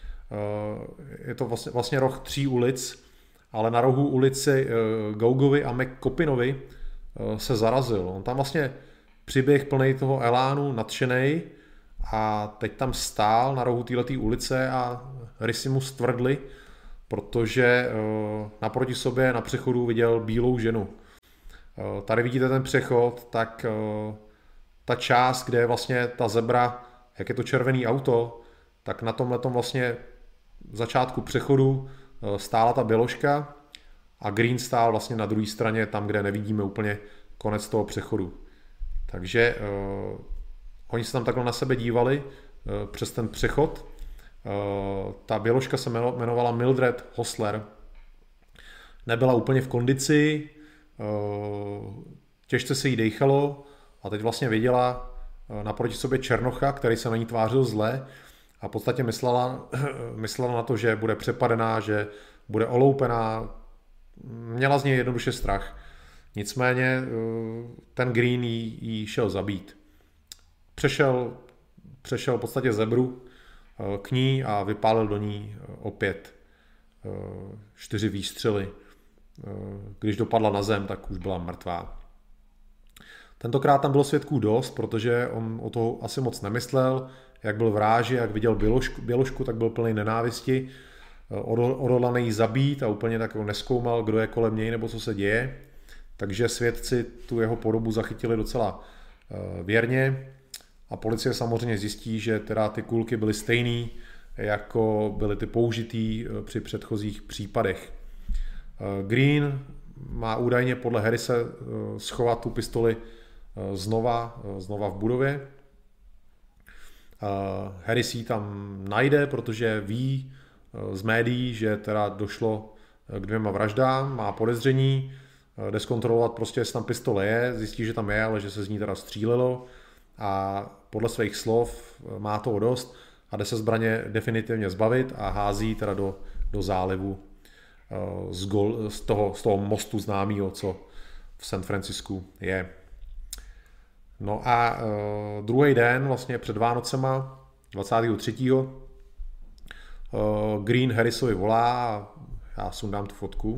Je to vlastně, vlastně roh tří ulic, ale na rohu ulici Gaugovi a McCoppinovi se zarazil. On tam vlastně přiběh plný toho elánu, nadšenej a teď tam stál na rohu této ulice a rysy mu stvrdly, protože naproti sobě na přechodu viděl bílou ženu. Tady vidíte ten přechod, tak ta část, kde je vlastně ta zebra, jak je to červený auto, tak na tomhletom vlastně v začátku přechodu stála ta běložka a Green stál vlastně na druhé straně, tam, kde nevidíme úplně konec toho přechodu. Takže uh, oni se tam takhle na sebe dívali uh, přes ten přechod. Uh, ta běložka se jmenovala Mildred Hostler. Nebyla úplně v kondici, uh, těžce se jí dejchalo a teď vlastně viděla uh, naproti sobě Černocha, který se na ní tvářil zle a v podstatě myslela, myslela na to, že bude přepadená, že bude oloupená, měla z něj jednoduše strach. Nicméně ten Green jí, jí šel zabít. Přešel, přešel v podstatě zebru k ní a vypálil do ní opět čtyři výstřely. Když dopadla na zem, tak už byla mrtvá. Tentokrát tam bylo svědků dost, protože on o toho asi moc nemyslel. Jak byl v ráži, jak viděl běložku, běložku tak byl plný nenávisti. Odhodlaný jí zabít a úplně tak nezkoumal, kdo je kolem něj nebo co se děje. Takže svědci tu jeho podobu zachytili docela věrně a policie samozřejmě zjistí, že teda ty kulky byly stejný, jako byly ty použitý při předchozích případech. Green má údajně podle Harrise schovat tu pistoli znova, znova v budově. Harris ji tam najde, protože ví z médií, že teda došlo k dvěma vraždám, má podezření, jde zkontrolovat prostě, jestli tam pistole je, zjistí, že tam je, ale že se z ní teda střílelo a podle svých slov má toho dost a jde se zbraně definitivně zbavit a hází teda do, do zálivu z, gol, z, toho, z toho mostu známého, co v San Francisku je. No a uh, druhý den, vlastně před Vánocema, dvacátého třetího Uh, Green Harrisovi volá a já sundám tu fotku.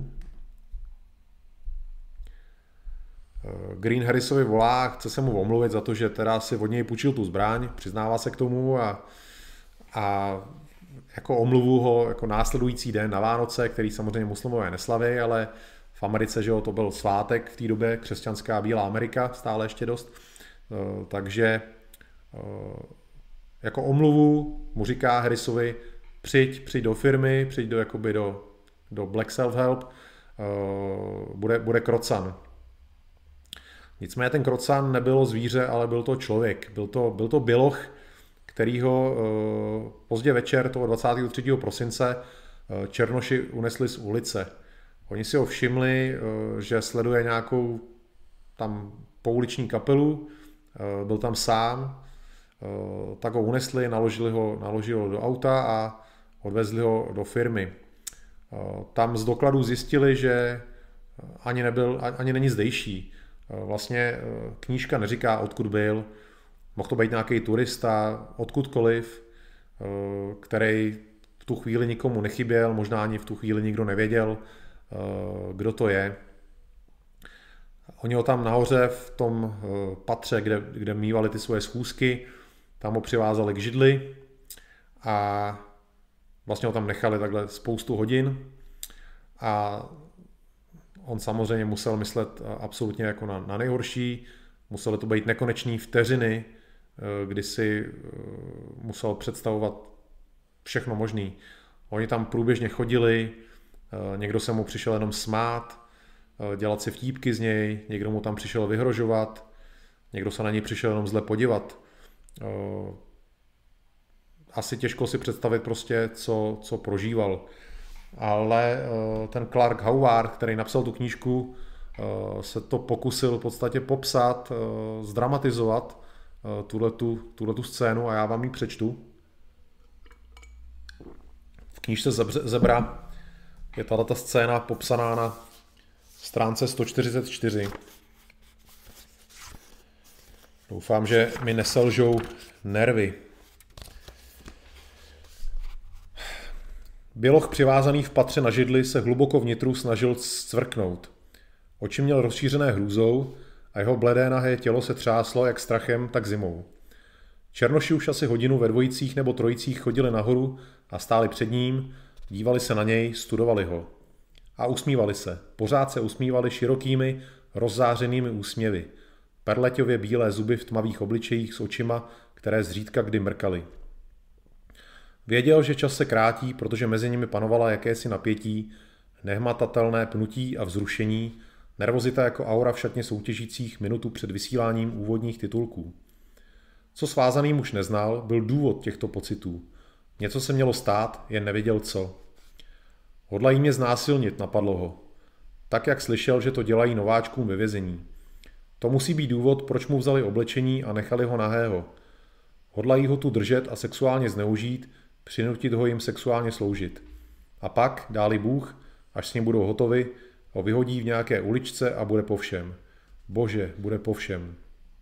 Uh, Green Harrisovi volá, chce se mu omluvit za to, že teda si od něj půjčil tu zbraň, přiznává se k tomu a, a jako omluvu ho jako následující den na Vánoce, který samozřejmě muslimové neslaví, ale v Americe, že jo, to byl svátek v té době, křesťanská bílá Amerika, stále ještě dost. Uh, takže uh, jako omluvu mu říká Harrisovi, přijď, přijď do firmy, přijď do, jakoby do, do Black Self-Help, uh, bude, bude krocan. Nicméně ten krocan nebylo zvíře, ale byl to člověk. Byl to, byl to běloch, kterýho uh, pozdě večer toho dvacátého třetího prosince uh, Černoši unesli z ulice. Oni si ho všimli, uh, že sleduje nějakou tam pouliční kapelu, uh, byl tam sám, uh, tak ho unesli, naložili ho, naložili ho do auta a odvezli ho do firmy. Uh, tam z dokladů zjistili, že ani, nebyl, ani není zdejší. Vlastně knížka neříká, odkud byl, mohl to být nějaký turista, odkudkoliv, který v tu chvíli nikomu nechyběl, možná ani v tu chvíli nikdo nevěděl, kdo to je. Oni ho tam nahoře v tom patře, kde, kde mívali ty svoje schůzky, tam ho přivázali k židli a vlastně ho tam nechali takhle spoustu hodin a on samozřejmě musel myslet absolutně jako na, na nejhorší, muselo to být nekonečný vteřiny, kdy si musel představovat všechno možný. Oni tam průběžně chodili, někdo se mu přišel jenom smát, dělat si vtípky z něj, někdo mu tam přišel vyhrožovat, někdo se na něj přišel jenom zle podívat. Asi těžko si představit prostě, co, co prožíval. Ale ten Clark Howard, který napsal tu knížku, se to pokusil v podstatě popsat, zdramatizovat tuhletu, tuhletu scénu a já vám ji přečtu. V knížce Zebra je tato scéna popsaná na stránce sto čtyřicet čtyři. Doufám, že mi neselžou nervy. Běloch přivázaný v patře na židli se hluboko vnitru snažil zcvrknout. Oči měl rozšířené hrůzou a jeho bledé nahé tělo se třáslo jak strachem, tak zimou. Černoši už asi hodinu ve dvojicích nebo trojicích chodili nahoru a stáli před ním, dívali se na něj, studovali ho. A usmívali se, pořád se usmívali širokými, rozzářenými úsměvy. Perleťově bílé zuby v tmavých obličejích s očima, které zřídka kdy mrkaly. Věděl, že čas se krátí, protože mezi nimi panovala jakési napětí, nehmatatelné pnutí a vzrušení, nervozita jako aura v šatně soutěžících minutu před vysíláním úvodních titulků. Co svázaný muž neznal, byl důvod těchto pocitů. Něco se mělo stát, jen nevěděl co. Hodlají mě znásilnit, napadlo ho. Tak, jak slyšel, že to dělají nováčkům ve vězení. To musí být důvod, proč mu vzali oblečení a nechali ho nahého. Hodlají ho tu držet a sexuálně zneužít, přinutit ho jim sexuálně sloužit. A pak, dáli Bůh, až s ním budou hotovi, ho vyhodí v nějaké uličce a bude po všem. Bože, bude po všem.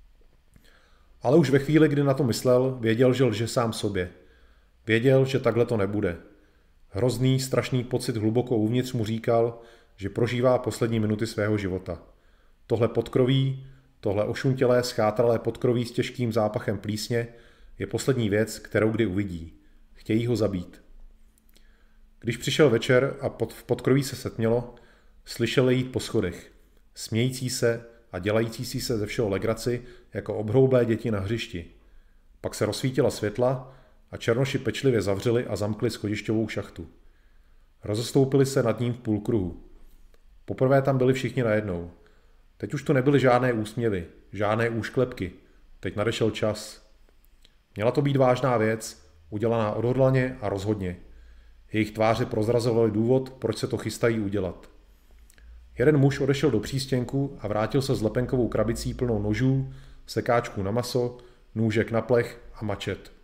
Ale už ve chvíli, kdy na to myslel, věděl, že lže sám sobě. Věděl, že takhle to nebude. Hrozný, strašný pocit hluboko uvnitř mu říkal, že prožívá poslední minuty svého života. Tohle podkroví, tohle ošuntělé, schátralé podkroví s těžkým zápachem plísně je poslední věc, kterou kdy uvidí. Chtějí ho zabít. Když přišel večer a pod, v podkroví se setmělo, slyšel jít po schodech. Smějící se a dělající si se ze všeho legraci jako obhroublé děti na hřišti. Pak se rozsvítila světla a černoši pečlivě zavřeli a zamkli schodišťovou šachtu. Rozestoupili se nad ním v půlkruhu. Poprvé tam byli všichni najednou. Teď už to nebyly žádné úsměvy, žádné úšklepky. Teď nadešel čas. Měla to být vážná věc, udělaná odhodlaně a rozhodně. Jejich tváře prozrazovaly důvod, proč se to chystají udělat. Jeden muž odešel do přístěnku a vrátil se s lepenkovou krabicí plnou nožů, sekáčků na maso, nůžek na plech a mačet.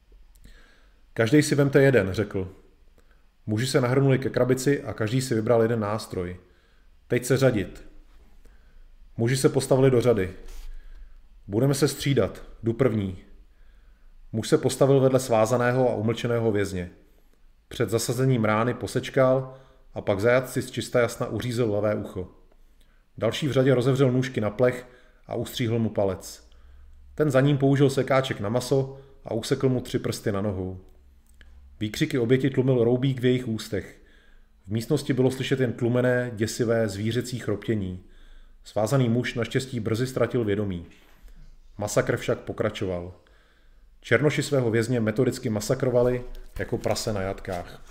Každý si vemte jeden, řekl. Muži se nahrnuli ke krabici a každý si vybral jeden nástroj. Teď se řadit. Muži se postavili do řady. Budeme se střídat, jdu první. Muž se postavil vedle svázaného a umlčeného vězně. Před zasazením rány posečkal a pak zajatci z čista jasna uřízl levé ucho. Další v řadě rozevřel nůžky na plech a ustříhl mu palec. Ten za ním použil sekáček na maso a usekl mu tři prsty na nohou. Výkřiky oběti tlumil roubík v jejich ústech. V místnosti bylo slyšet jen tlumené, děsivé, zvířecí chroptění. Svázaný muž naštěstí brzy ztratil vědomí. Masakr však pokračoval. Černoši svého vězně metodicky masakrovali jako prase na jatkách.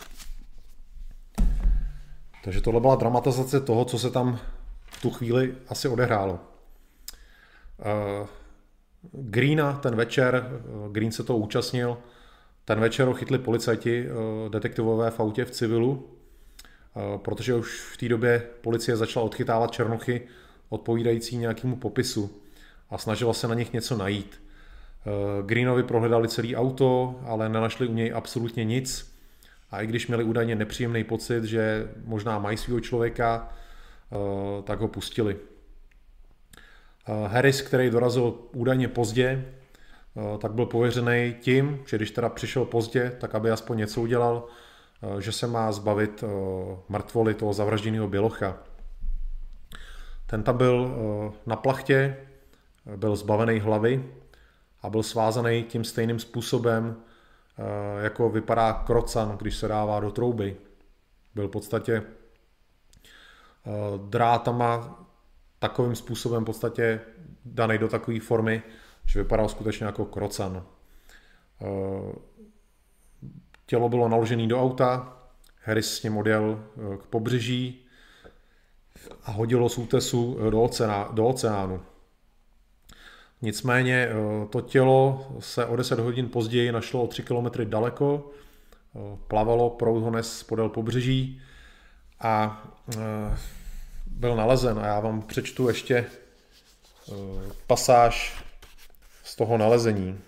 Takže tohle byla dramatizace toho, co se tam v tu chvíli asi odehrálo. Uh, Greena ten večer, uh, Green se toho účastnil, ten večer ho chytli policajti, uh, detektivové v autě v civilu, uh, protože už v té době policie začala odchytávat černochy odpovídající nějakému popisu a snažila se na nich něco najít. Greenovi prohledali celý auto, ale nenašli u něj absolutně nic. A i když měli údajně nepříjemný pocit, že možná mají svého člověka, tak ho pustili. Harris, který dorazil údajně pozdě, tak byl pověřený tím, že když teda přišel pozdě, tak aby aspoň něco udělal, že se má zbavit mrtvoly toho zavražděného bělocha. Ten tam byl na plachtě, byl zbavený hlavy a byl svázaný tím stejným způsobem, jako vypadá krocan, když se dává do trouby. Byl v podstatě drátama takovým způsobem v podstatě daný do takové formy, že vypadal skutečně jako krocan. Tělo bylo naložené do auta, Harris s ním odjel k pobřeží a hodilo z útesu do, oceánu, do oceánu. Nicméně to tělo se o deset hodin později našlo o tři kilometry daleko, plavalo, proud ho nes podél pobřeží a byl nalezen. A já vám přečtu ještě pasáž z toho nalezení.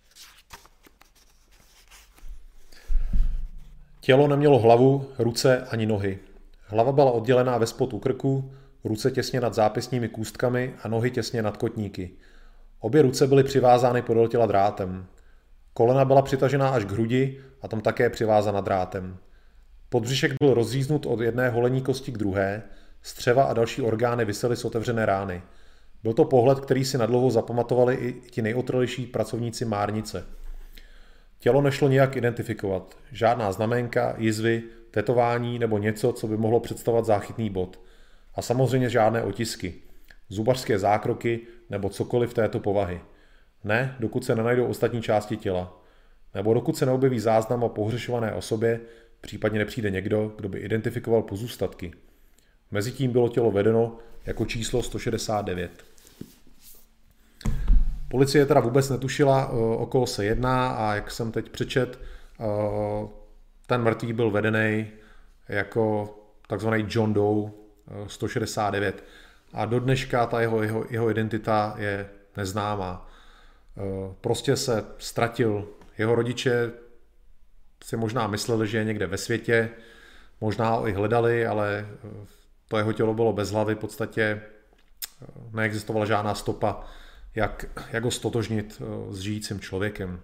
Tělo nemělo hlavu, ruce ani nohy. Hlava byla oddělená ve spodu krku, ruce těsně nad zápěstními kůstkami a nohy těsně nad kotníky. Obě ruce byly přivázány podél těla drátem. Kolena byla přitažená až k hrudi a tam také přivázána drátem. Podbřišek byl rozříznut od jedné holení kosti k druhé, střeva a další orgány visely z otevřené rány. Byl to pohled, který si nadlouho zapamatovali i ti nejotrlejší pracovníci Márnice. Tělo nešlo nijak identifikovat. Žádná znaménka, jizvy, tetování nebo něco, co by mohlo představovat záchytný bod. A samozřejmě žádné otisky, zubařské zákroky nebo cokoliv této povahy. Ne, dokud se nenajdou ostatní části těla. Nebo dokud se neobjeví záznam o pohřešované osobě, případně nepřijde někdo, kdo by identifikoval pozůstatky. Mezitím bylo tělo vedeno jako číslo sto šedesát devět. Policie teda vůbec netušila, o koho se jedná a jak jsem teď přečet, ten mrtvý byl vedený jako takzvaný John Doe sto šedesát devět a do dneška ta jeho, jeho, jeho identita je neznámá. Prostě se ztratil. Jeho rodiče si možná mysleli, že je někde ve světě, možná ho i hledali, ale to jeho tělo bylo bez hlavy, v podstatě neexistovala žádná stopa, jak, jak ho stotožnit s žijícím člověkem.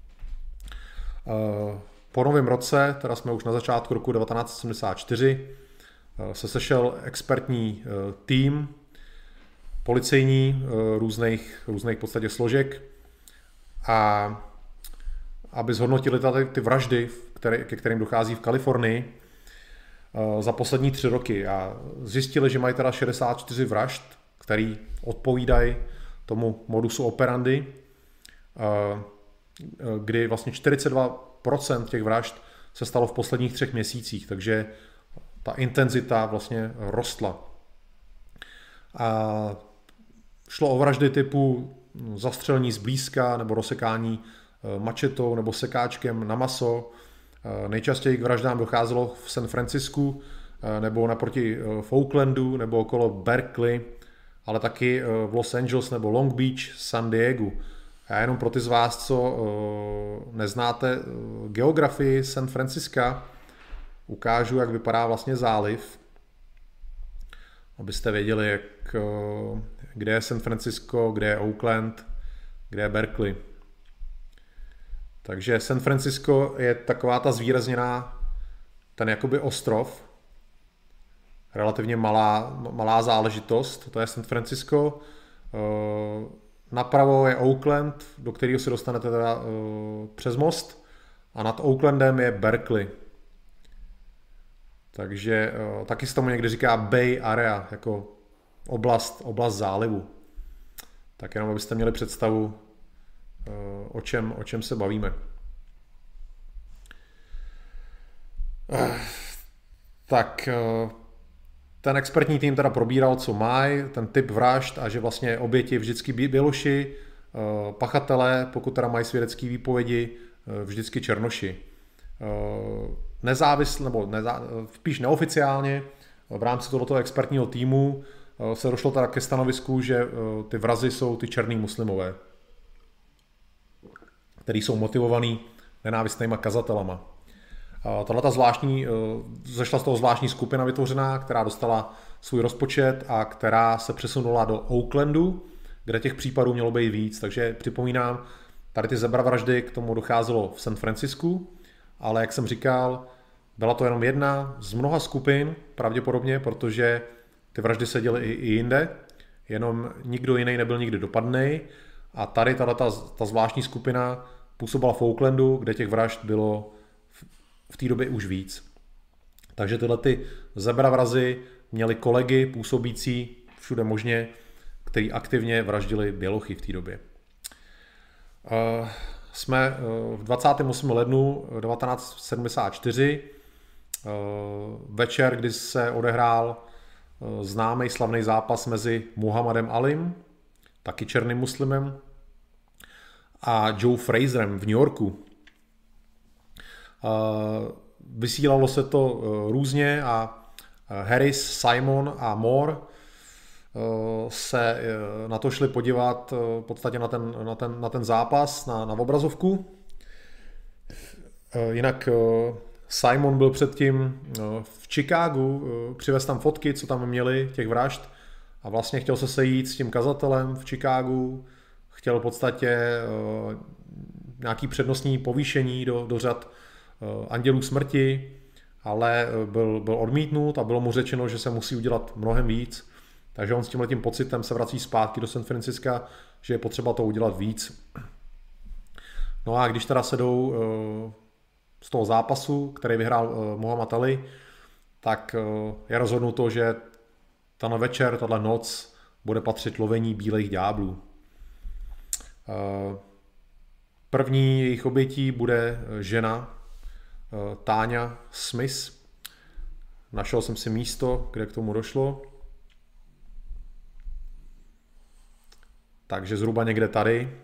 Po novém roce, teda jsme už na začátku roku devatenáct set sedmdesát čtyři, se sešel expertní tým policejní různých, různých v podstatě složek a aby zhodnotili tady ty vraždy, které, ke kterým dochází v Kalifornii za poslední tři roky a zjistili, že mají teda šedesát čtyři vražd, který odpovídají tomu modusu operandi, kdy vlastně čtyřicet dva procent těch vražd se stalo v posledních třech měsících, takže ta intenzita vlastně rostla. A šlo o vraždy typu zastřelení zblízka nebo rozsekání mačetou nebo sekáčkem na maso. Nejčastěji k vraždám docházelo v San Francisku nebo naproti Falklandu nebo okolo Berkeley, ale taky v Los Angeles nebo Long Beach, San Diego. Já jenom pro ty z vás, co neznáte geografii San Francisca, ukážu, jak vypadá vlastně záliv, abyste věděli, jak, kde je San Francisco, kde je Oakland, kde je Berkeley. Takže San Francisco je taková ta zvýrazněná, ten jakoby ostrov, relativně malá, malá záležitost, to je San Francisco. Napravo je Oakland, do kterého se dostanete teda přes most, a nad Oaklandem je Berkeley. Takže taky se tomu někdy říká Bay Area, jako oblast, oblast zálivu. Tak jenom abyste měli představu, o čem, o čem se bavíme. Tak ten expertní tým teda probíral, co mají, ten typ vražd a že vlastně oběti vždycky běloši, pachatelé, pokud teda mají svědecké výpovědi, vždycky černoši. Nezávisle, nebo nezá, spíš neoficiálně v rámci tohoto expertního týmu se došlo teda ke stanovisku, že ty vrazy jsou ty černý muslimové, který jsou motivovaný nenávistnýma kazatelama. Tato zvláštní, zešla z toho zvláštní skupina vytvořená, která dostala svůj rozpočet a která se přesunula do Oaklandu kde těch případů mělo být víc. Takže připomínám, tady ty zebravraždy, k tomu docházelo v San Francisku, ale jak jsem říkal, byla to jenom jedna z mnoha skupin, pravděpodobně, protože ty vraždy se děly i, i jinde, jenom nikdo jiný nebyl nikdy dopadnej a tady tato, ta zvláštní skupina působila v Oaklandu, kde těch vražd bylo v, v té době už víc. Takže tyhle ty zebravrazi měli kolegy působící všude možně, kteří aktivně vraždili bělochy v té době. Uh, jsme v dvacátém osmém lednu devatenáct set sedmdesát čtyři, večer, kdy se odehrál známý slavný zápas mezi Muhammadem Alim, taky černým muslimem, a Joe Frazierem v New Yorku. Vysílalo se to různě a Harris, Simon a Moore se na to šli podívat v podstatě na ten, na ten, na ten zápas, na, na obrazovku. Jinak Simon byl předtím v Chicagu, přivez tam fotky, co tam měli, těch vražd, a vlastně chtěl se sejít s tím kazatelem v Chicagu, chtěl v podstatě nějaký přednostní povýšení do, do řad andělů smrti, ale byl, byl odmítnut a bylo mu řečeno, že se musí udělat mnohem víc. Takže on s tímhletím pocitem se vrací zpátky do San Francisca, že je potřeba to udělat víc. No a když teda se jdou z toho zápasu, který vyhrál Muhammad Ali, tak je rozhodnuto, že tenhle večer, tahle noc bude patřit lovení bílých ďáblů. První jejich obětí bude žena Táňa Smith. Našel jsem si místo, kde k tomu došlo. Takže zhruba někde tady.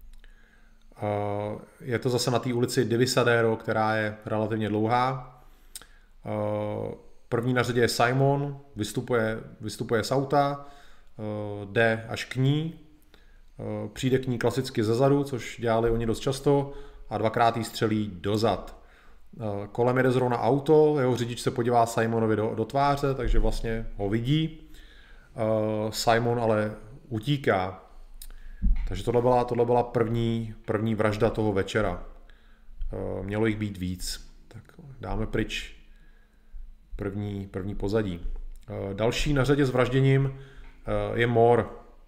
Je to zase na té ulici Divisadero, která je relativně dlouhá. První na řadě je Simon, vystupuje, vystupuje z auta, jde až k ní, přijde k ní klasicky zezadu, což dělali oni dost často, a dvakrát jí střelí dozad. Kolem jede zrovna auto, jeho řidič se podívá Simonovi do, do tváře, takže vlastně ho vidí. Simon ale utíká. Takže tohle byla, tohle byla první, první vražda toho večera. Mělo jich být víc. Tak dáme pryč první, první pozadí. Další na řadě s vražděním je Moore.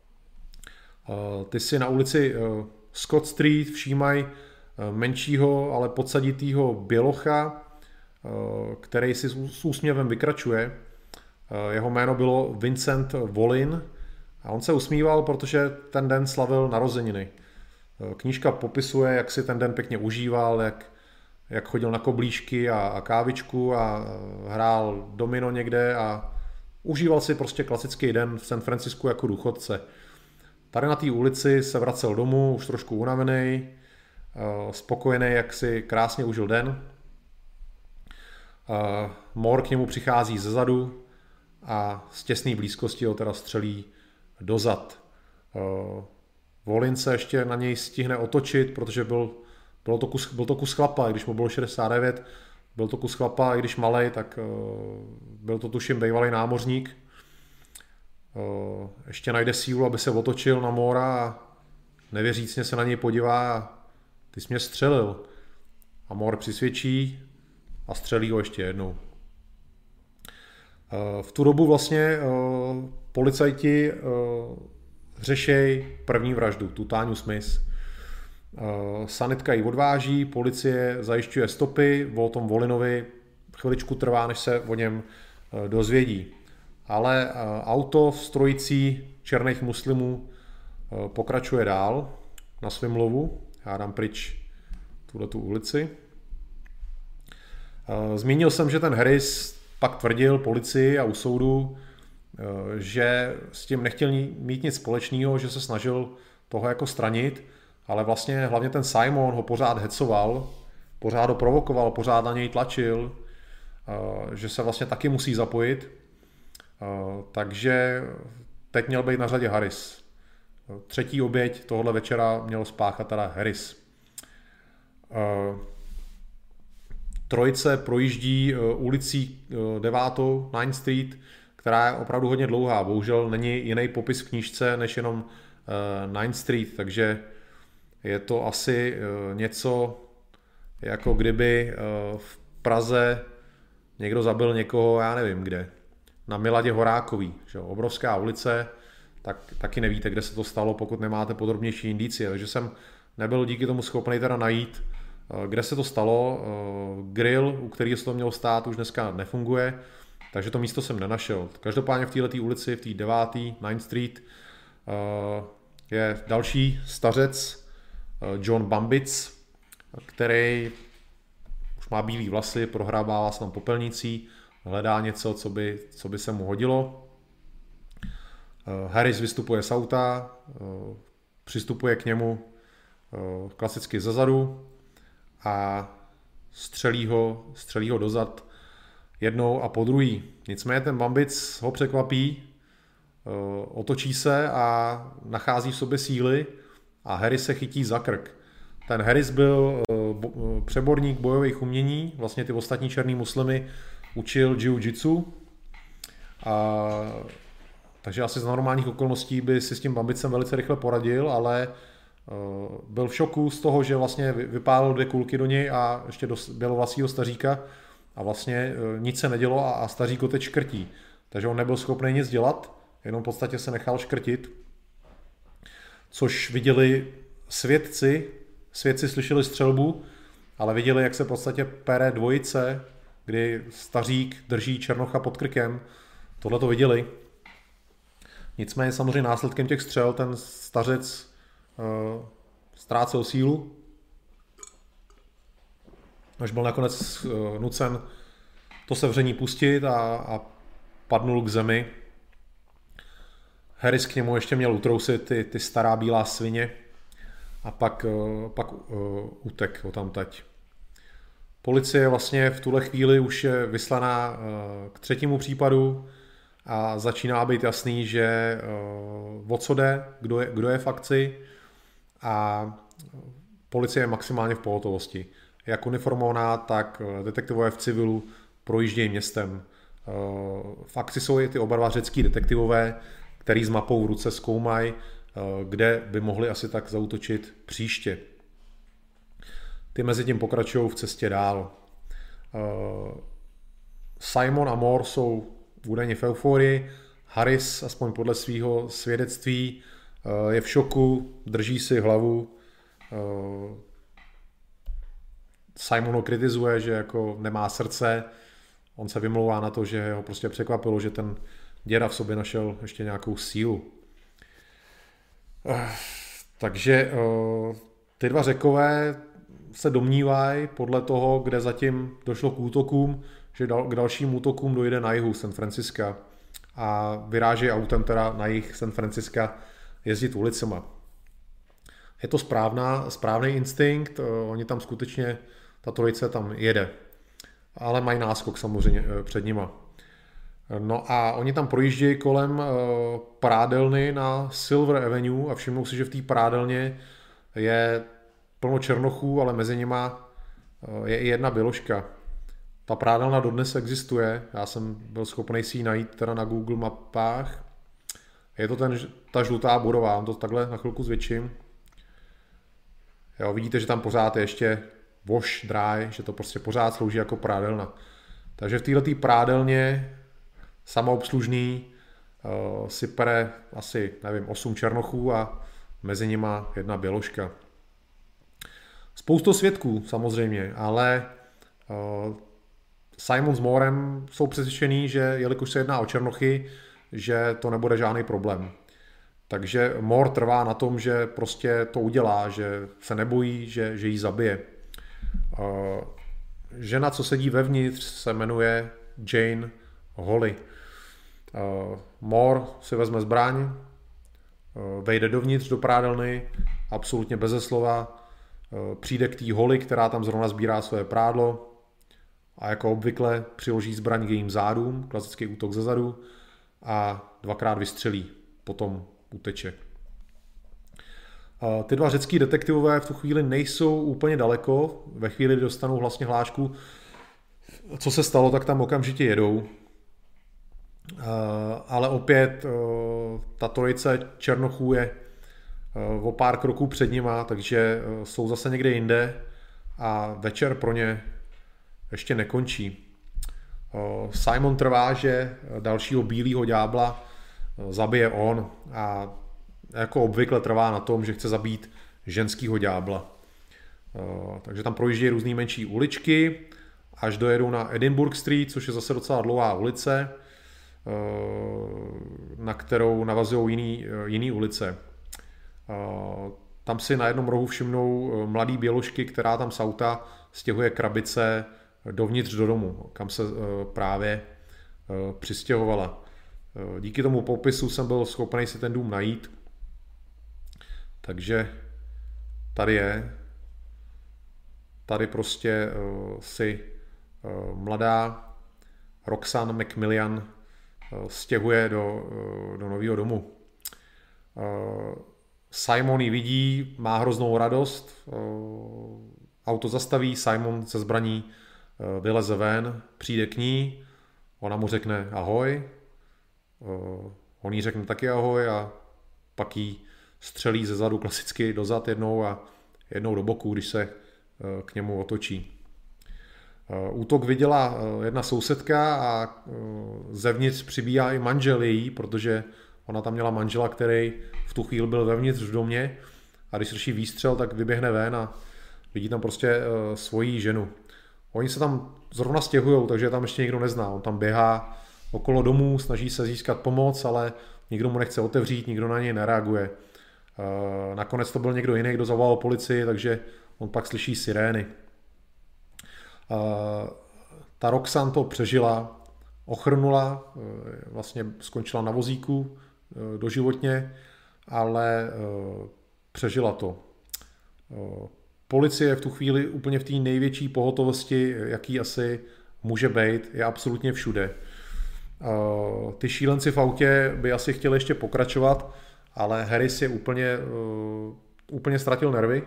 Ty si na ulici Scott Street všímají menšího, ale podsaditýho bělocha, který si s úsměvem vykračuje. Jeho jméno bylo Vincent Volin a on se usmíval, protože ten den slavil narozeniny. Knížka popisuje, jak si ten den pěkně užíval, jak, jak chodil na koblížky a, a kávičku a hrál domino někde a užíval si prostě klasický den v San Francisku jako důchodce. Tady na té ulici se vracel domů, už trošku unavený, spokojený, jak si krásně užil den. Moore k němu přichází zezadu a z těsné blízkosti ho teda střelí dozad. Volin se ještě na něj stihne otočit, protože byl, byl, to kus, byl to kus chlapa, když mu bylo šedesát devět, byl to kus chlapa, i když malej, tak byl to tuším bývalý námořník. Ještě najde sílu, aby se otočil na Moora a nevěřícně se na něj podívá a ty jsi mě střelil. A Moore přisvědčí a střelí ho ještě jednou. V tu dobu vlastně policajti řešejí první vraždu, tu Táňu Smith. Sanitka ji odváží, policie zajišťuje stopy, o tom Volinovi chviličku trvá, než se o něm dozvědí. Ale auto s trojicí černých muslimů pokračuje dál na svém lovu. Já dám pryč tuhletu ulici. Zmínil jsem, že ten Harris pak tvrdil policii a u soudu, že s tím nechtěl mít nic společného, že se snažil toho jako stranit, ale vlastně hlavně ten Simon ho pořád hecoval, pořád ho provokoval, pořád na něj tlačil, že se vlastně taky musí zapojit. Takže teď měl být na řadě Harris. Třetí oběť tohohle večera měl spáchat teda Harris. Trojice projíždí ulicí devátou Ninth Street, která je opravdu hodně dlouhá. Bohužel není jiný popis v knížce, než jenom ninth Street, takže je to asi něco, jako kdyby v Praze někdo zabil někoho, já nevím kde, na Miladě Horákový, že jo, obrovská ulice, tak taky nevíte, kde se to stalo, pokud nemáte podrobnější indicie, takže jsem nebyl díky tomu schopný teda najít, kde se to stalo. Grill, u kterého se to mělo stát, už dneska nefunguje, takže to místo jsem nenašel. Každopádně v této ulici, v té deváté ninth Street, je další stařec, John Bambitz, který už má bílý vlasy, prohrabává se tam popelnicí, hledá něco, co by, co by se mu hodilo. Harris vystupuje z auta, přistupuje k němu klasicky zezadu a střelí ho, střelí ho dozad jednou a po druhý. Nicméně ten Bambitz ho překvapí, otočí se a nachází v sobě síly a Harris se chytí za krk. Ten Harris byl přeborník bojových umění, vlastně ty ostatní černý muslimy učil jiu-jitsu, a takže asi z normálních okolností by si s tím Bambicem velice rychle poradil, ale byl v šoku z toho, že vlastně vypálil dvě kulky do něj a ještě do bělovlasího staříka a vlastně nic se nedělo a stařík ho teď škrtí. Takže on nebyl schopný nic dělat, jenom v podstatě se nechal škrtit, což viděli svědci, svědci slyšeli střelbu, ale viděli, jak se v podstatě pere dvojice, kdy stařík drží černocha pod krkem, tohle to viděli. Nicméně samozřejmě následkem těch střel ten stařec uh, ztrácel sílu, až byl nakonec uh, nucen to sevření pustit a, a padnul k zemi. Harris k němu ještě měl utrousit ty, ty stará bílá svině a pak, uh, pak uh, utek odtamtať. Policie vlastně v tuhle chvíli už je vyslaná uh, k třetímu případu a začíná být jasný, že uh, o co jde, kdo je, kdo je v akci, a policie je maximálně v pohotovosti. Jak uniformovaná, tak detektivové v civilu projíždějí městem. Uh, v akci jsou i ty oba dva řecký detektivové, který s mapou v ruce zkoumají, uh, kde by mohli asi tak zaútočit příště. Ty mezi tím pokračují v cestě dál. Uh, Simon a Moore jsou údajně v euforii. Harris, aspoň podle svého svědectví, je v šoku, drží si hlavu. Simon ho kritizuje, že jako nemá srdce. On se vymlouvá na to, že ho prostě překvapilo, že ten děda v sobě našel ještě nějakou sílu. Takže ty dva Řekové se domnívají podle toho, kde zatím došlo k útokům, že k dalším útokům dojde na jihu San Francisca a vyráží autem teda na jih San Francisca jezdit ulicema. Je to správná, správný instinkt, oni tam skutečně, ta trojice tam jede, ale mají náskok samozřejmě před nima. No a oni tam projíždějí kolem prádelny na Silver Avenue a všimnou si, že v té prádelně je plno černochů, ale mezi nima je i jedna běložka. Ta prádelna dodnes existuje, já jsem byl schopný si ji najít teda na Google mapách. Je to ten, ta žlutá budova, vám to takhle na chvilku zvětším. Jo, vidíte, že tam pořád je ještě wash dry, že to prostě pořád slouží jako prádelna. Takže v této prádelně samoobslužný uh, si pere asi, nevím, osm černochů a mezi nima jedna běložka. Spoustu svědků samozřejmě, ale uh, Simon s Moorem jsou přesvědčení, že jelikož se jedná o černochy, že to nebude žádný problém. Takže Moore trvá na tom, že prostě to udělá, že se nebojí, že, že jí zabije. Uh, žena, co sedí vevnitř, se jmenuje Jane Holly. Uh, Moore si vezme zbraň, uh, vejde dovnitř do prádelny, absolutně beze slova, uh, přijde k té Holly, která tam zrovna sbírá své prádlo, a jako obvykle přiloží zbraň k jejím zádům, klasický útok ze zadu, a dvakrát vystřelí, potom uteče. Ty dva řecký detektivové v tu chvíli nejsou úplně daleko, ve chvíli, kdy dostanou vlastně hlášku, co se stalo, tak tam okamžitě jedou. Ale opět ta trojice černochů je o pár kroků před nima, takže jsou zase někde jinde a večer pro ně ještě nekončí. Simon trvá, že dalšího bílého ďábla zabije on a jako obvykle trvá na tom, že chce zabít ženskýho ďábla. Takže tam projíždějí různý menší uličky, až dojedou na Edinburgh Street, což je zase docela dlouhá ulice, na kterou navazují jiný, jiný ulice. Tam si na jednom rohu všimnou mladý běložky, která tam z auta stěhuje krabice dovnitř do domu, kam se právě přistěhovala. Díky tomu popisu jsem byl schopný si ten dům najít. Takže tady je. Tady prostě si mladá Roxanne Macmillan stěhuje do, do nového domu. Simon ji vidí, má hroznou radost, auto zastaví, Simon se zbraní vyleze ven, přijde k ní, ona mu řekne ahoj, on jí řekne taky ahoj a pak jí střelí ze zadu klasicky dozad jednou a jednou do boku, když se k němu otočí. Útok viděla jedna sousedka a zevnitř přibíhá i manžel její, protože ona tam měla manžela, který v tu chvíli byl vevnitř v domě a když slyší výstřel, tak vyběhne ven a vidí tam prostě svoji ženu. Oni se tam zrovna stěhujou, takže tam ještě nikdo nezná. On tam běhá okolo domů, snaží se získat pomoc, ale nikdo mu nechce otevřít, nikdo na něj nereaguje. Nakonec to byl někdo jiný, kdo zavolal policii, takže on pak slyší sirény. Ta Roxanne to přežila, ochrnula, vlastně skončila na vozíku doživotně, ale přežila to. Policie v tu chvíli úplně v té největší pohotovosti, jaký asi může být, je absolutně všude. Ty šílenci v autě by asi chtěli ještě pokračovat, ale Harris je úplně, úplně ztratil nervy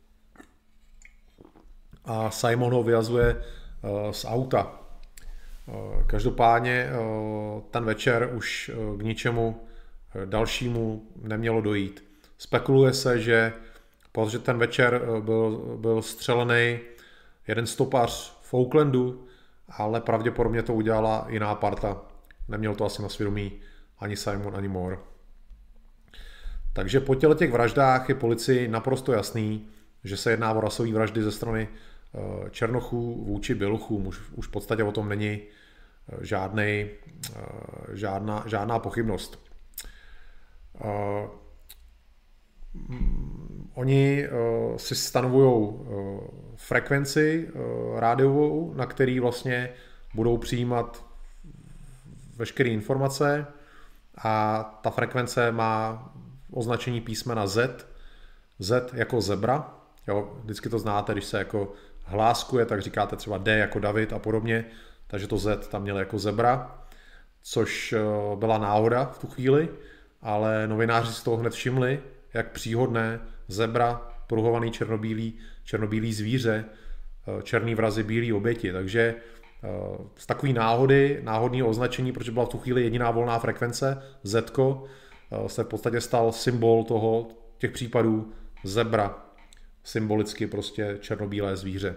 a Simon ho vyjazuje z auta. Každopádně ten večer už k ničemu dalšímu nemělo dojít. Spekuluje se, že protože ten večer byl, byl střelený jeden stopář v Oaklandu, ale pravděpodobně to udělala jiná parta. Neměl to asi na svědomí ani Simon, ani Moore. Takže po těle těch vraždách je policii naprosto jasný, že se jedná o rasové vraždy ze strany černochů vůči bělochům. Už, už v podstatě o tom není žádnej, žádná, žádná pochybnost. Oni si stanovují frekvenci rádiovou, na který vlastně budou přijímat veškeré informace a ta frekvence má označení písmena Z, Z jako zebra. Jo, vždycky to znáte, když se jako hláskuje, tak říkáte třeba D jako David a podobně, takže to Z tam mělo jako zebra, což byla náhoda v tu chvíli, ale novináři si toho hned všimli, jak příhodné zebra, pruhovaný černobílý, černobílý zvíře, černý vrazy, bílý oběti. Takže z takové náhody, náhodného označení, protože byla v tu chvíli jediná volná frekvence, Zetko, se v podstatě stal symbol toho, těch případů zebra, symbolicky prostě černobílé zvíře.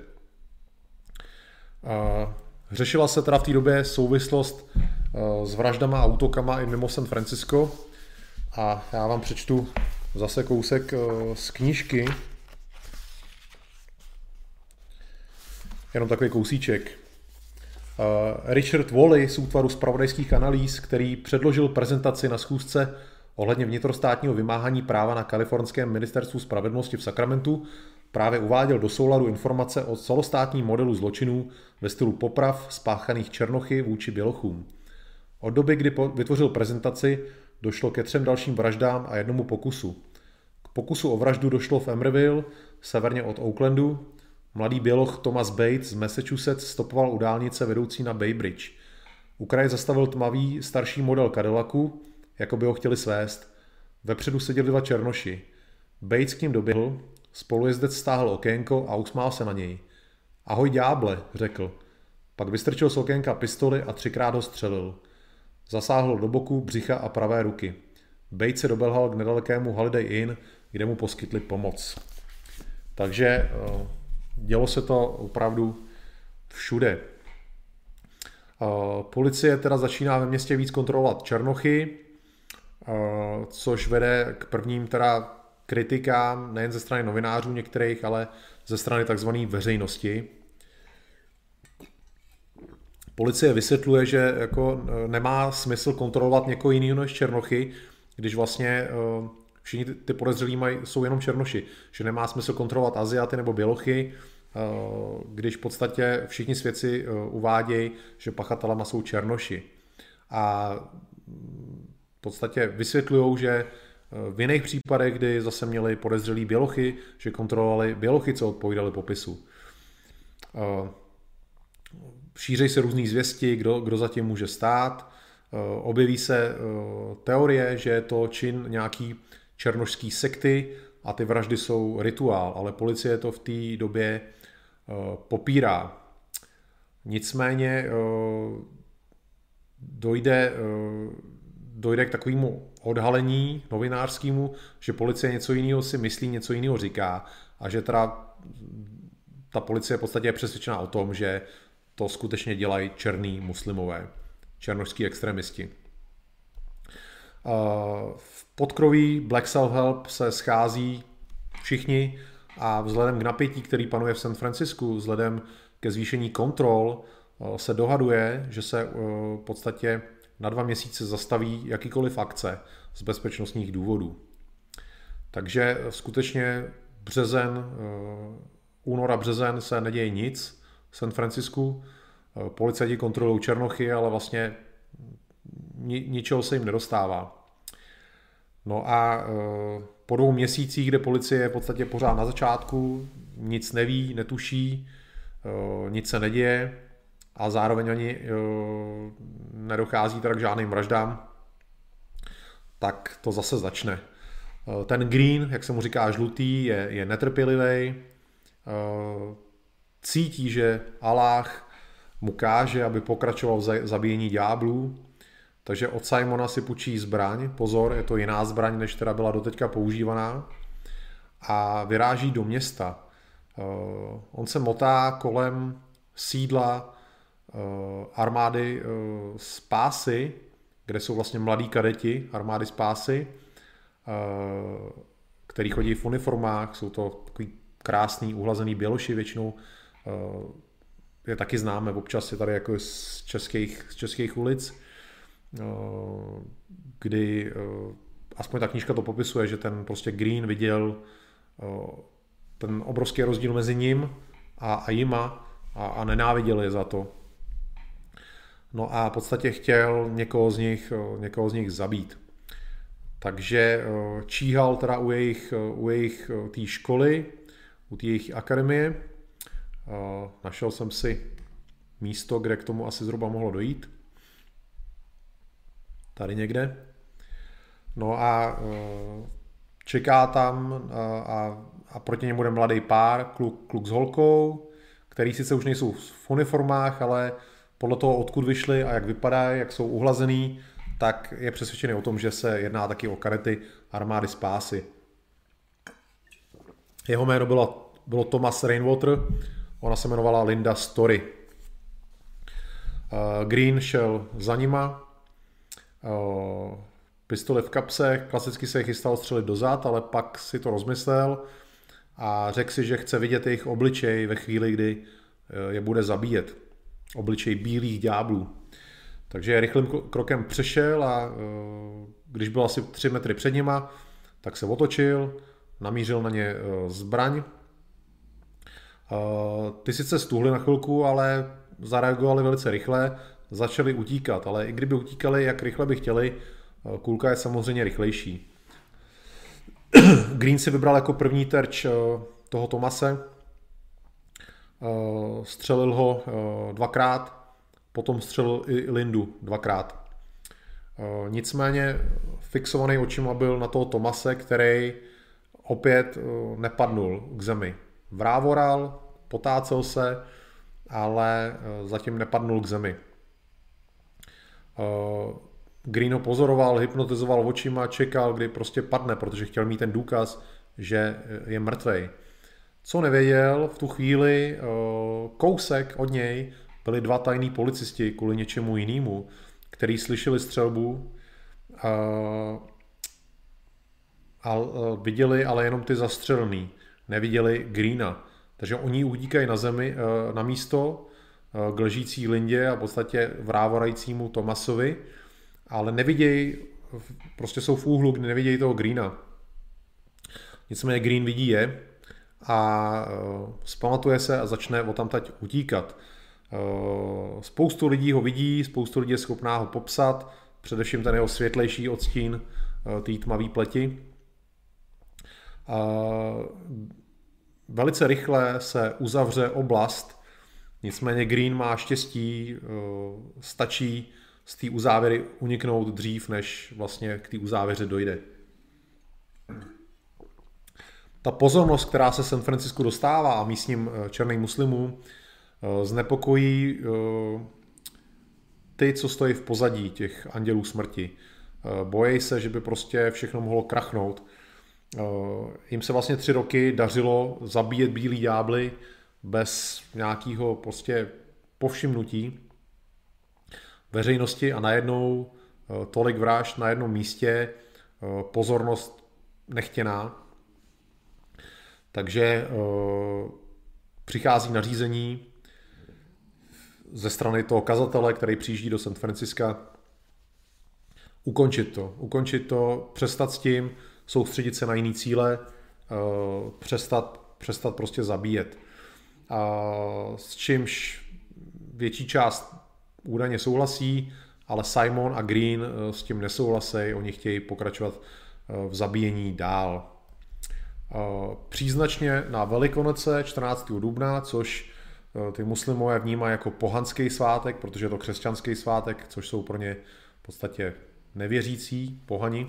Řešila se teda v té době souvislost s vraždama a útokama i mimo San Francisco a já vám přečtu zase kousek z knížky, jenom takový kousíček. Richard Woolley z útvaru zpravodajských analýz, který předložil prezentaci na schůzce ohledně vnitrostátního vymáhání práva na kalifornském ministerstvu spravedlnosti v Sacramentu, právě uváděl do souladu informace o celostátním modelu zločinů ve stylu poprav spáchaných černochy vůči bělochům. Od doby, kdy vytvořil prezentaci, došlo ke třem dalším vraždám a jednomu pokusu. K pokusu o vraždu došlo v Emeryville, severně od Oaklandu. Mladý běloch Thomas Bates z Massachusetts stopoval u dálnice vedoucí na Bay Bridge. U kraje zastavil tmavý starší model Cadillacu, jako by ho chtěli svést. Vepředu seděli dva černoši. Bates k ním doběhl, spolujezdec stáhl okénko a usmál se na něj. Ahoj ďáble, řekl. Pak vystrčil z okénka pistoli a třikrát ho střelil. Zasáhl do boku, břicha a pravé ruky. Bates se dobelhal k nedalekému Holiday Inn, kde mu poskytli pomoc. Takže dělo se to opravdu všude. Policie teda začíná ve městě víc kontrolovat černochy, což vede k prvním teda kritikám nejen ze strany novinářů některých, ale ze strany takzvané veřejnosti. Policie vysvětluje, že jako nemá smysl kontrolovat někoho jiného než černochy, když vlastně všichni ty podezřelí mají, jsou jenom černoši, že nemá smysl kontrolovat Aziaty nebo Bělochy, když v podstatě všichni svědci uvádějí, že pachatelama jsou černoši. A v podstatě vysvětlují, že v jiných případech, kdy zase měli podezřelí Bělochy, že kontrolovali Bělochy, co odpovídali popisu. Šíří se různý zvěsti, kdo, kdo za tím může stát. Objeví se teorie, že je to čin nějaký černošský sekty a ty vraždy jsou rituál, ale policie to v té době popírá. Nicméně dojde, dojde k takovému odhalení novinářskému, že policie něco jiného si myslí, něco jiného říká a že teda ta policie v podstatě je přesvědčená o tom, že to skutečně dělají černý muslimové, černošský extremisti. V podkroví Black Self-Help se schází všichni a vzhledem k napětí, který panuje v San Francisku, vzhledem ke zvýšení kontrol, se dohaduje, že se v podstatě na dva měsíce zastaví jakýkoliv akce z bezpečnostních důvodů. Takže skutečně březen, únor a březen se neděje nic v San Francisku. Policajti kontrolují černochy, ale vlastně ničeho se jim nedostává. No a po dvou měsících, kde policie je v podstatě pořád na začátku, nic neví, netuší, nic se neděje a zároveň ani nedochází teda k žádným vraždám, tak to zase začne. Ten Green, jak se mu říká žlutý, je, je netrpělivý, cítí, že Aláh mu káže, aby pokračoval v zabíjení ďáblů, takže od Simona si půjčí zbraň, pozor, je to jiná zbraň, než která byla doteďka používaná, a vyráží do města. On se motá kolem sídla armády Spásy, kde jsou vlastně mladí kadeti armády Spásy, který chodí v uniformách, jsou to takový krásný, uhlazený běloši většinou, je taky známe, občas je tady jako z českých, z českých ulic, kdy aspoň ta knížka to popisuje, že ten prostě Green viděl ten obrovský rozdíl mezi ním a, a jima a, a nenáviděl je za to. No a v podstatě chtěl někoho z nich, někoho z nich zabít. Takže číhal teda u jejich, u jejich té školy, u té jejich akademie. Našel jsem si místo, kde k tomu asi zhruba mohlo dojít. Tady někde. No a čeká tam a, a proti němu bude mladý pár, kluk, kluk s holkou, který sice už nejsou v uniformách, ale podle toho, odkud vyšli a jak vypadají, jak jsou uhlazený, tak je přesvědčený o tom, že se jedná taky o kadety armády Spásy. Jeho jméno bylo, bylo Thomas Rainwater, ona se jmenovala Linda Story. Green šel za nima, pistoli v kapse, klasicky se chystal střelit do zad, ale pak si to rozmyslel a řekl si, že chce vidět jejich obličej ve chvíli, kdy je bude zabíjet. Obličej bílých ďáblů. Takže rychlým krokem přešel a když byl asi tři metry před nima, tak se otočil, namířil na ně zbraň. Ty sice stuhli na chvilku, ale zareagovali velice rychle, začali utíkat, ale i kdyby utíkali, jak rychle by chtěli, kulka je samozřejmě rychlejší. Green si vybral jako první terč toho Thomase, střelil ho dvakrát, potom střelil i Lindu dvakrát. Nicméně fixovaný očima byl na toho Thomase, který opět nepadnul k zemi. Vrávoral, potácel se, ale zatím nepadnul k zemi. Green ho pozoroval, hypnotizoval očima, čekal, kdy prostě padne, protože chtěl mít ten důkaz, že je mrtvej. Co nevěděl, v tu chvíli kousek od něj byli dva tajní policisti kvůli něčemu jinému, který slyšeli střelbu a viděli ale jenom ty zastřelený, neviděli Greena. Takže oni utíkají na zemi, na místo k ležící Lindě a v podstatě vrávorajícímu Thomasovi, ale nevidějí, prostě jsou v úhlu, kdy nevidějí toho Greena. Nicméně Green vidí je a zpamatuje se a začne odtamtať utíkat. Spoustu lidí ho vidí, spoustu lidí je schopná ho popsat, především ten jeho světlejší odstín té tmavé pleti. Velice rychle se uzavře oblast, nicméně Green má štěstí, stačí z té uzávěry uniknout dřív, než vlastně k té uzávěře dojde. Ta pozornost, která se San Francisku dostává a místním černým muslimům, znepokojí ty, co stojí v pozadí těch andělů smrti. Bojí se, že by prostě všechno mohlo krachnout. Jim se vlastně tři roky dařilo zabíjet bílý ďábly bez nějakého prostě povšimnutí veřejnosti a najednou tolik vražd na jednom místě, pozornost nechtěná. Takže přichází nařízení ze strany toho kazatele, který přijíždí do San Franciska, ukončit to, ukončit to, přestat s tím, soustředit se na jiný cíle, přestat, přestat prostě zabíjet. A s čímž větší část údajně souhlasí, ale Simon a Green s tím nesouhlasí, oni chtějí pokračovat v zabíjení dál. Příznačně na Velikonoce čtrnáctého dubna, což ty muslimové vnímají jako pohanský svátek, protože je to křesťanský svátek, což jsou pro ně v podstatě nevěřící pohani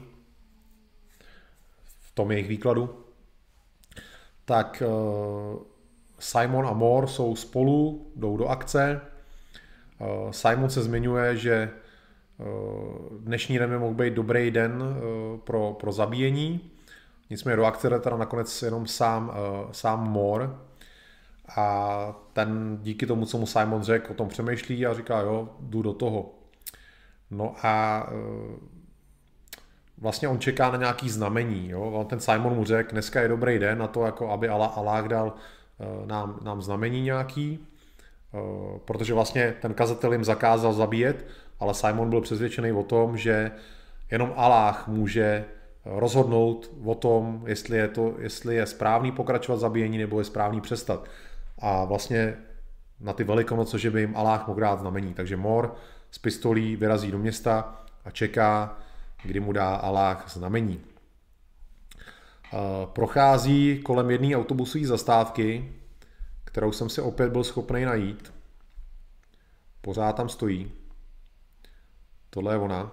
v tom jejich výkladu, tak Simon a Moore jsou spolu, jdou do akce. Simon se zmiňuje, že dnešní den by mohl být dobrý den pro, pro zabíjení. Nicméně do akce jde teda nakonec jenom sám, sám Moore. A ten díky tomu, co mu Simon řekl, o tom přemýšlí a říká, jo, jdu do toho. No a vlastně on čeká na nějaký znamení. Jo? Ten Simon mu řekl, dneska je dobrý den na to, jako aby Allah, Allah dal nám, nám znamení nějaký, protože vlastně ten kazatel jim zakázal zabíjet, ale Simon byl přesvědčený o tom, že jenom Allah může rozhodnout o tom, jestli je, to, jestli je správný pokračovat zabíjení nebo je správný přestat. A vlastně na ty Velikonoce, že by jim Allah mohl dát znamení. Takže Moore s pistolí vyrazí do města a čeká, kdy mu dá Allah znamení. Prochází kolem jedné autobusové zastávky, kterou jsem si opět byl schopný najít. Pořád tam stojí. Tohle je ona.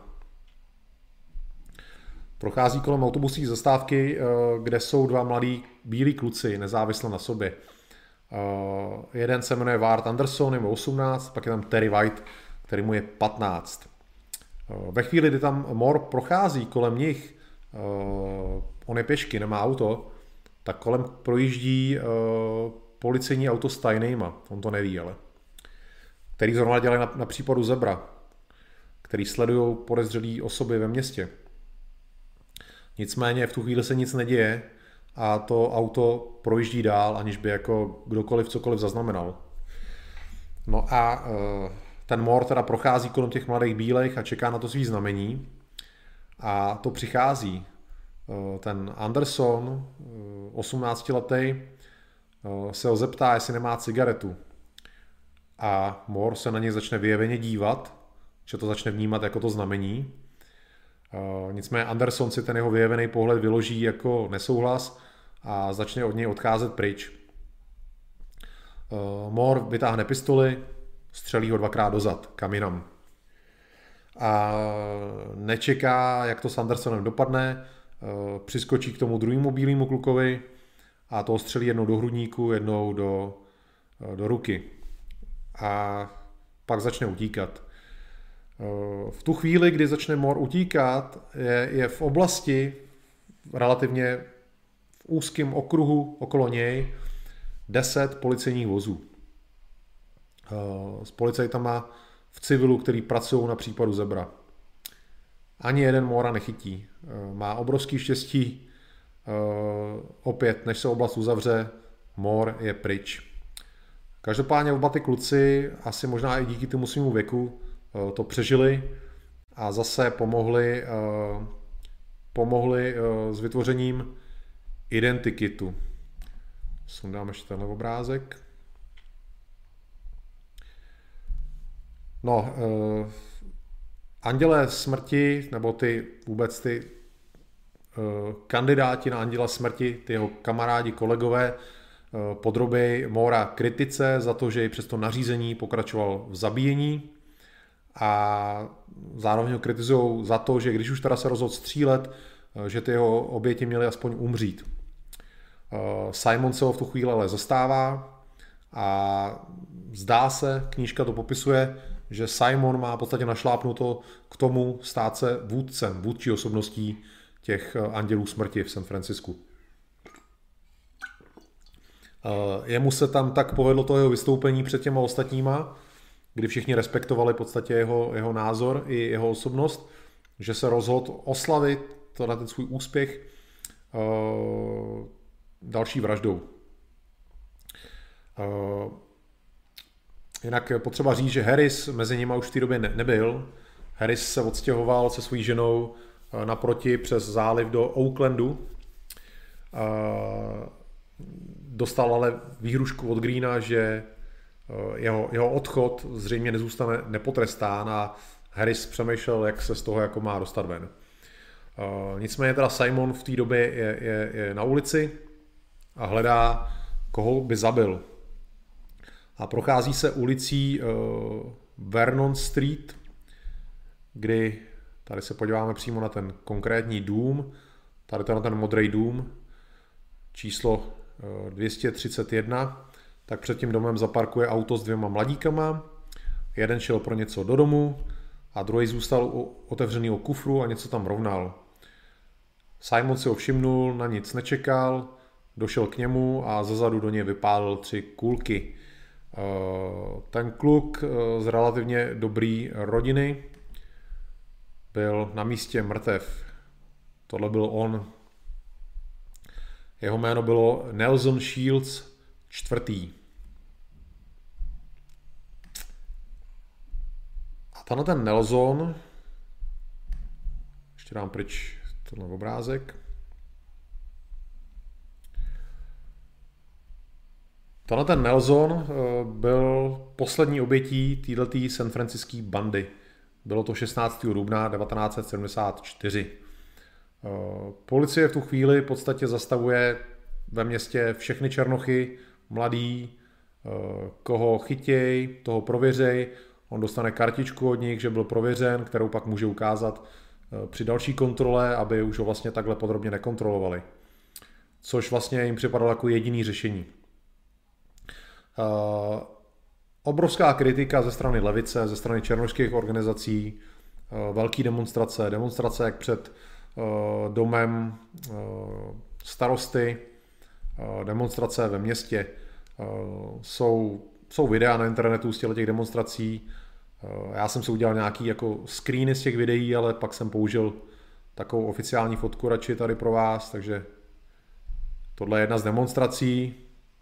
Prochází kolem autobusové zastávky, kde jsou dva mladí bílí kluci, nezávisle na sobě. Jeden se jmenuje Ward Anderson, je mu osmnáct, pak je tam Terry White, který mu je patnáct. Ve chvíli, kdy tam Moore prochází kolem nich, on je pěšky, nemá auto, tak kolem projíždí policejní auto s tajnejma, on to neví, ale který zrovna dělají na, na případu Zebra, který sledují podezřelé osoby ve městě. Nicméně v tu chvíli se nic neděje a to auto projíždí dál, aniž by jako kdokoliv cokoliv zaznamenal. No a ten Moore teda prochází kolem těch mladých bílejch a čeká na to svý znamení a to přichází. Ten Anderson, osmnáctiletý, se ho zeptá, jestli nemá cigaretu. A Moore se na něj začne vyjeveně dívat, že to začne vnímat jako to znamení. Nicméně Anderson si ten jeho vyjevený pohled vyloží jako nesouhlas a začne od něj odcházet pryč. Moore vytáhne pistoli, střelí ho dvakrát dozad, kam jinam. A nečeká, jak to s Andersonem dopadne, přiskočí k tomu druhému bílému klukovi a toho střelí jednou do hrudníku, jednou do, do ruky. A pak začne utíkat. V tu chvíli, kdy začne Moore utíkat, je, je v oblasti relativně v úzkém okruhu okolo něj deset policejních vozů. S policajtama v civilu, který pracují na případu Zebra. Ani jeden Moora nechytí. Má obrovský štěstí. Opět, než se oblast uzavře, Moor je pryč. Každopádně oba ty kluci, asi možná i díky tomu svému věku, to přežili a zase pomohli, pomohli s vytvořením identikitu. Sundám ještě tenhle obrázek. No, eh, andělé smrti, nebo ty vůbec ty eh, kandidáti na anděla smrti, ty jeho kamarádi, kolegové, eh, podrobí Moora kritice za to, že jej přes to nařízení pokračoval v zabíjení a zároveň ho kritizují za to, že když už teda se rozhodl střílet, eh, že ty jeho oběti měly aspoň umřít. Eh, Simon se ho v tu chvíli ale zastává a zdá se, knížka to popisuje, že Simon má v podstatě našlápnuto k tomu stát se vůdcem, vůdčí osobností těch andělů smrti v San Francisku. Jemu se tam tak povedlo to jeho vystoupení před těma ostatníma, kdy všichni respektovali v podstatě jeho, jeho názor i jeho osobnost, že se rozhodl oslavit to na ten svůj úspěch další vraždou. Jinak potřeba říct, že Harris mezi nimi už v té době ne- nebyl. Harris se odstěhoval se svojí ženou naproti přes záliv do Oaklandu. Dostal ale výhrušku od Greena, že jeho, jeho odchod zřejmě nezůstane nepotrestán a Harris přemýšlel, jak se z toho jako má dostat ven. Nicméně teda Simon v té době je, je, je na ulici a hledá, koho by zabil. A prochází se ulicí uh, Vernon Street, kdy tady se podíváme přímo na ten konkrétní dům, tady to na ten modrý dům, číslo uh, dvě stě třicet jedna, tak před tím domem zaparkuje auto s dvěma mladíkama, jeden šel pro něco do domu a druhý zůstal u otevřeného kufru a něco tam rovnal. Simon si ho všimnul, na nic nečekal, došel k němu a zezadu do něj vypálil tři kulky. Ten kluk z relativně dobrý rodiny byl na místě mrtev. Tohle byl on. Jeho jméno bylo Nelson Shields čtvrtý. A tenhle ten Nelson, ještě dám pryč tenhle obrázek, tenhle ten Nelson byl poslední obětí této San Franciské bandy. Bylo to šestnáctého dubna devatenáct set sedmdesát čtyři. Policie v tu chvíli v podstatě zastavuje ve městě všechny černochy, mladý, koho chytěj, toho prověřej. On dostane kartičku od nich, že byl prověřen, kterou pak může ukázat při další kontrole, aby už ho vlastně takhle podrobně nekontrolovali. Což vlastně jim připadalo jako jediný řešení. Uh, obrovská kritika ze strany levice, ze strany černošských organizací, uh, velký demonstrace, demonstrace jak před uh, domem uh, starosty, uh, demonstrace ve městě. Uh, jsou, jsou videa na internetu z těch demonstrací. Uh, já jsem si udělal nějaký jako screeny z těch videí, ale pak jsem použil takovou oficiální fotku radši tady pro vás, takže tohle je jedna z demonstrací,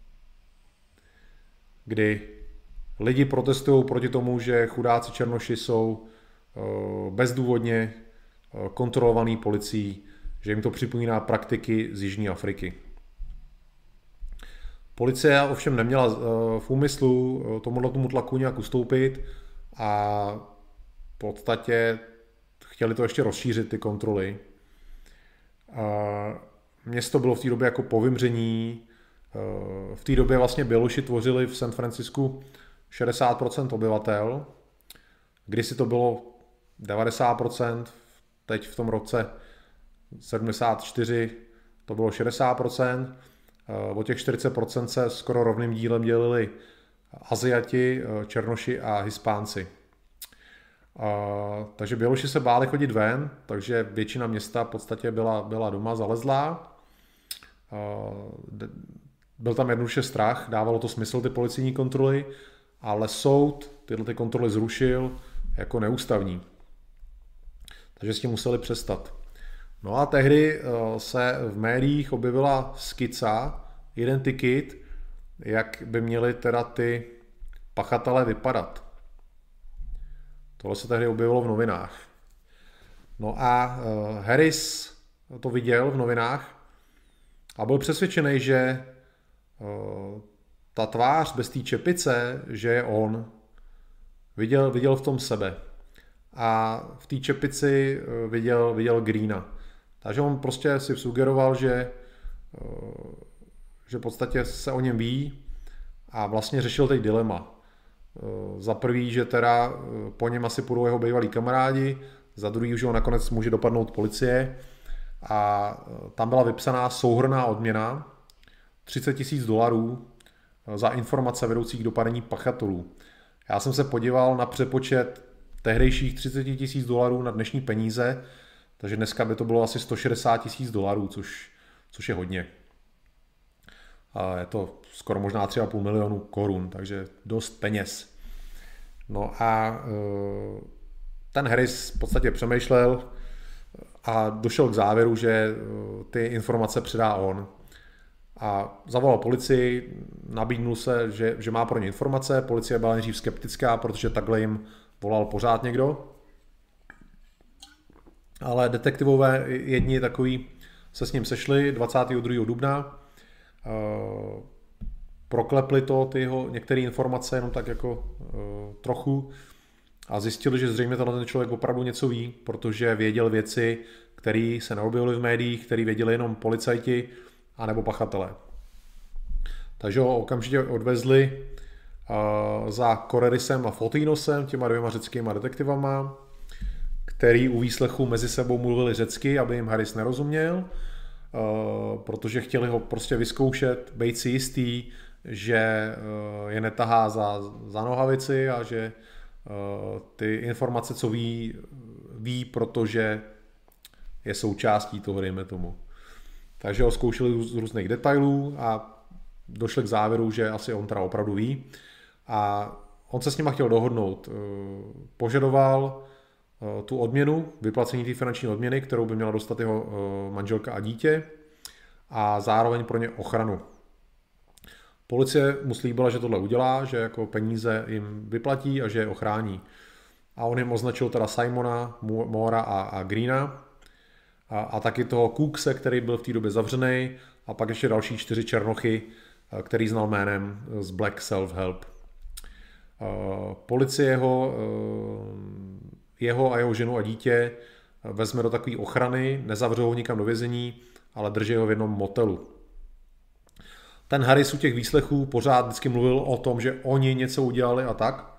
kdy lidi protestují proti tomu, že chudáci černoši jsou bezdůvodně kontrolovaný policií, že jim to připomíná praktiky z Jižní Afriky. Policie ovšem neměla v úmyslu tomuhle tomu tlaku nějak ustoupit a v podstatě chtěli to ještě rozšířit, ty kontroly. Město bylo v té době jako po vymření. V té době vlastně Běloši tvořili v San Francisku šedesát procent obyvatel, kdysi to bylo devadesát procent, teď v tom roce sedmdesát čtyři to bylo šedesát procent, o těch čtyřicet procent se skoro rovným dílem dělili Aziati, Černoši a Hispánci. Takže Běloši se báli chodit ven, takže většina města v podstatě byla, byla doma zalezlá. Byl tam jednoduše strach, dávalo to smysl ty policijní kontroly, ale soud tyhle ty kontroly zrušil jako neústavní. Takže s tím museli přestat. No a tehdy se v médiích objevila skica, identikit, jak by měly teda ty pachatelé vypadat. Tohle se tehdy objevilo v novinách. No a Harris to viděl v novinách a byl přesvědčený, že ta tvář bez té čepice, že je on. Viděl, viděl v tom sebe. A v té čepici viděl, viděl Greena. Takže on prostě si sugeroval, že, že v podstatě se o něm ví a vlastně řešil teď dilema. Za prvý, že teda po něm asi půjdou jeho bývalí kamarádi, za druhý, že ho nakonec může dopadnout policie a tam byla vypsaná souhrnná odměna třicet tisíc dolarů za informace vedoucí k dopadení pachatelů. Já jsem se podíval na přepočet tehdejších třicet tisíc dolarů na dnešní peníze, takže dneska by to bylo asi sto šedesát tisíc dolarů, což, což je hodně. A je to skoro možná tři a půl milionu korun, takže dost peněz. No a ten Harris v podstatě přemýšlel a došel k závěru, že ty informace předá on. A zavolal policii, nabídnul se, že, že má pro ně informace. Policie byla nejdřív skeptická, protože takhle jim volal pořád někdo. Ale detektivové jedni takový se s ním sešli dvacátého druhého dubna. E, proklepli to, ty jeho některé informace, jenom tak jako e, trochu. A zjistili, že zřejmě ten člověk opravdu něco ví, protože věděl věci, které se neobjevily v médiích, které věděli jenom policajti anebo pachatelé. Takže ho okamžitě odvezli uh, za Korerisem a Fotinosem, těma dvěma řeckýma detektivama, který u výslechu mezi sebou mluvili řecky, aby jim Harris nerozuměl, uh, protože chtěli ho prostě vyzkoušet, být si jistý, že uh, je netahá za, za nohavici a že uh, ty informace, co ví, ví, protože je součástí toho, dejme tomu. Takže ho zkoušeli z různých detailů a došli k závěru, že asi on teda opravdu ví. A on se s nima chtěl dohodnout. Požadoval tu odměnu, vyplacení té finanční odměny, kterou by měla dostat jeho manželka a dítě, a zároveň pro ně ochranu. Policie mu slíbila, že tohle udělá, že jako peníze jim vyplatí a že je ochrání. A on jim označil teda Simona, Moora a, a Greena, A, a taky toho Cookse, který byl v té době zavřený, a pak ještě další čtyři černochy, který znal jménem z Black Self-Help. Policie jeho, jeho a jeho ženu a dítě vezme do takové ochrany, nezavřou ho nikam do vězení, ale drží ho v jednom motelu. Ten Harris u těch výslechů pořád vždycky mluvil o tom, že oni něco udělali a tak,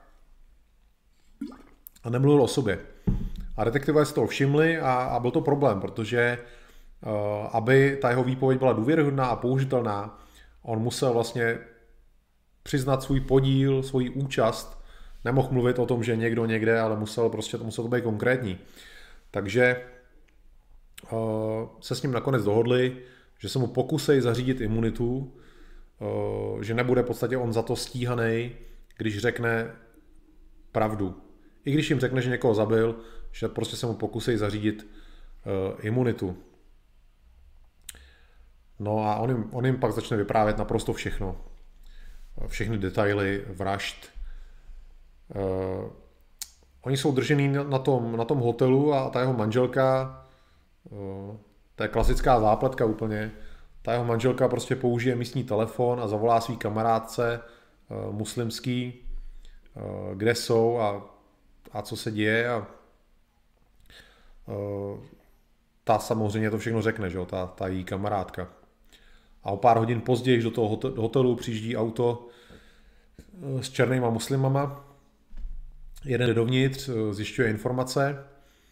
a nemluvil o sobě. A detektivové si toho všimli a, a byl to problém, protože uh, aby ta jeho výpověď byla důvěryhodná a použitelná, on musel vlastně přiznat svůj podíl, svoji účast. Nemohl mluvit o tom, že někdo někde, ale musel prostě to muselo to být konkrétní. Takže uh, se s ním nakonec dohodli, že se mu pokusej zařídit imunitu, uh, že nebude v podstatě on za to stíhaný, když řekne pravdu. I když jim řekne, že někoho zabil, že prostě se mu pokusej zařídit uh, imunitu. No a on jim, on jim pak začne vyprávět naprosto všechno. Všechny detaily vražd. Uh, oni jsou držený na tom, na tom hotelu a ta jeho manželka, uh, to je klasická zápletka úplně, ta jeho manželka prostě použije místní telefon a zavolá svý kamarádce uh, muslimský, uh, kde jsou a, a co se děje, a uh, ta samozřejmě to všechno řekne, že jo, ta, ta její kamarádka. A o pár hodin později do toho hotelu přijíždí auto s černýma muslimama. Jeden jde dovnitř, zjišťuje informace.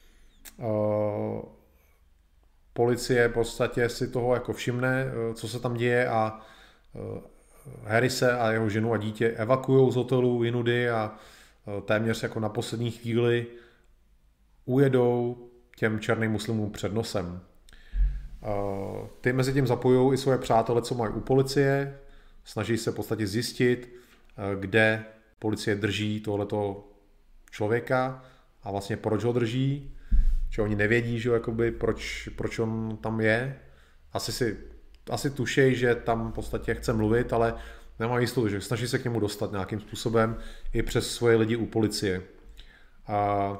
Policie v podstatě si toho jako všimne, co se tam děje, a Harrise a jeho ženu a dítě evakuují z hotelu jinudy a téměř jako na poslední chvíli ujedou těm černým muslimům před nosem. Ty mezi tím zapojují i svoje přátele, co mají u policie, snaží se v podstatě zjistit, kde policie drží tohleto člověka a vlastně proč ho drží, že oni nevědí, že jakoby, proč, proč on tam je. Asi si asi tušejí, že tam v podstatě chce mluvit, ale nemají jistotu, že snaží se k němu dostat nějakým způsobem i přes svoje lidi u policie. A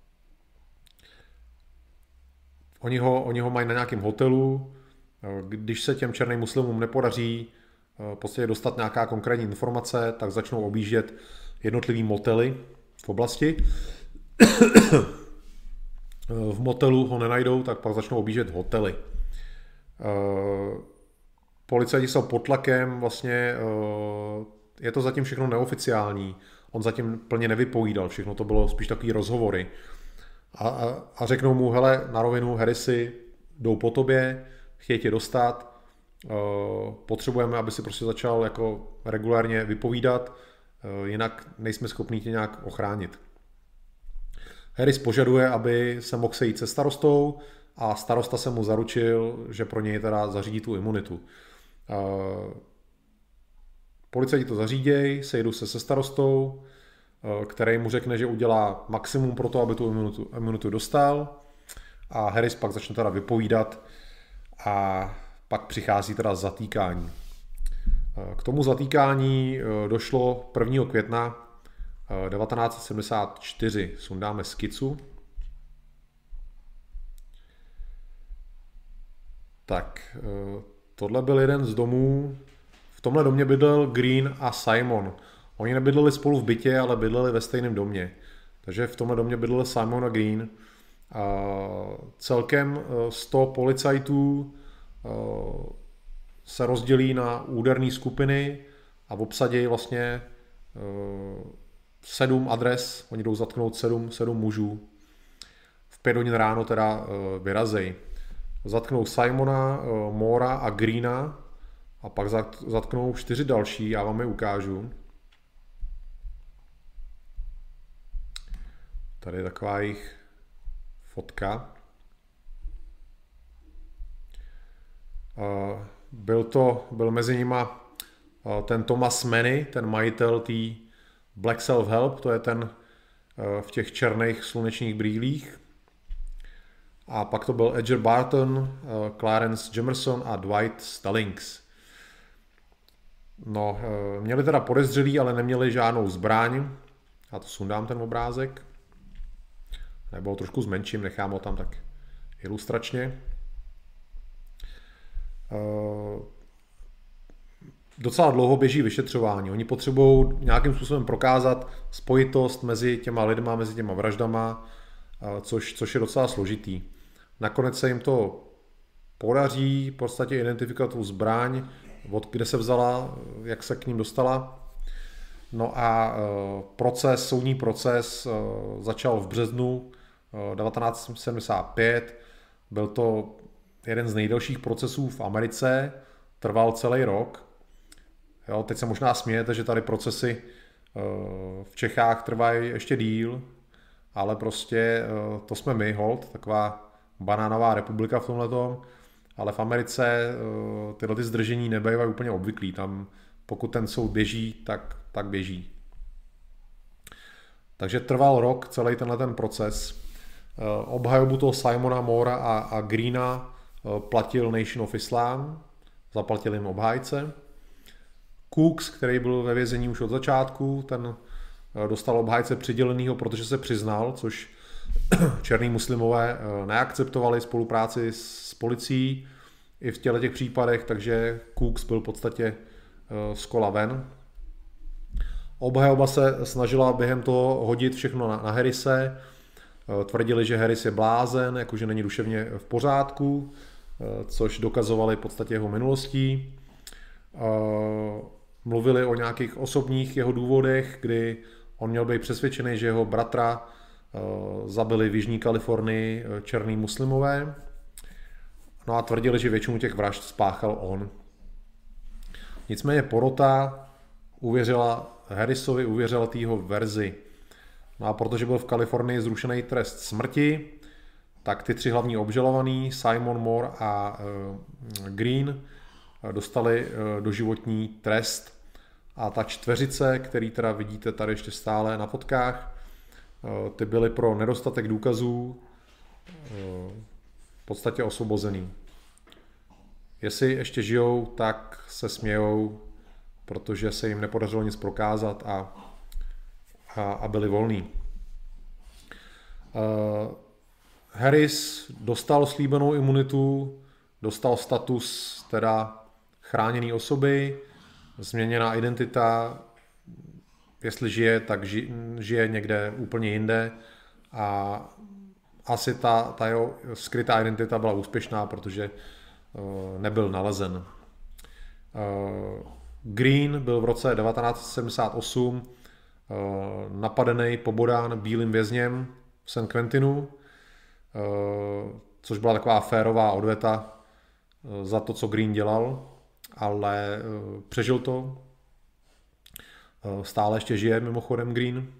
oni ho, oni ho mají na nějakém hotelu, když se těm černým muslimům nepodaří v podstatě dostat nějaká konkrétní informace, tak začnou objíždět jednotlivý motely v oblasti. V motelu ho nenajdou, tak pak začnou objíždět hotely. Policajti jsou pod tlakem, vlastně je to zatím všechno neoficiální. On zatím plně nevypovídal, všechno to bylo spíš takový rozhovory. A, a, a řeknou mu, hele, na rovinu, Harrisy jdou po tobě, chtějí tě dostat, potřebujeme, aby si prostě začal jako regulárně vypovídat, jinak nejsme schopni tě nějak ochránit. Harris požaduje, aby se mohl sejít se starostou a starosta se mu zaručil, že pro něj teda zařídí tu imunitu. Policajti to zařídějí, sejdou se se starostou, který mu řekne, že udělá maximum pro to, aby tu imunitu, imunitu dostal, a Harris pak začne teda vypovídat a pak přichází teda zatýkání. K tomu zatýkání došlo prvního května devatenáct set sedmdesát čtyři. Sundáme skicu. Tak, tohle byl jeden z domů. V tomhle domě bydlel Green a Simon. Oni nebydleli spolu v bytě, ale bydleli ve stejném domě. Takže v tomhle domě bydleli Simon a Green. Celkem sto policajtů se rozdělí na úderné skupiny a obsadějí vlastně sedm adres. Oni jdou zatknout sedm, sedm mužů. V pět hodin ráno teda vyrazejí. Zatknou Simona, Mora a Greena a pak zatknou čtyři další, já vám je ukážu. Tady je taková jejich fotka. Byl to, byl mezi nima ten Thomas Manny, ten majitel té Black Self-Help, to je ten v těch černých slunečních brýlích. A pak to byl Edgar Barton, Clarence Jamerson a Dwight Stallings. No, měli teda podezřelí, ale neměli žádnou zbraň. Já to sundám, ten obrázek. Nebo ho trošku zmenším, nechám ho tam tak ilustračně. Docela dlouho běží vyšetřování. Oni potřebují nějakým způsobem prokázat spojitost mezi těma lidma, mezi těma vraždama, což, což je docela složitý. Nakonec se jim to podaří v podstatě identifikovat tu zbraň, od kde se vzala, jak se k ním dostala. No a proces, soudní proces začal v březnu devatenáct set sedmdesát pět. Byl to jeden z nejdelších procesů v Americe, trval celý rok. Jo, teď se možná smějete, že tady procesy v Čechách trvají ještě díl, ale prostě to jsme my, hold, taková banánová republika v tomhletom, ale v Americe tyhle ty zdržení nebývají úplně obvyklý. Tam pokud ten soud běží, tak, tak běží. Takže trval rok celý tenhle ten proces. Obhajobu toho Simona, Mora a, a Greena platil Nation of Islam, zaplatil jim obhájce. Cooks, který byl ve vězení už od začátku, ten dostal obhájce přidělenýho, protože se přiznal, což černí muslimové neakceptovali spolupráci s policií i v těchto těch případech, takže Cooks byl v podstatě z kola ven. Obhajoba se snažila během toho hodit všechno na, na Harrise. Tvrdili, že Harris je blázen, jakože není duševně v pořádku, což dokazovali v podstatě jeho minulostí. Mluvili o nějakých osobních jeho důvodech, kdy on měl být přesvědčený, že jeho bratra zabili v Jižní Kalifornii černý muslimové. No a tvrdili, že většinu těch vražd spáchal on. Nicméně porota uvěřila Harrisovi, uvěřila té jeho verzi. No a protože byl v Kalifornii zrušený trest smrti, tak ty tři hlavní obžalovaný, Simon, Moore a Green, dostali doživotní trest. A ta čtveřice, který teda vidíte tady ještě stále na fotkách, ty byly pro nedostatek důkazů v podstatě osvobozený. Jestli ještě žijou, tak se smějou, protože se jim nepodařilo nic prokázat a, a, a byli volní. Uh, Harris dostal slíbenou imunitu, dostal status teda chráněný osoby, změněná identita, jestli žije, tak žije někde úplně jinde a asi ta, ta jeho skrytá identita byla úspěšná, protože uh, nebyl nalezen. Uh, Green byl v roce devatenáct set sedmdesát osm uh, napadený, pobodán bílým vězněm v San Quentinu, uh, což byla taková férová odveta uh, za to, co Green dělal, ale uh, přežil to. Uh, stále ještě žije mimochodem Green. Uh,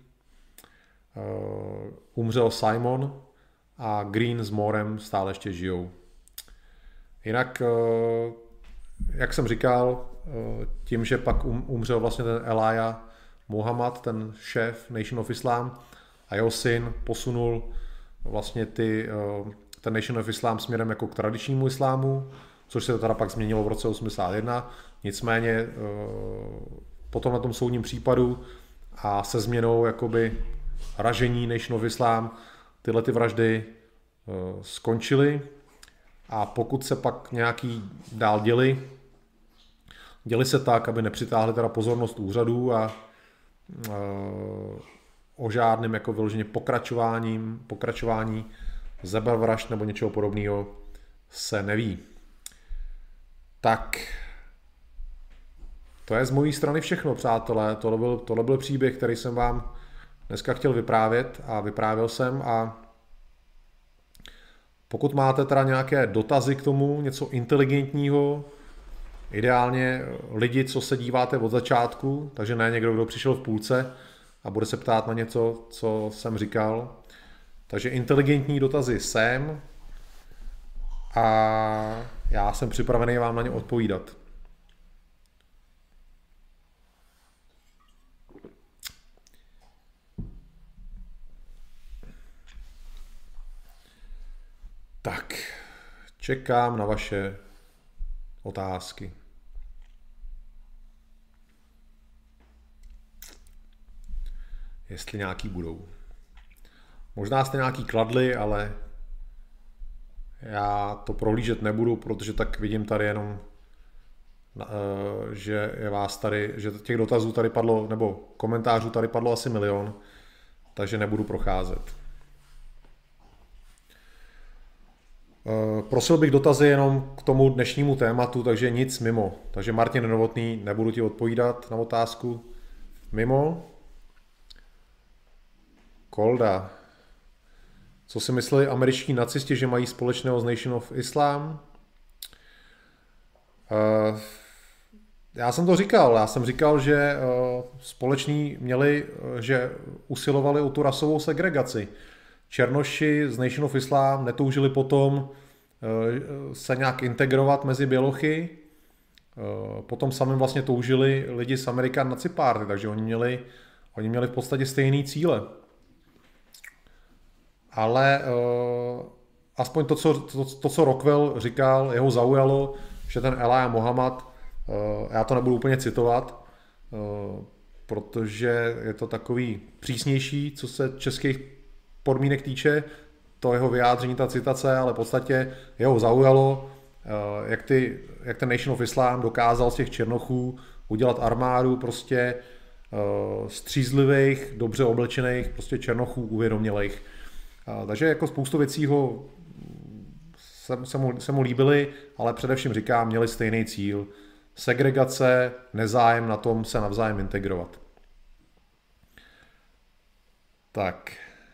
umřel Simon a Green s Moorem stále ještě žijou. Jinak, uh, jak jsem říkal, tím, že pak umřel vlastně ten Elijah Muhammad, ten šéf Nation of Islam, a jeho syn posunul vlastně ty, ten Nation of Islam směrem jako k tradičnímu islámu, což se teda pak změnilo v roce osmdesát jedna. Nicméně potom na tom soudním případu a se změnou jakoby ražení Nation of Islam tyhle ty vraždy skončily a pokud se pak nějaký dál děli, děli se tak, aby nepřitáhli teda pozornost úřadů a e, o žádném jako vyloženě pokračováním, pokračování sebevražd nebo něčeho podobného se neví. Tak, to je z mojí strany všechno, přátelé. Tohle byl, tohle byl příběh, který jsem vám dneska chtěl vyprávět a vyprávěl jsem a pokud máte teda nějaké dotazy k tomu, něco inteligentního, ideálně lidi, co se díváte od začátku, takže ne někdo, kdo přišel v půlce a bude se ptát na něco, co jsem říkal. Takže inteligentní dotazy jsem a já jsem připravený vám na ně odpovídat. Tak, čekám na vaše otázky. Jestli nějaký budou. Možná jste nějaký kladli, ale já to prohlížet nebudu, protože tak vidím tady jenom, že je vás tady, že těch dotazů tady padlo, nebo komentářů tady padlo asi milion, takže nebudu procházet. Prosil bych dotazy jenom k tomu dnešnímu tématu, takže nic mimo. Takže Martin Novotný, nebudu ti odpovídat na otázku mimo. Kolda. Co si mysleli američtí nacisti, že mají společného s Nation of Islam? Uh, já jsem to říkal. Já jsem říkal, že uh, společní měli, uh, že usilovali o tu rasovou segregaci. Černoši z Nation of Islam netoužili potom uh, se nějak integrovat mezi bělochy. Uh, potom samým vlastně toužili lidi z American Nazi Party, takže oni měli, oni měli v podstatě stejný cíle. Ale uh, aspoň to co, to, to, co Rockwell říkal, jeho zaujalo, že ten Elijah Muhammad, uh, já to nebudu úplně citovat, uh, protože je to takový přísnější, co se českých podmínek týče, to jeho vyjádření, ta citace, ale v podstatě jeho zaujalo, uh, jak, ty, jak ten Nation of Islam dokázal z těch černochů udělat armádu prostě uh, střízlivých, dobře oblečených, prostě černochů uvědomělejch. Takže jako spoustu věcí ho se, se, mu, se mu líbily, ale především říkám, měli stejný cíl. Segregace, nezájem na tom se navzájem integrovat. Tak.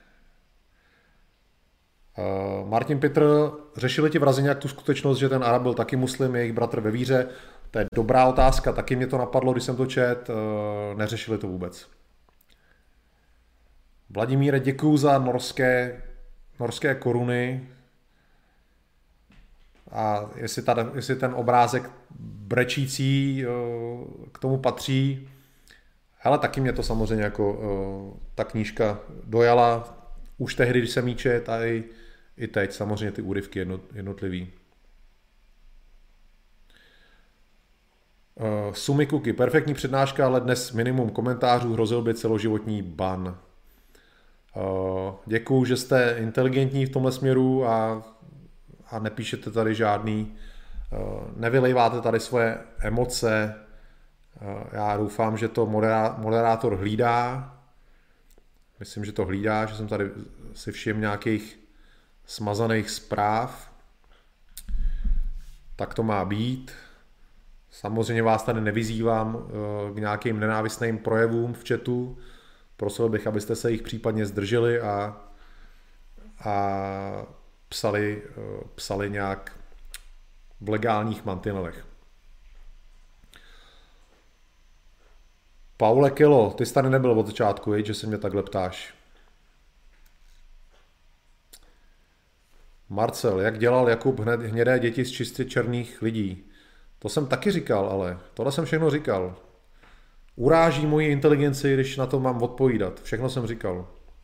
Uh, Martin Pitr, řešili ti vrazi nějak tu skutečnost, že ten Arab byl taky muslim, jejich bratr ve víře? To je dobrá otázka, taky mě to napadlo, když jsem to čet, uh, neřešili to vůbec. Vladimíre, děkuju za norské, norské koruny. a jestli, ta, jestli ten obrázek brečící k tomu patří. Ale taky mě to samozřejmě jako ta knížka dojala už tehdy, když jsem jí čet, a i, i teď samozřejmě ty úryvky jednotlivý. Sumy Kuky, perfektní přednáška, ale dnes minimum komentářů, hrozil by celoživotní ban. Děkuju, že jste inteligentní v tomhle směru a, a nepíšete tady žádný, nevylejváte tady svoje emoce. Já doufám, že to moderátor hlídá. Myslím, že to hlídá, že jsem tady si všiml nějakých smazaných zpráv. Tak to má být. Samozřejmě vás tady nevyzývám k nějakým nenávistným projevům v chatu. Prosil bych, abyste se jich případně zdrželi a, a psali, psali nějak v legálních mantinelech. Paule Kilo, ty jsi tady nebyl od začátku, je, že se mě takhle ptáš. Marcel, jak dělal Jakub hned hnědé děti z čistě černých lidí? To jsem taky říkal, ale tohle jsem všechno říkal. Uráží moji inteligenci, když na to mám odpovídat. Všechno jsem říkal.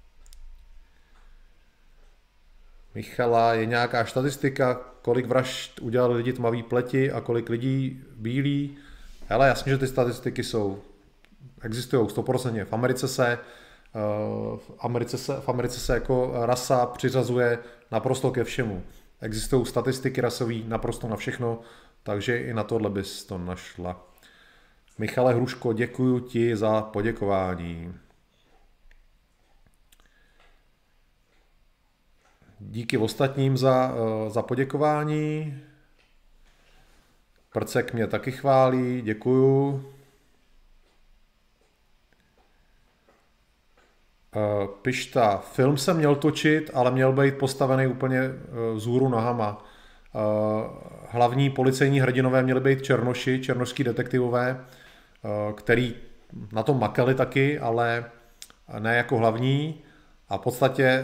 Michala, je nějaká statistika, kolik vražd udělali lidi tmavý pleti a kolik lidí bílí? Hele, jasně, že ty statistiky jsou. Existují sto procent. V Americe se, v Americe se, v Americe se jako rasa přiřazuje naprosto ke všemu. Existují statistiky rasové naprosto na všechno, takže i na tohle bys to našla. Michale Hruško, děkuji ti za poděkování. Díky ostatním za, za poděkování. Prcek mě taky chválí, děkuju. Pišta, film jsem měl točit, ale měl být postavený úplně vzhůru nohama. Hlavní policejní hrdinové měli být černoši, černošský detektivové, který na tom makali taky, ale ne jako hlavní. A v podstatě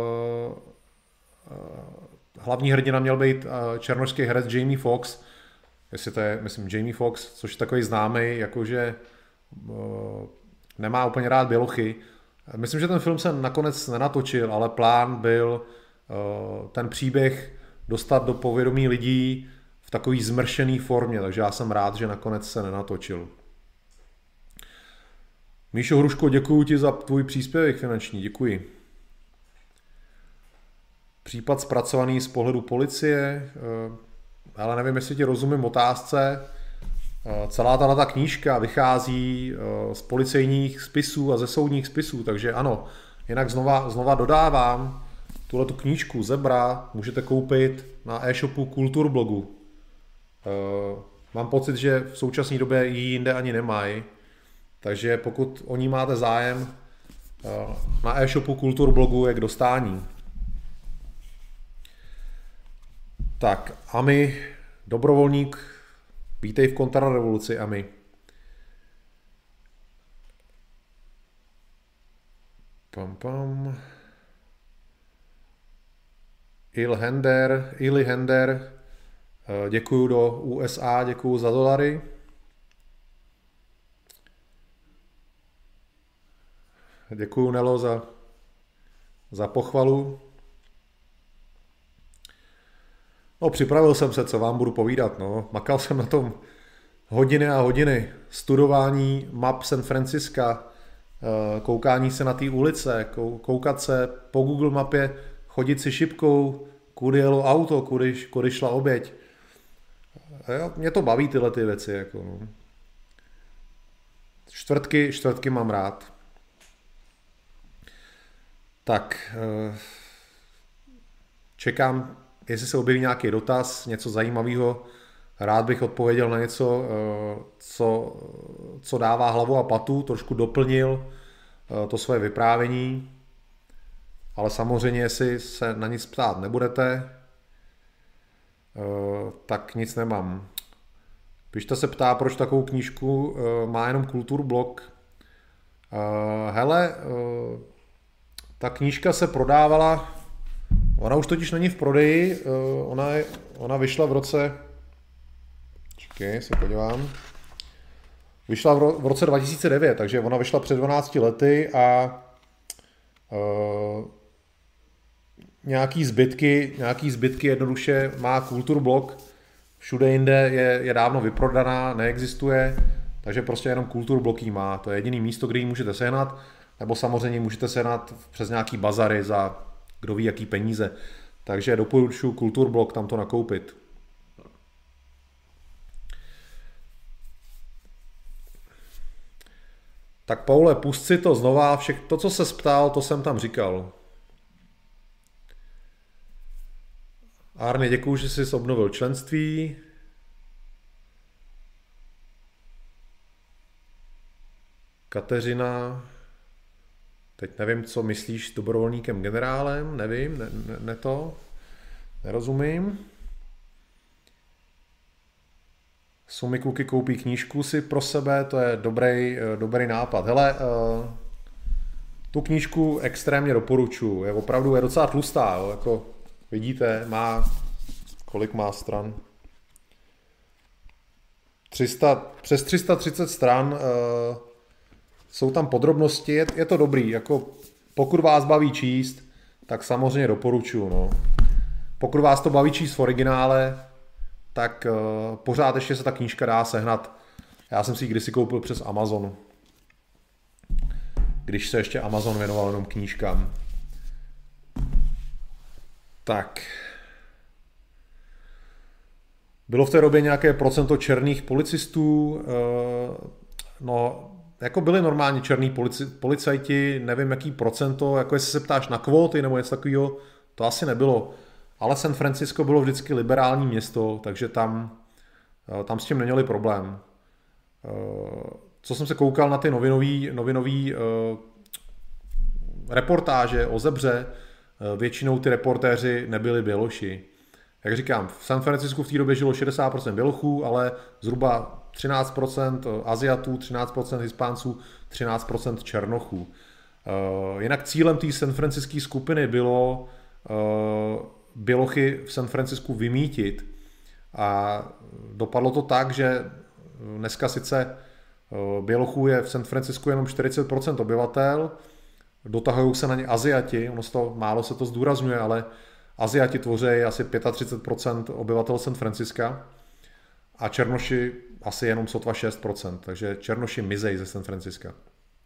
hlavní hrdina měl být černošský herec Jamie Foxx, jestli to je, myslím, Jamie Foxx, což je takový známý, jakože nemá úplně rád bělochy. Myslím, že ten film se nakonec nenatočil, ale plán byl ten příběh dostat do povědomí lidí v takový zmršený formě, takže já jsem rád, že nakonec se nenatočil. Míšo Hruško, děkuji ti za tvůj příspěvek finanční, děkuji. Případ zpracovaný z pohledu policie, ale nevím, jestli ti rozumím otázce. Celá tato knížka vychází z policejních spisů a ze soudních spisů, takže ano, jinak znova, znova dodávám, tuhletu knížku Zebra můžete koupit na e-shopu Kulturblogu. Mám pocit, že v současné době ji jinde ani nemají, takže pokud o ní máte zájem, na e-shopu Kulturblogu je k dostání. Tak, Ami, dobrovolník, vítej v kontrarevoluci, Ami. Pam, pam. Ilhender, Ili Hender, děkuju do U S A, děkuju za dolary. Děkuju, Nelo, za, za pochvalu. No, připravil jsem se, co vám budu povídat, no. Makal jsem na tom hodiny a hodiny. Studování map San Francisca, koukání se na té ulice, koukat se po Google mapě, chodit si šipkou, kudy jelo auto, kudy, kudy šla oběť. Jo, mě to baví tyhle ty věci, jako no. Čtvrtky, čtvrtky mám rád. Tak, čekám, jestli se objeví nějaký dotaz, něco zajímavého, rád bych odpověděl na něco, co, co dává hlavu a patu, trošku doplnil to své vyprávění, ale samozřejmě, jestli se na nic ptát nebudete, tak nic nemám. Pišta se ptá, proč takovou knížku má jenom Kulturblog. Hele, ta knížka se prodávala Ona už totiž není v prodeji, ona, je, ona vyšla v roce, čekaj, se podívám, vyšla v roce dva tisíce devět, takže ona vyšla před dvanácti lety a uh, nějaký zbytky, nějaký zbytky jednoduše má Kulturblog, všude jinde je, je dávno vyprodaná, neexistuje, takže prostě jenom Kulturblog jí má, to je jediný místo, kde ji můžete sehnat, nebo samozřejmě můžete sehnat přes nějaký bazary za kdo ví jaký peníze, takže doporučuji Kulturblog tam to nakoupit. Tak Paule, pust si to znova, všech, to, co se ptal, to jsem tam říkal. Arne, děkuju, že jsi obnovil členství. Kateřina, teď nevím, co myslíš s dobrovolníkem generálem, nevím, ne, ne, ne to, nerozumím. Sumy kluky koupí knížku si pro sebe, to je dobrý, dobrý nápad. Hele, tu knížku extrémně doporučuji, je opravdu je docela tlustá, jo, jako vidíte, má, kolik má stran? tři sta, přes tři sta třicet stran, jsou tam podrobnosti, je, je to dobrý, jako pokud vás baví číst, tak samozřejmě doporučuji, no. Pokud vás to baví číst v originále, tak uh, pořád ještě se ta knížka dá sehnat. Já jsem si ji kdysi koupil přes Amazon, když se ještě Amazon věnoval jenom knížkám. Tak. Bylo v té době nějaké procento černých policistů, uh, no, jako byli normálně černí polici, policajti, nevím jaký procento, jako jestli se ptáš na kvóty nebo něco takového, to asi nebylo. Ale San Francisco bylo vždycky liberální město, takže tam, tam s tím neměli problém. Co jsem se koukal na ty novinový, novinový reportáže o Zebře, většinou ty reportéři nebyli Běloši. Jak říkám, v San Francisku v té době žilo šedesát procent Bělochů, ale zhruba třináct procent Aziatů, třináct procent Hispánců, třináct procent Černochů. Jinak cílem té San Franciské skupiny bylo Bělochy v San Francisku vymítit a dopadlo to tak, že dneska sice Bělochů je v San Francisku jenom čtyřicet procent obyvatel, dotahují se na ně Aziati, ono se to, málo se to zdůrazňuje, ale Aziati tvoří asi třicet pět procent obyvatel San Franciska a Černoši asi jenom sotva šest procent, takže Černoši mizej ze San Franciska.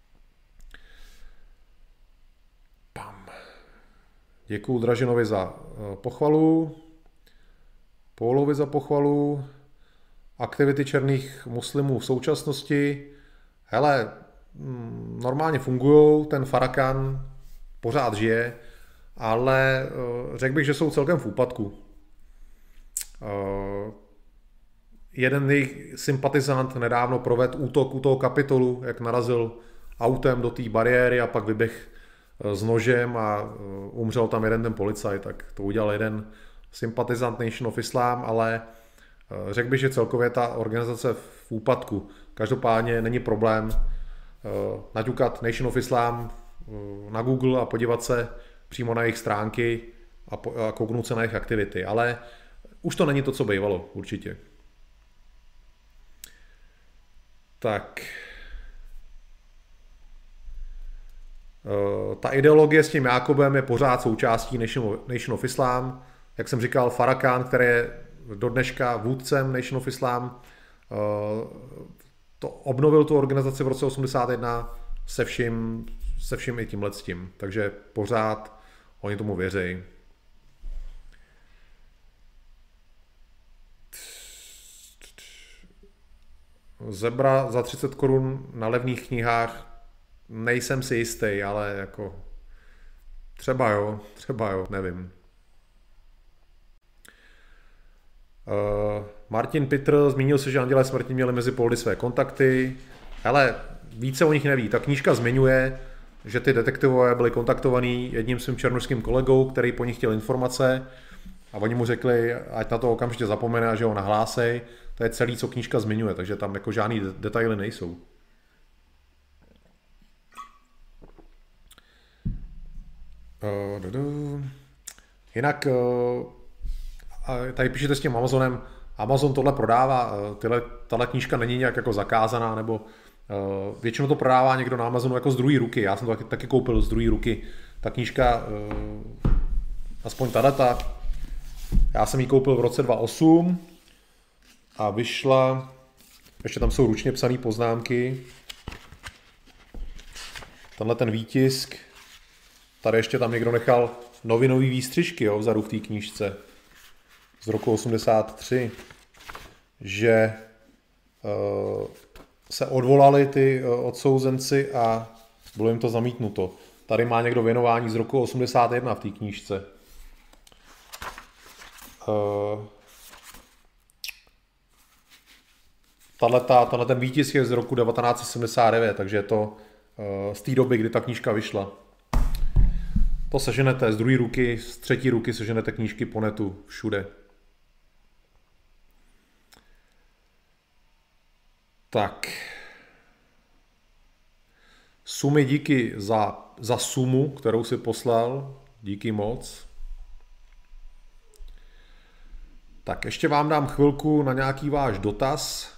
Děkuju Dražinovi za pochvalu, Paulovi za pochvalu, aktivity černých muslimů v současnosti. Hele, normálně fungujou, ten Farrakhan pořád žije, ale řekl bych, že jsou celkem v úpadku. Jeden jejich sympatizant nedávno provedl útok u toho Kapitolu, jak narazil autem do té bariéry a pak vyběh s nožem a umřel tam jeden ten policajt, tak to udělal jeden sympatizant Nation of Islam, ale řekl bych, že celkově ta organizace v úpadku. Každopádně není problém naťukat Nation of Islam na Google a podívat se přímo na jejich stránky a kouknout se na jejich aktivity, ale už to není to, co bývalo, určitě. Tak. Ta ideologie s tím Jákobem je pořád součástí Nation of Islam. Jak jsem říkal, Farrakhan, který je do dneška vůdcem Nation of Islam, to obnovil tu organizaci v roce osmdesát jedna se vším, se vším i tímhle s tím. Takže pořád oni tomu věří. Zebra za třicet korun na levných knihách, nejsem si jistý, ale jako třeba jo, třeba jo, nevím. Uh, Martin Pitr zmínil se, že Andělé smrti měli mezi poldy své kontakty, ale více o nich neví. Ta knížka zmiňuje, že ty detektivové byli kontaktovaní jedním svým černošským kolegou, který po nich chtěl informace a oni mu řekli, ať na to okamžitě zapomene a že ho nahlásej. To je celý, co knížka zmiňuje, takže tam jako žádný detaily nejsou. Jinak tady píšete s tím Amazonem, Amazon tohle prodává, tyhle, tahle knížka není nějak jako zakázaná, nebo většinou to prodává někdo na Amazonu jako z druhé ruky. Já jsem to taky, taky koupil z druhé ruky. Ta knížka, aspoň tato, já jsem ji koupil v roce dva tisíce osm a vyšla, ještě tam jsou ručně psané poznámky. Tenhle ten výtisk, tady ještě tam někdo nechal novinový výstřižky, jo, vzadu v té knížce z roku osmdesát tři, že uh, se odvolali ty uh, odsouzenci a bylo jim to zamítnuto. Tady má někdo věnování z roku osmdesát jedna v té knížce. Uh, tato, ten výtisk je z roku devatenáct set sedmdesát devět, takže je to uh, z té doby, kdy ta knížka vyšla. To seženete z druhé ruky, z třetí ruky seženete knížky po netu všude. Tak. Sumy díky za, za sumu, kterou si poslal. Díky moc. Tak ještě vám dám chvilku na nějaký váš dotaz.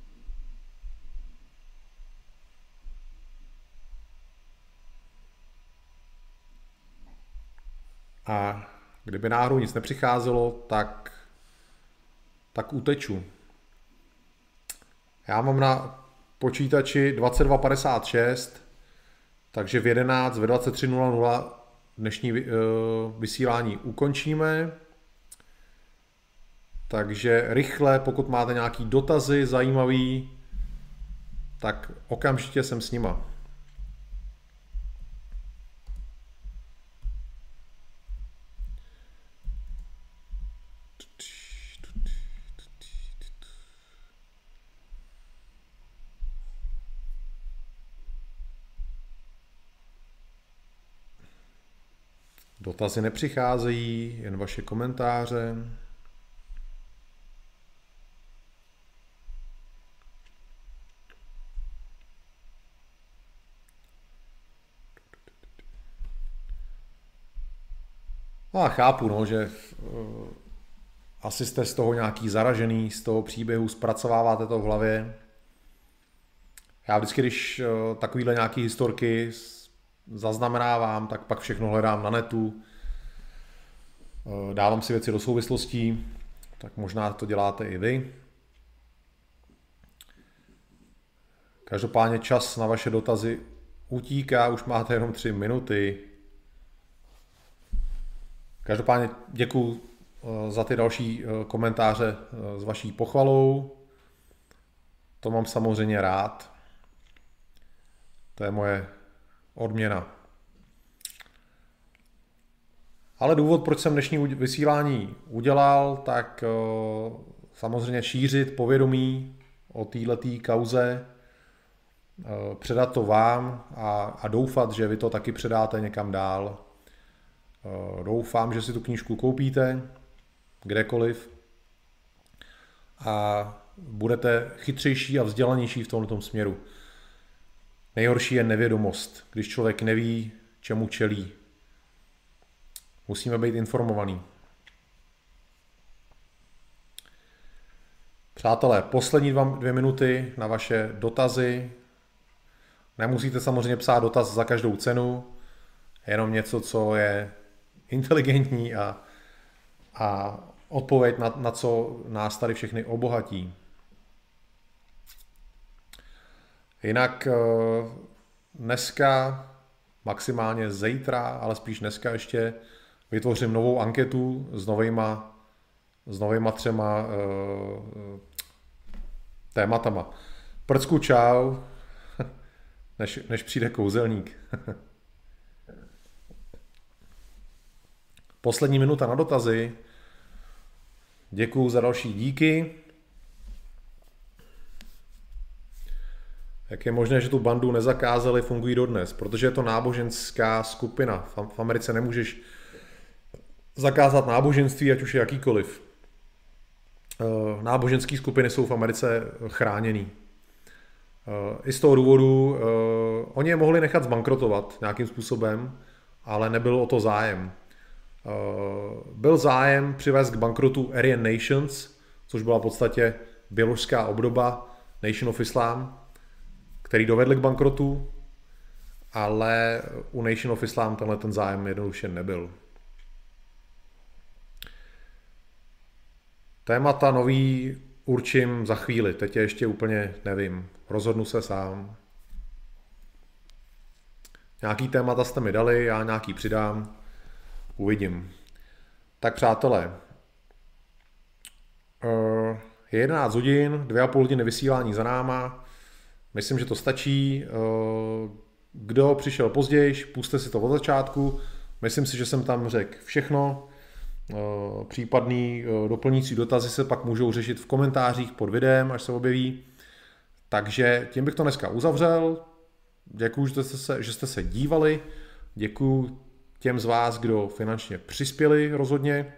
A kdyby náhodou nic nepřicházelo, tak, tak uteču. Já mám na počítači dvacet dva padesát šest, takže v jedenáct, ve dvacet tři nula nula dnešní vysílání ukončíme. Takže rychle, pokud máte nějaký dotazy zajímavý, tak okamžitě jsem s nima. Dotazy nepřicházejí, jen vaše komentáře. No a chápu, no, že uh, asi jste z toho nějaký zaražený, z toho příběhu, zpracováváte to v hlavě. Já vždycky, když uh, takovýhle nějaký historky zaznamenávám, tak pak všechno hledám na netu, uh, dávám si věci do souvislostí, tak možná to děláte i vy. Každopádně čas na vaše dotazy utíká, už máte jenom tři minuty. Každopádně děkuji za ty další komentáře s vaší pochvalou. To mám samozřejmě rád. To je moje odměna. Ale důvod, proč jsem dnešní vysílání udělal, tak samozřejmě šířit povědomí o této kauze, předat to vám a, a doufat, že vy to taky předáte někam dál. Doufám, že si tu knížku koupíte kdekoliv a budete chytřejší a vzdělanější v tomto směru. Nejhorší je nevědomost, když člověk neví, čemu čelí. Musíme být informovaní. Přátelé, poslední dva, dvě minuty na vaše dotazy. Nemusíte samozřejmě psát dotaz za každou cenu, jenom něco, co je inteligentní a, a odpověď na, na co nás tady všechny obohatí. Jinak dneska, maximálně zítra, ale spíš dneska ještě vytvořím novou anketu s novejma, s novejma třema uh, tématama. Prcku čau, než, než přijde kouzelník. Poslední minuta na dotazy. Děkuju za další díky. Jak je možné, že tu bandu nezakázali, fungují dodnes? Protože je to náboženská skupina. V Americe nemůžeš zakázat náboženství, ať už je jakýkoliv. Náboženské skupiny jsou v Americe chráněný. I z toho důvodu, oni je mohli nechat zbankrotovat nějakým způsobem, ale nebyl o to zájem. byl zájem přivést k bankrotu Aryan Nations, což byla v podstatě běložská obdoba Nation of Islam, který dovedl k bankrotu, ale u Nation of Islam tenhle ten zájem jednoduše nebyl. Témata nový určím za chvíli, teď je ještě úplně nevím, rozhodnu se sám. Nějaký témata jste mi dali, já nějaký přidám, uvidím. Tak přátelé, je jedenáct hodin, dvě a půl hodiny vysílání za náma, myslím, že to stačí. Kdo přišel později, pusťte si to od začátku, myslím si, že jsem tam řekl všechno. Případný doplňující dotazy se pak můžou řešit v komentářích pod videem, až se objeví. Takže tím bych to dneska uzavřel. Děkuji, že jste se, že jste se dívali. Děkuji těm z vás, kdo finančně přispěli rozhodně.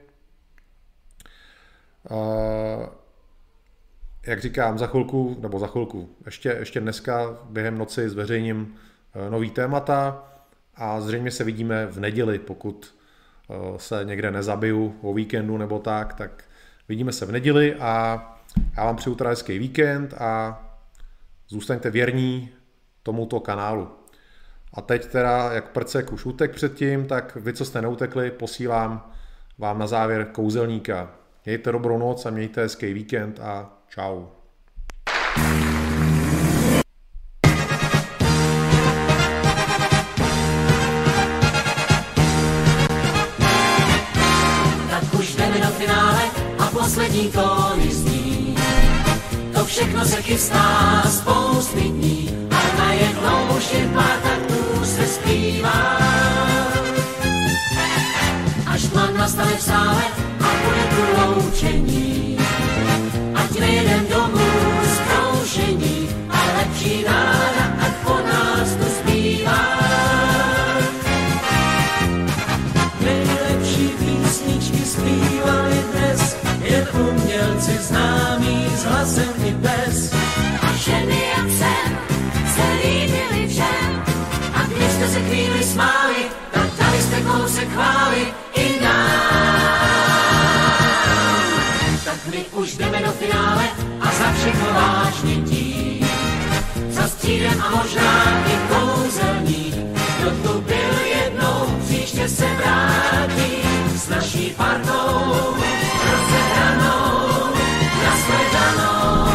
Jak říkám, za chvilku, nebo za chvilku, ještě, ještě dneska během noci zveřejním nový témata a zřejmě se vidíme v neděli, pokud se někde nezabiju o víkendu nebo tak, tak vidíme se v neděli a já vám přeju teda hezký víkend a zůstaňte věrní tomuto kanálu. A teď teda, jak prcek už utek předtím, tak vy, co jste neutekli, posílám vám na závěr kouzelníka. Mějte dobrou noc a mějte hezký víkend a čau. Poslední tóny zní, to všechno se chystá spousty dní, ale najednou už jen pár taktů se zpívá. Až tma nastane v sále a bude tu loučení, ať nejedem domů z kroužení, ale lepší nálada, ať po nás tu zpívá. Nejlepší písničky zpívali dnes jen umělci známí s hlasem i bez. A ženy jak jsem se líbily všem. A když jste se chvíli smáli, tak dali jste kousek chvály i nám. Tak my už jdeme do finále a za všechno vážně tím. Za střídem a možná i kouzelník, kdo tu byl jednou, příště se vrátí s naší partou. Rozehranou, nashledanou.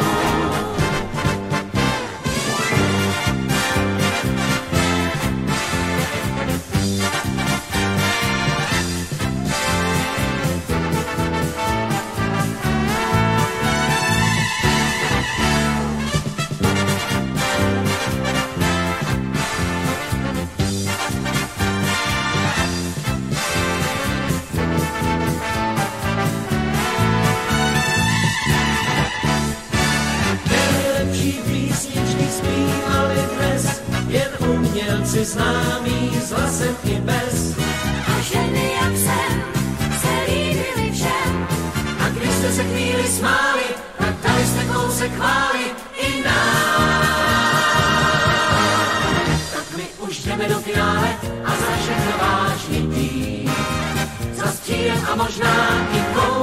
Umělci známí s hlasem i bez. A ženy jak jsem se líbily všem. A když jste se chvíli smáli, tak dali jste kousek chvály i nám. Tak my už jdeme do finále a za všechno vážně tím. Za střídem a možná i kou